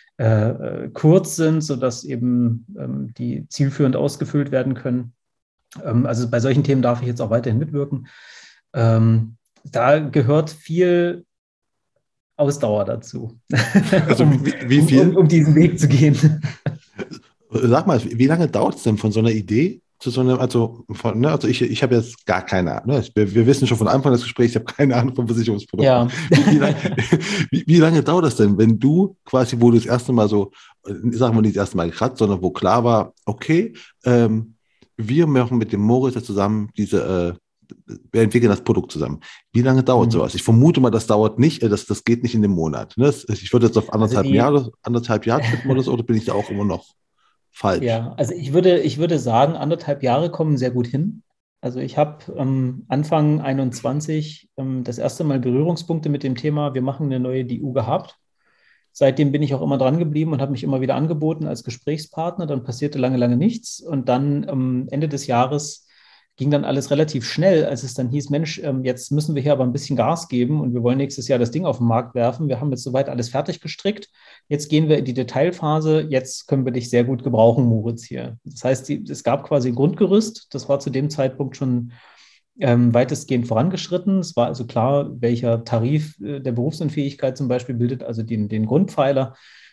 S1: äh, kurz sind, sodass eben ähm, die zielführend ausgefüllt werden können. Also bei solchen Themen darf ich jetzt auch weiterhin mitwirken. Ähm, da gehört viel Ausdauer dazu,
S2: Also
S1: um,
S2: wie, wie
S1: um,
S2: viel?
S1: um, um diesen Weg zu gehen.
S2: Sag mal, wie lange dauert es denn von so einer Idee zu so einem, also, von, ne, also ich, ich habe jetzt gar keine Ahnung. Ne? Wir, wir wissen schon von Anfang des Gesprächs, ich habe keine Ahnung von Versicherungsprodukten.
S1: Ja.
S2: Wie, wie, lang, wie, wie lange dauert das denn, wenn du quasi, wo du das erste Mal so, sagen wir nicht das erste Mal gekratzt, sondern wo klar war, okay, ähm, wir machen mit dem Moritz zusammen diese, äh, wir entwickeln das Produkt zusammen. Wie lange dauert
S1: Mhm.
S2: sowas? Ich vermute mal, das dauert nicht, äh, das, das geht nicht in dem Monat. Ne? Das, ich würde jetzt auf
S1: Also
S2: anderthalb
S1: die,
S2: Jahre, anderthalb Jahre tippen oder so, oder bin ich da auch immer noch falsch?
S1: ja, also ich würde, ich würde sagen, anderthalb Jahre kommen sehr gut hin. Also ich habe ähm, Anfang einundzwanzig ähm, das erste Mal Berührungspunkte mit dem Thema, wir machen eine neue D U gehabt. Seitdem bin ich auch immer dran geblieben und habe mich immer wieder angeboten als Gesprächspartner. Dann passierte lange, lange nichts. Und dann am Ende des Jahres ging dann alles relativ schnell, als es dann hieß, Mensch, ähm, jetzt müssen wir hier aber ein bisschen Gas geben und wir wollen nächstes Jahr das Ding auf den Markt werfen. Wir haben jetzt soweit alles fertig gestrickt. Jetzt gehen wir in die Detailphase. Jetzt können wir dich sehr gut gebrauchen, Moritz, hier. Das heißt, die, es gab quasi ein Grundgerüst. Das war zu dem Zeitpunkt schon ähm, weitestgehend vorangeschritten. Es war also klar, welcher Tarif äh, der Berufsunfähigkeit zum Beispiel bildet, also den, den Grundpfeiler.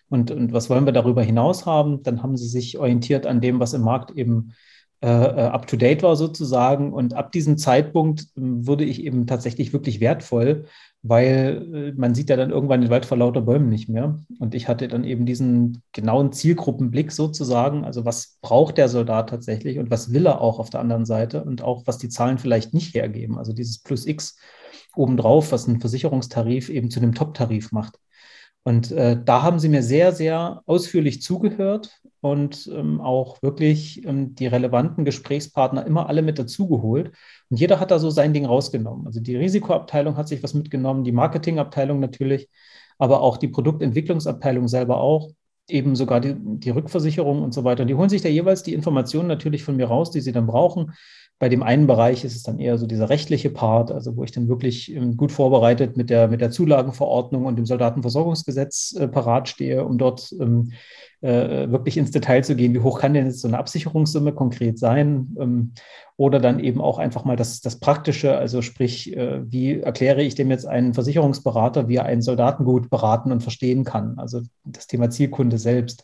S1: Und, und was wollen wir darüber hinaus haben? Dann haben sie sich orientiert an dem, was im Markt eben äh, up-to-date war sozusagen. Und ab diesem Zeitpunkt äh, wurde ich eben tatsächlich wirklich wertvoll, weil äh, man sieht ja dann irgendwann den Wald vor lauter Bäumen nicht mehr. Und ich hatte dann eben diesen genauen Zielgruppenblick sozusagen. Also was braucht der Soldat tatsächlich und was will er auch auf der anderen Seite und auch was die Zahlen vielleicht nicht hergeben. Also dieses Plus X obendrauf, was ein Versicherungstarif eben zu einem Top-Tarif macht. Und äh, da haben sie mir sehr, sehr ausführlich zugehört und ähm, auch wirklich ähm, die relevanten Gesprächspartner immer alle mit dazugeholt. Und jeder hat da so sein Ding rausgenommen. Also die Risikoabteilung hat sich was mitgenommen, die Marketingabteilung natürlich, aber auch die Produktentwicklungsabteilung selber auch, eben sogar die, die Rückversicherung und so weiter. Und die holen sich da jeweils die Informationen natürlich von mir raus, die sie dann brauchen. Bei dem einen Bereich ist es dann eher so dieser rechtliche Part, also wo ich dann wirklich ähm, gut vorbereitet mit der, mit der Zulagenverordnung und dem Soldatenversorgungsgesetz äh, parat stehe, um dort ähm, äh, wirklich ins Detail zu gehen. Wie hoch kann denn jetzt so eine Absicherungssumme konkret sein? Ähm, oder dann eben auch einfach mal das, das Praktische, also sprich, äh, wie erkläre ich dem jetzt einen Versicherungsberater, wie er einen Soldaten gut beraten und verstehen kann? Also das Thema Zielkunde selbst.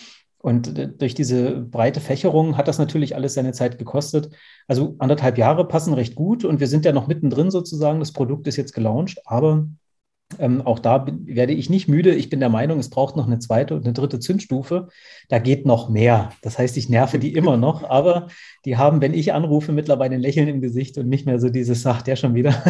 S1: Und durch diese breite Fächerung hat das natürlich alles seine Zeit gekostet. Also anderthalb Jahre passen recht gut und wir sind ja noch mittendrin sozusagen. Das Produkt ist jetzt gelauncht, aber ähm, auch da bin, werde ich nicht müde. Ich bin der Meinung, es braucht noch eine zweite und eine dritte Zündstufe. Da geht noch mehr. Das heißt, ich nerve die immer noch, aber die haben, wenn ich anrufe, mittlerweile ein Lächeln im Gesicht und nicht mehr so dieses, ach, der schon wieder.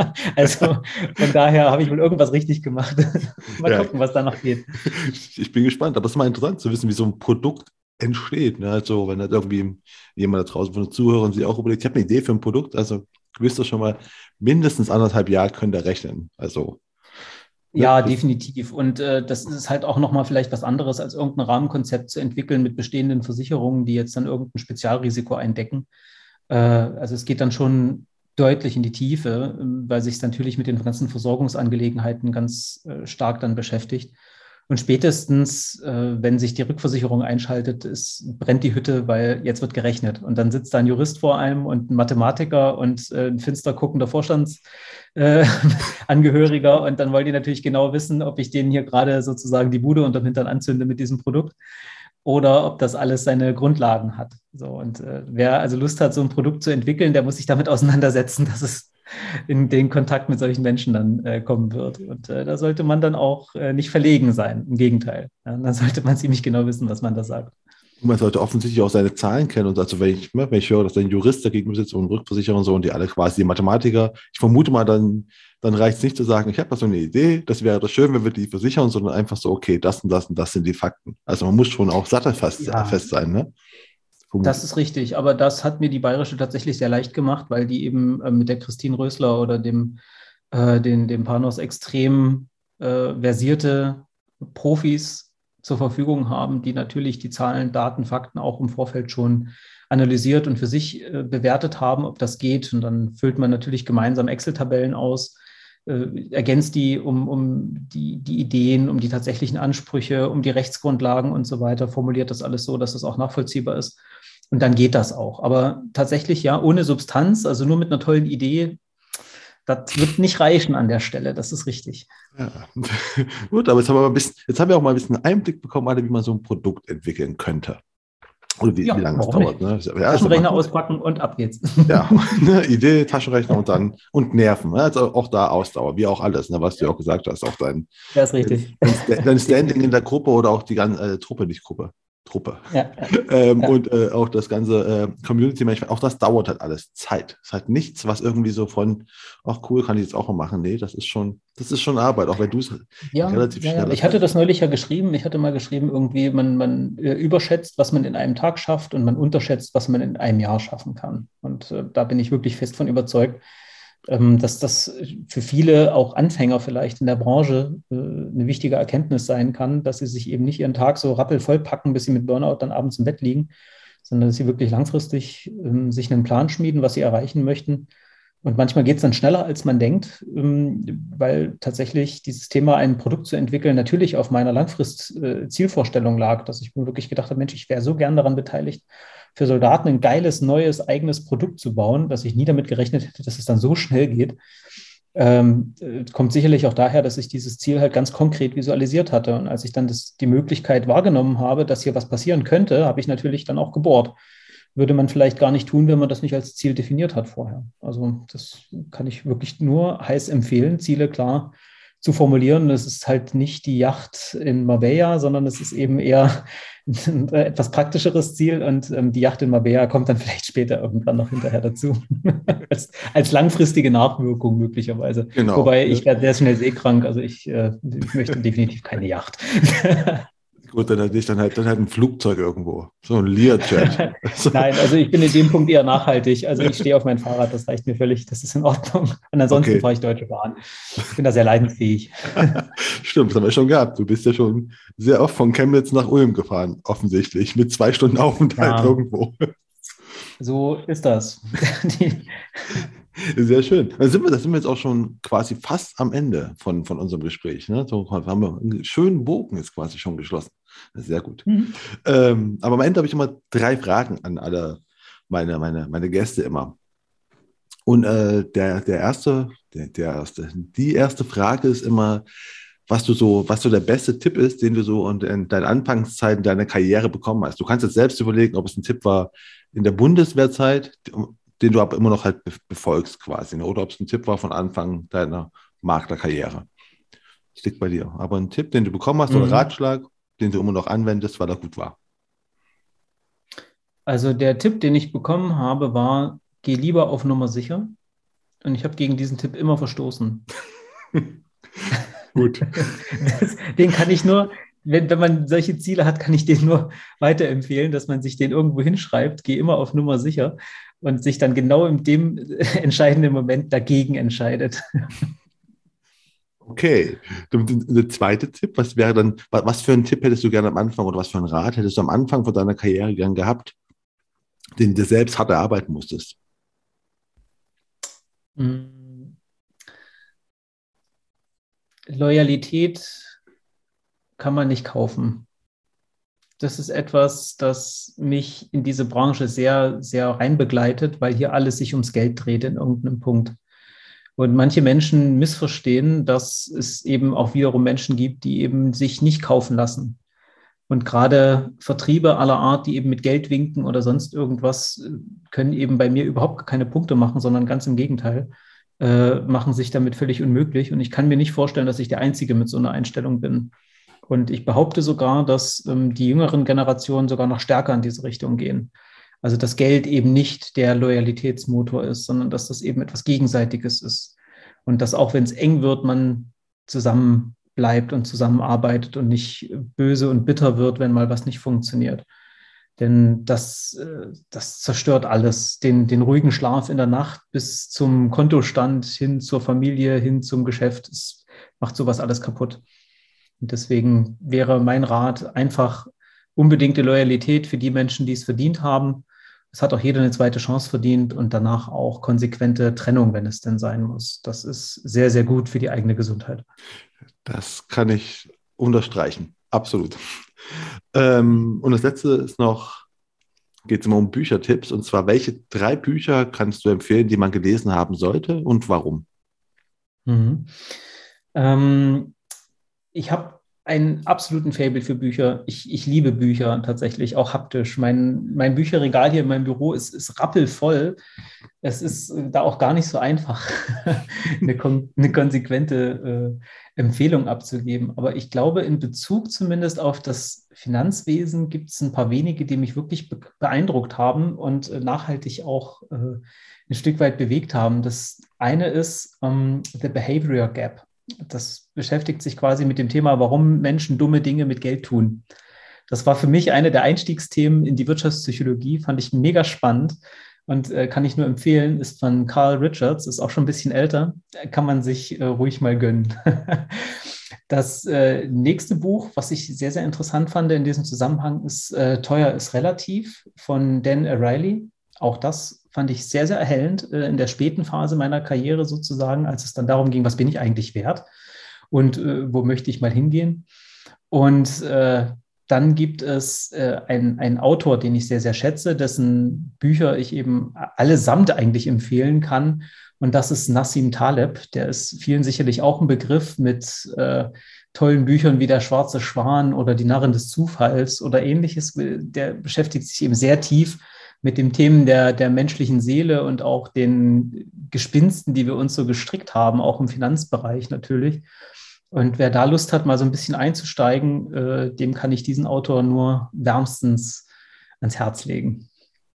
S1: Also von daher habe ich wohl irgendwas richtig gemacht. Mal
S2: Ja,
S1: gucken, was da noch geht.
S2: ich bin gespannt, aber es ist mal interessant zu wissen, wie so ein Produkt entsteht. Ne? Also, wenn da irgendwie jemand da draußen von den Zuhörern sich auch überlegt, ich habe eine Idee für ein Produkt, also wisst ihr schon mal, mindestens anderthalb Jahre könnt ihr rechnen. Also, ne?
S1: Ja,
S2: Das,
S1: definitiv. Und äh, das ist halt auch nochmal vielleicht was anderes, als irgendein Rahmenkonzept zu entwickeln mit bestehenden Versicherungen, die jetzt dann irgendein Spezialrisiko eindecken. Äh, also es geht dann schon deutlich in die Tiefe, ähm, weil sich es natürlich mit den ganzen Versorgungsangelegenheiten ganz äh, stark dann beschäftigt. Und spätestens, äh, wenn sich die Rückversicherung einschaltet, ist, brennt die Hütte, weil jetzt wird gerechnet. Und dann sitzt da ein Jurist vor einem und ein Mathematiker und äh, ein finster guckender Vorstandsangehöriger. Äh, und dann wollen die natürlich genau wissen, ob ich denen hier gerade sozusagen die Bude unterm Hintern anzünde mit diesem Produkt oder ob das alles seine Grundlagen hat. So, und äh, wer also Lust hat, so ein Produkt zu entwickeln, der muss sich damit auseinandersetzen, dass es in den Kontakt mit solchen Menschen dann äh, kommen wird. Und äh, da sollte man dann auch äh, nicht verlegen sein. Im Gegenteil. Ja, da sollte man ziemlich genau wissen, was man da sagt.
S2: man sollte offensichtlich auch seine Zahlen kennen. Und also, wenn ich, ne, wenn ich höre, dass ein Jurist dagegen sitzt und ein Rückversicherer und so und die alle quasi Mathematiker, ich vermute mal, dann, dann reicht es nicht zu sagen, ich habe da so eine Idee, das wäre doch schön, wenn wir die versichern, sondern einfach so, okay, das und das und das sind die Fakten. Also man muss schon auch sattelfest
S1: Ja,
S2: fest sein, ne?
S1: das
S2: Vermutlich.
S1: ist richtig. Aber das hat mir die Bayerische tatsächlich sehr leicht gemacht, weil die eben äh, mit der Christine Rösler oder dem, äh, den, dem Panos extrem äh, versierte Profis zur Verfügung haben, die natürlich die Zahlen, Daten, Fakten auch im Vorfeld schon analysiert und für sich äh, bewertet haben, ob das geht. Und dann füllt man natürlich gemeinsam Excel-Tabellen aus, äh, ergänzt die um, um die, die Ideen, um die tatsächlichen Ansprüche, um die Rechtsgrundlagen und so weiter, formuliert das alles so, dass es auch nachvollziehbar ist. Und dann geht das auch. Aber tatsächlich, ja, ohne Substanz, also nur mit einer tollen Idee, das wird nicht reichen an der Stelle. Das ist richtig.
S2: Ja. Gut, aber jetzt haben wir mal ein bisschen, jetzt haben wir auch mal ein bisschen Einblick bekommen, alle, wie man so ein Produkt entwickeln könnte. Oder wie, wie
S1: Ja,
S2: lange es
S1: warum
S2: dauert.
S1: nicht?
S2: Ne? Ja, ist ja mal
S1: Taschenrechner
S2: gut.
S1: auspacken und ab geht's.
S2: Ja, ne, Idee, Taschenrechner und dann und Nerven. Ne? Also auch da Ausdauer, wie auch alles, ne, was du ja auch gesagt hast, auch dein,
S1: Das ist richtig.
S2: dein, dein Standing in der Gruppe oder auch die ganze äh, Truppe, nicht Gruppe, Truppe.
S1: Ja, ja,
S2: ähm,
S1: ja.
S2: und äh, auch das ganze äh, Community-Management, auch das dauert halt alles Zeit. Es ist halt nichts, was irgendwie so von, ach cool, kann ich jetzt auch mal machen. Nee, das ist schon, das ist schon Arbeit, auch wenn du es
S1: Ja,
S2: relativ
S1: ja,
S2: schnell
S1: ja. Ich hatte
S2: hast.
S1: das neulich ja geschrieben. Ich hatte mal geschrieben, irgendwie, man, man äh, überschätzt, was man in einem Tag schafft und man unterschätzt, was man in einem Jahr schaffen kann. Und äh, da bin ich wirklich fest von überzeugt, ähm, dass das für viele, auch Anfänger vielleicht in der Branche, äh, eine wichtige Erkenntnis sein kann, dass sie sich eben nicht ihren Tag so rappelvoll packen, bis sie mit Burnout dann abends im Bett liegen, sondern dass sie wirklich langfristig ähm, sich einen Plan schmieden, was sie erreichen möchten. Und manchmal geht es dann schneller, als man denkt, ähm, weil tatsächlich dieses Thema, ein Produkt zu entwickeln, natürlich auf meiner Langfrist-Zielvorstellung lag, dass ich mir wirklich gedacht habe, Mensch, ich wäre so gern daran beteiligt, für Soldaten ein geiles, neues, eigenes Produkt zu bauen, dass ich nie damit gerechnet hätte, dass es dann so schnell geht. Ähm, äh, kommt sicherlich auch daher, dass ich dieses Ziel halt ganz konkret visualisiert hatte. Und als ich dann das, die Möglichkeit wahrgenommen habe, dass hier was passieren könnte, habe ich natürlich dann auch gebohrt. Würde man vielleicht gar nicht tun, wenn man das nicht als Ziel definiert hat vorher. Also das kann ich wirklich nur heiß empfehlen, Ziele klar zu formulieren. Es ist halt nicht die Yacht in Marbella, sondern es ist eben eher ein etwas praktischeres Ziel und ähm, die Yacht in Marbella kommt dann vielleicht später irgendwann noch hinterher dazu. als, als langfristige Nachwirkung möglicherweise.
S2: Genau.
S1: Wobei
S2: Ne?
S1: ich werde sehr schnell seekrank, also ich, äh, ich möchte definitiv keine Yacht.
S2: Gut, dann halt nicht, dann halt, dann halt ein Flugzeug irgendwo. So ein Learjet. So.
S1: Nein, also ich bin in dem Punkt eher nachhaltig. Also ich stehe auf mein Fahrrad, das reicht mir völlig, das ist in Ordnung. Und ansonsten
S2: Okay.
S1: fahre ich Deutsche Bahn. Ich bin da sehr leidensfähig.
S2: Stimmt, das haben wir schon gehabt. Du bist ja schon sehr oft von Chemnitz nach Ulm gefahren, offensichtlich, mit zwei Stunden Aufenthalt
S1: Ja,
S2: irgendwo.
S1: so ist das. Die,
S2: Sehr schön. Da sind wir, da sind wir jetzt auch schon quasi fast am Ende von, von unserem Gespräch. Ne? So haben wir einen schönen Bogen jetzt quasi schon geschlossen. Sehr gut.
S1: Mhm.
S2: Ähm, aber am Ende habe ich immer drei Fragen an alle meine, meine, meine Gäste immer. Und äh, der, der erste, der, der erste, die erste Frage ist immer, was du so, was so der beste Tipp ist, den du so in, in deinen Anfangszeiten deiner Karriere bekommen hast. Du kannst jetzt selbst überlegen, ob es ein Tipp war in der Bundeswehrzeit, den du aber immer noch halt befolgst quasi, ne? Oder ob es ein Tipp war von Anfang deiner Maklerkarriere. Das liegt bei dir. Aber ein Tipp, den du bekommen hast oder
S1: Mhm.
S2: Ratschlag, den du immer noch anwendest, weil er gut war.
S1: Also der Tipp, den ich bekommen habe, war, geh lieber auf Nummer sicher. Und ich habe gegen diesen Tipp immer verstoßen.
S2: Gut.
S1: Das, den kann ich nur, wenn, wenn man solche Ziele hat, kann ich den nur weiterempfehlen, dass man sich den irgendwo hinschreibt, geh immer auf Nummer sicher und sich dann genau in dem entscheidenden Moment dagegen entscheidet.
S2: Okay. Der zweite Tipp, was wäre dann, was für einen Tipp hättest du gerne am Anfang oder was für einen Rat hättest du am Anfang von deiner Karriere gern gehabt, den du selbst hart erarbeiten musstest?
S1: Loyalität kann man nicht kaufen. Das ist etwas, das mich in diese Branche sehr, sehr reinbegleitet, weil hier alles sich ums Geld dreht in irgendeinem Punkt. Und manche Menschen missverstehen, dass es eben auch wiederum Menschen gibt, die eben sich nicht kaufen lassen. Und gerade Vertriebe aller Art, die eben mit Geld winken oder sonst irgendwas, können eben bei mir überhaupt keine Punkte machen, sondern ganz im Gegenteil, äh, machen sich damit völlig unmöglich. Und ich kann mir nicht vorstellen, dass ich der Einzige mit so einer Einstellung bin. Und ich behaupte sogar, dass ähm, die jüngeren Generationen sogar noch stärker in diese Richtung gehen. Also dass Geld eben nicht der Loyalitätsmotor ist, sondern dass das eben etwas Gegenseitiges ist. Und dass auch wenn es eng wird, man zusammen bleibt und zusammenarbeitet und nicht böse und bitter wird, wenn mal was nicht funktioniert. Denn das, das zerstört alles. Den, den ruhigen Schlaf in der Nacht bis zum Kontostand, hin zur Familie, hin zum Geschäft. Es macht sowas alles kaputt. Und deswegen wäre mein Rat einfach unbedingte Loyalität für die Menschen, die es verdient haben. Es hat auch jeder eine zweite Chance verdient und danach auch konsequente Trennung, wenn es denn sein muss. Das ist sehr, sehr gut für die eigene Gesundheit.
S2: Das kann ich unterstreichen. Absolut. Ähm, und das letzte ist noch, geht es immer um Büchertipps. Und zwar, welche drei Bücher kannst du empfehlen, die man gelesen haben sollte und warum?
S1: Mhm. Ähm, ich habe einen absoluten Faible für Bücher. Ich, ich liebe Bücher tatsächlich, auch haptisch. Mein, mein Bücherregal hier in meinem Büro ist, ist rappelvoll. Es ist äh, da auch gar nicht so einfach, eine, kon eine konsequente äh, Empfehlung abzugeben. Aber ich glaube, in Bezug zumindest auf das Finanzwesen gibt es ein paar wenige, die mich wirklich be beeindruckt haben und äh, nachhaltig auch äh, ein Stück weit bewegt haben. Das eine ist um, The Behavior Gap. Das beschäftigt sich quasi mit dem Thema, warum Menschen dumme Dinge mit Geld tun. Das war für mich eine der Einstiegsthemen in die Wirtschaftspsychologie, fand ich mega spannend und äh, kann ich nur empfehlen, ist von Carl Richards, ist auch schon ein bisschen älter, kann man sich äh, ruhig mal gönnen. Das äh, nächste Buch, was ich sehr, sehr interessant fand in diesem Zusammenhang, ist äh, Teuer ist relativ von Dan Ariely. Auch das fand ich sehr, sehr erhellend äh, in der späten Phase meiner Karriere sozusagen, als es dann darum ging, was bin ich eigentlich wert und äh, wo möchte ich mal hingehen. Und äh, dann gibt es äh, einen, einen Autor, den ich sehr, sehr schätze, dessen Bücher ich eben allesamt eigentlich empfehlen kann. Und das ist Nassim Taleb. Der ist vielen sicherlich auch ein Begriff mit äh, tollen Büchern wie Der schwarze Schwan oder Die Narren des Zufalls oder ähnliches. Der beschäftigt sich eben sehr tief mit den Themen der, der menschlichen Seele und auch den Gespinsten, die wir uns so gestrickt haben, auch im Finanzbereich natürlich. Und wer da Lust hat, mal so ein bisschen einzusteigen, äh, dem kann ich diesen Autor nur wärmstens ans Herz legen.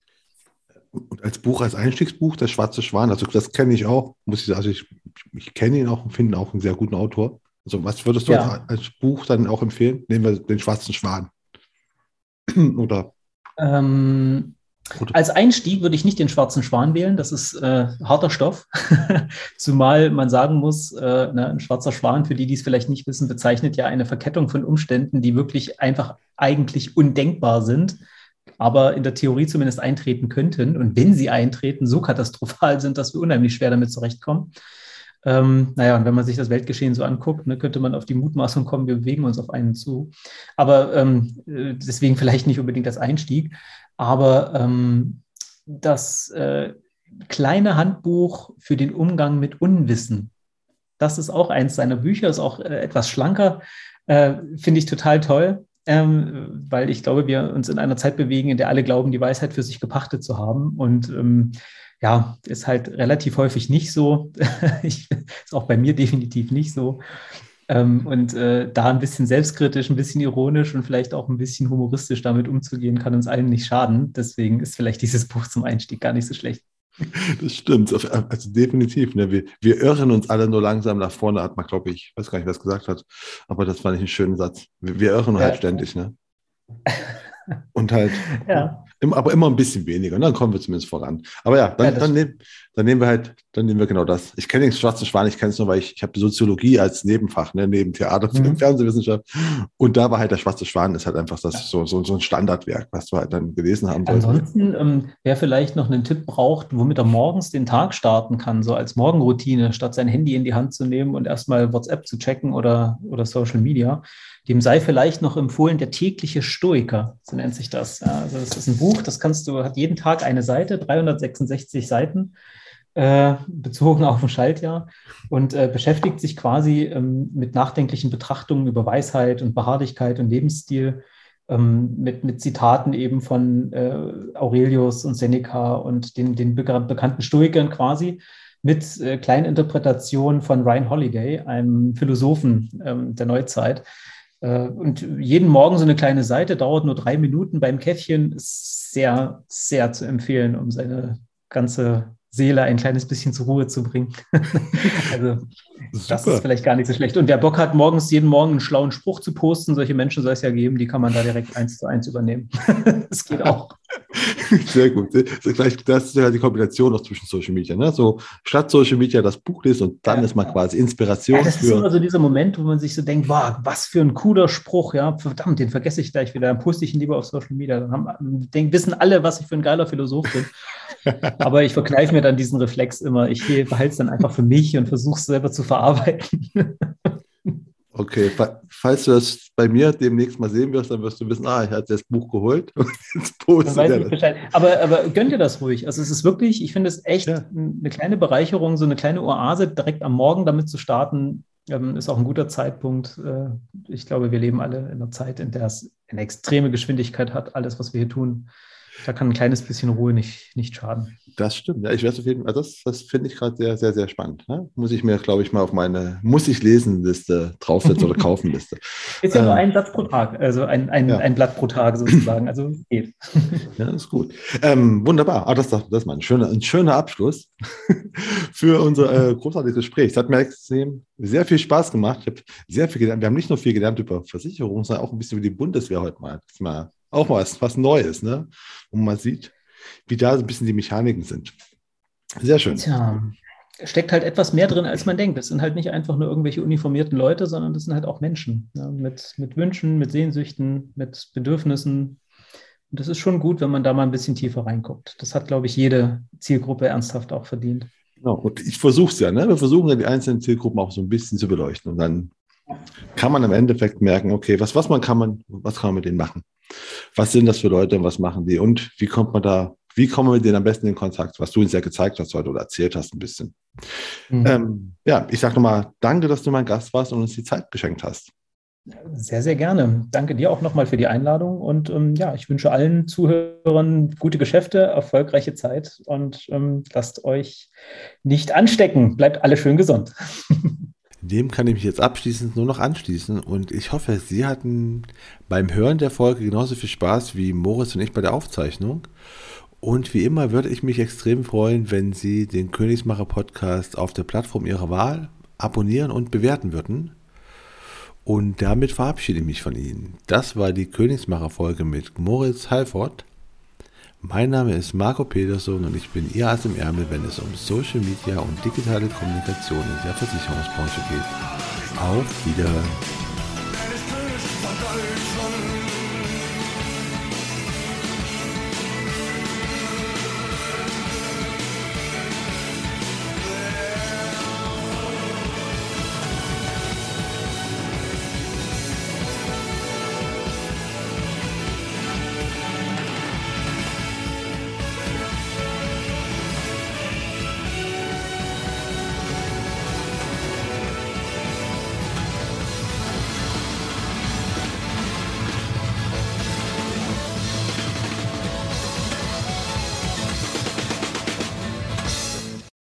S2: Und als Buch, als Einstiegsbuch, Der schwarze Schwan, also das kenne ich auch, muss ich sagen, also ich, ich kenne ihn auch und finde ihn auch einen sehr guten Autor. Also was würdest du ja. als, als Buch dann auch empfehlen? Nehmen wir Den schwarzen Schwan. Oder?
S1: Ähm, Oder? Als Einstieg würde ich nicht Den schwarzen Schwan wählen, das ist äh, harter Stoff. Zumal man sagen muss, äh, ne, ein schwarzer Schwan, für die, die es vielleicht nicht wissen, bezeichnet ja eine Verkettung von Umständen, die wirklich einfach eigentlich undenkbar sind, aber in der Theorie zumindest eintreten könnten. Und wenn sie eintreten, so katastrophal sind, dass wir unheimlich schwer damit zurechtkommen. Ähm, naja, und wenn man sich das Weltgeschehen so anguckt, ne, könnte man auf die Mutmaßung kommen, wir bewegen uns auf einen zu. Aber ähm, deswegen vielleicht nicht unbedingt als Einstieg. Aber ähm, das äh, kleine Handbuch für den Umgang mit Unwissen, das ist auch eins seiner Bücher, ist auch äh, etwas schlanker, äh, finde ich total toll. Ähm, weil ich glaube, wir uns in einer Zeit bewegen, in der alle glauben, die Weisheit für sich gepachtet zu haben. Und ähm, ja, ist halt relativ häufig nicht so. ich, ist auch bei mir definitiv nicht so. Ähm, und äh, da ein bisschen selbstkritisch, ein bisschen ironisch und vielleicht auch ein bisschen humoristisch damit umzugehen, kann uns allen nicht schaden. Deswegen ist vielleicht dieses Buch zum Einstieg gar nicht so schlecht.
S2: Das stimmt, also definitiv. Ne? Wir, wir irren uns alle nur langsam nach vorne, hat man, glaube ich, weiß gar nicht, wer es gesagt hat, aber das fand ich einen schönen Satz. Wir, wir irren ja. halt ständig, ne? Und halt, ja. aber immer ein bisschen weniger, ne? Dann kommen wir zumindest voran. Aber ja, dann, ja, dann, nehm, dann nehmen wir halt, dann nehmen wir genau das. Ich kenne den schwarzen Schwan, ich kenne es nur, weil ich, ich habe Soziologie als Nebenfach, ne? Neben Theater, Film, mhm. Fernsehwissenschaft. Und da war halt der schwarze Schwan, ist halt einfach das, ja. so, so, so ein Standardwerk, was wir halt dann gelesen haben sollten.
S1: Ansonsten, ähm, wer vielleicht noch einen Tipp braucht, womit er morgens den Tag starten kann, so als Morgenroutine, statt sein Handy in die Hand zu nehmen und erstmal WhatsApp zu checken oder, oder Social Media, dem sei vielleicht noch empfohlen Der tägliche Stoiker, so nennt sich das. Ja, also das ist ein Buch, das kannst du, hat jeden Tag eine Seite, dreihundertsechsundsechzig Seiten, äh, bezogen auf ein Schaltjahr und äh, beschäftigt sich quasi ähm, mit nachdenklichen Betrachtungen über Weisheit und Beharrlichkeit und Lebensstil, ähm, mit, mit Zitaten eben von äh, Aurelius und Seneca und den, den be- bekannten Stoikern quasi, mit äh, kleinen Interpretationen von Ryan Holiday, einem Philosophen ähm, der Neuzeit. Und jeden Morgen so eine kleine Seite, dauert nur drei Minuten beim Käffchen, ist sehr, sehr zu empfehlen, um seine ganze Seele ein kleines bisschen zur Ruhe zu bringen. Also Super. Das ist vielleicht gar nicht so schlecht. Und wer Bock hat, morgens jeden Morgen einen schlauen Spruch zu posten, solche Menschen soll es ja geben, die kann man da direkt eins zu eins übernehmen. Das geht auch.
S2: Sehr gut. Das ist ja die Kombination noch zwischen Social Media. Ne? So statt Social Media das Buch lesen und dann ja. ist man quasi Inspiration.
S1: Ja, das ist für immer so dieser Moment, wo man sich so denkt, wow, was für ein cooler Spruch, ja, verdammt, den vergesse ich gleich wieder, dann poste ich ihn lieber auf Social Media. Dann haben, denk, wissen alle, was ich für ein geiler Philosoph bin. Aber ich verkneife mir dann diesen Reflex immer. Ich behalte es dann einfach für mich und versuche es selber zu verarbeiten.
S2: Okay, falls du das bei mir demnächst mal sehen wirst, dann wirst du wissen, ah, ich hatte das Buch geholt und jetzt poste ich
S1: Bescheid. Aber, aber gönn dir das ruhig. Also es ist wirklich, ich finde es echt ja. eine kleine Bereicherung, so eine kleine Oase direkt am Morgen damit zu starten, ähm, ist auch ein guter Zeitpunkt. Äh, ich glaube, wir leben alle in einer Zeit, in der es eine extreme Geschwindigkeit hat, alles, was wir hier tun. Da kann ein kleines bisschen Ruhe nicht, nicht schaden.
S2: Das stimmt. Ja, ich werde auf jeden Fall, also das, das finde ich gerade sehr, sehr, sehr spannend. Ne? Muss ich mir, glaube ich, mal auf meine Muss-ich-lesen-Liste draufsetzen oder kaufen-Liste.
S1: Ist ja ähm, nur ein Satz pro Tag, also ein, ein, ja. ein Blatt pro Tag sozusagen. Also geht.
S2: Ja, das ist gut. Ähm, wunderbar. Ah, das, das ist mal ein schöner, ein schöner Abschluss für unser äh, großartiges Gespräch. Es hat mir extrem sehr viel Spaß gemacht. Ich habe sehr viel gelernt. Wir haben nicht nur viel gelernt über Versicherungen, sondern auch ein bisschen über die Bundeswehr heute mal. Das ist mal auch was, was Neues, ne? Und man sieht, wie da so ein bisschen die Mechaniken sind. Sehr schön.
S1: Tja, steckt halt etwas mehr drin, als man denkt. Das sind halt nicht einfach nur irgendwelche uniformierten Leute, sondern das sind halt auch Menschen, ja, mit, mit Wünschen, mit Sehnsüchten, mit Bedürfnissen. Und das ist schon gut, wenn man da mal ein bisschen tiefer reinguckt. Das hat, glaube ich, jede Zielgruppe ernsthaft auch verdient.
S2: Genau, und ich versuche es ja, ne? Wir versuchen ja die einzelnen Zielgruppen auch so ein bisschen zu beleuchten. Und dann kann man im Endeffekt merken, okay, was, was man kann man, was kann man mit denen machen? Was sind das für Leute und was machen die? Und wie kommt man da Wie kommen wir mit denen am besten in Kontakt, was du uns ja gezeigt hast heute oder erzählt hast ein bisschen. Mhm. Ähm, ja, ich sage nochmal, danke, dass du mein Gast warst und uns die Zeit geschenkt hast.
S1: Sehr, sehr gerne. Danke dir auch nochmal für die Einladung und ähm, ja, ich wünsche allen Zuhörern gute Geschäfte, erfolgreiche Zeit und ähm, lasst euch nicht anstecken. Bleibt alle schön gesund.
S2: Dem kann ich mich jetzt abschließend nur noch anschließen und ich hoffe, Sie hatten beim Hören der Folge genauso viel Spaß wie Moritz und ich bei der Aufzeichnung. Und wie immer würde ich mich extrem freuen, wenn Sie den Königsmacher Podcast auf der Plattform Ihrer Wahl abonnieren und bewerten würden. Und damit verabschiede ich mich von Ihnen. Das war die Königsmacher-Folge mit Moritz Halford. Mein Name ist Marco Peterson und ich bin Ihr Ass im Ärmel, wenn es um Social Media und digitale Kommunikation in der Versicherungsbranche geht. Auf Wiederhören.